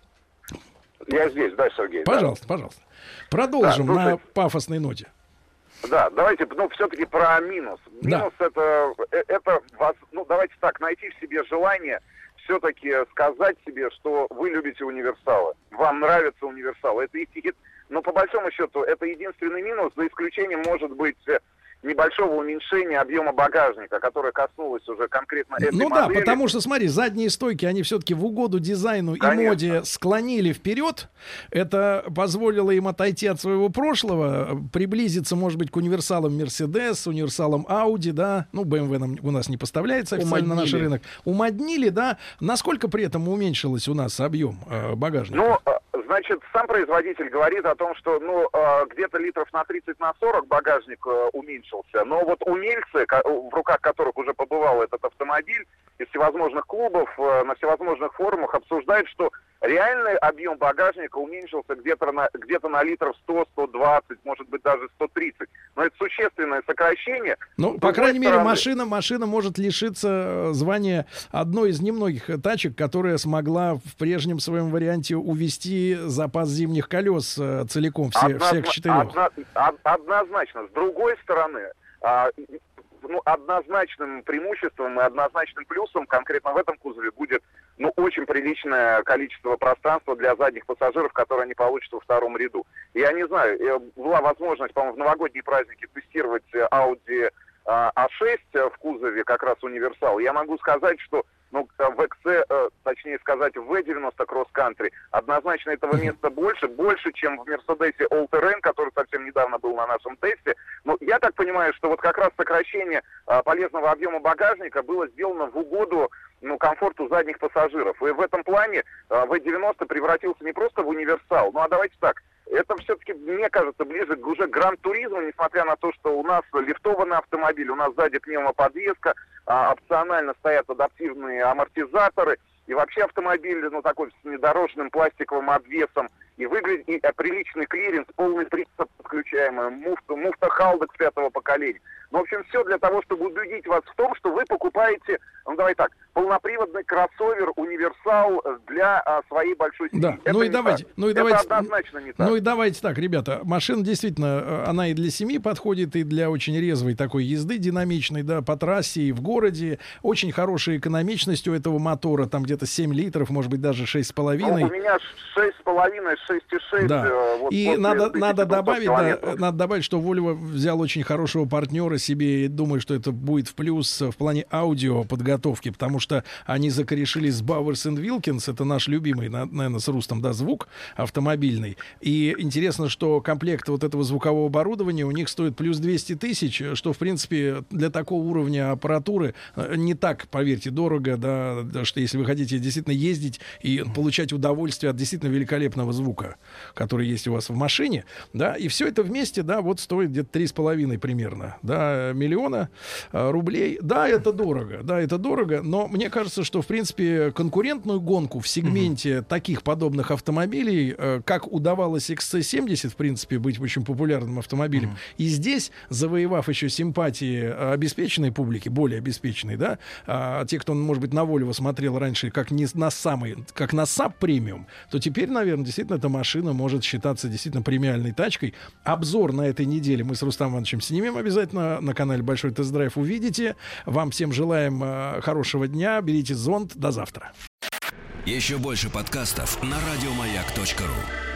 Я здесь, да, Сергей? Пожалуйста, да? пожалуйста. Продолжим да, на пафосной ноте. Да, давайте, ну, все-таки про минус. Минус да. это, это, ну, давайте так, найти в себе желание все-таки сказать себе, что вы любите универсалы, вам нравятся универсалы. Это, но по большому счету, это единственный минус, за исключением, может быть, небольшого уменьшения объема багажника, которое коснулось уже конкретно этой ну модели. Да, потому что, смотри, задние стойки, они все-таки в угоду дизайну Конечно. И моде склонили вперед. Это позволило им отойти от своего прошлого, приблизиться, может быть, к универсалам Mercedes, универсалам Audi, да, ну, бэ эм вэ нам, у нас не поставляется официально на наш рынок. Умоднили, да. Насколько при этом уменьшилось у нас объем э, багажника? Ну, значит, сам производитель говорит о том, что, ну, э, где-то литров на тридцать, на сорок багажник э, уменьшился. Но вот умельцы, в руках которых уже побывал этот автомобиль, из всевозможных клубов, на всевозможных форумах обсуждают, что реальный объем багажника уменьшился где-то на, где-то на литров сто - сто двадцать, может быть, даже сто тридцать. Но это существенное сокращение. Ну, по крайней мере, стороны... машина, машина может лишиться звания одной из немногих тачек, которая смогла в прежнем своем варианте увезти запас зимних колес целиком, все, Однозна... всех четырех. Одно... Однозначно. С другой стороны, а, ну, однозначным преимуществом и однозначным плюсом конкретно в этом кузове будет, ну, очень приличное количество пространства для задних пассажиров, которые они получат во втором ряду. Я не знаю, была возможность, по-моему, в новогодние праздники тестировать Audi а шесть в кузове, как раз универсал. Я могу сказать, что ну, в икс си, точнее сказать, в ви девяносто Cross Country однозначно этого места больше, больше, чем в Mercedes All Terrain, который совсем недавно был на нашем тесте. Но я так понимаю, что вот как раз сокращение а, полезного объема багажника было сделано в угоду ну, комфорту задних пассажиров. И в этом плане а, ви девяносто превратился не просто в универсал, ну а давайте так, это все-таки, мне кажется, ближе к уже гранд-туризму, несмотря на то, что у нас лифтованный автомобиль, у нас сзади пневмоподвеска, а, опционально стоят адаптивные амортизаторы, и вообще автомобиль, ну, такой с внедорожным пластиковым обвесом, и выглядит и, а, приличный клиренс, полный принцип подключаемый, муфта, муфта Халдекс пятого поколения. Ну, в общем, все для того, чтобы убедить вас в том, что вы покупаете, ну, давай так, полноприводный кроссовер, универсал для а, своей большой семьи. Да, это ну и давайте, ну и давайте, это однозначно не так. Ну и давайте так, ребята, машина действительно, она и для семьи подходит, и для очень резвой такой езды динамичной, да, по трассе и в городе. Очень хорошая экономичность у этого мотора, там где-то семь литров, может быть, даже шесть с половиной. Ну, у меня шесть с половиной, шесть и шесть. Да. Э, вот и надо, надо, добавить, да, надо добавить, что Volvo взял очень хорошего партнера себе, и думаю, что это будет в плюс в плане аудио подготовки, потому что они закорешились с Bowers энд Wilkins, это наш любимый, наверное, с Рустом, да, звук автомобильный. И интересно, что комплект вот этого звукового оборудования у них стоит плюс двести тысяч, что, в принципе, для такого уровня аппаратуры не так, поверьте, дорого, да, что если вы хотите действительно ездить и получать удовольствие от действительно великолепного звука, который есть у вас в машине, да, и все это вместе, да, вот стоит где-то три с половиной примерно, да, миллиона э, рублей. Да, это дорого, да, это дорого, но мне кажется, что, в принципе, конкурентную гонку в сегменте mm-hmm. таких подобных автомобилей, э, как удавалось икс си семьдесят, в принципе, быть очень популярным автомобилем, mm-hmm. и здесь, завоевав еще симпатии обеспеченной публики, более обеспеченной, да, а те, кто, может быть, на Volvo смотрел раньше как не на самый, как на саб премиум, то теперь, наверное, действительно эта машина может считаться действительно премиальной тачкой. Обзор на этой неделе мы с Рустамом Ивановичем снимем обязательно на канале Большой Тест-драйв, увидите. Вам всем желаем э, хорошего дня, берите зонт, до завтра. Еще больше подкастов на радиомаяк точка ру.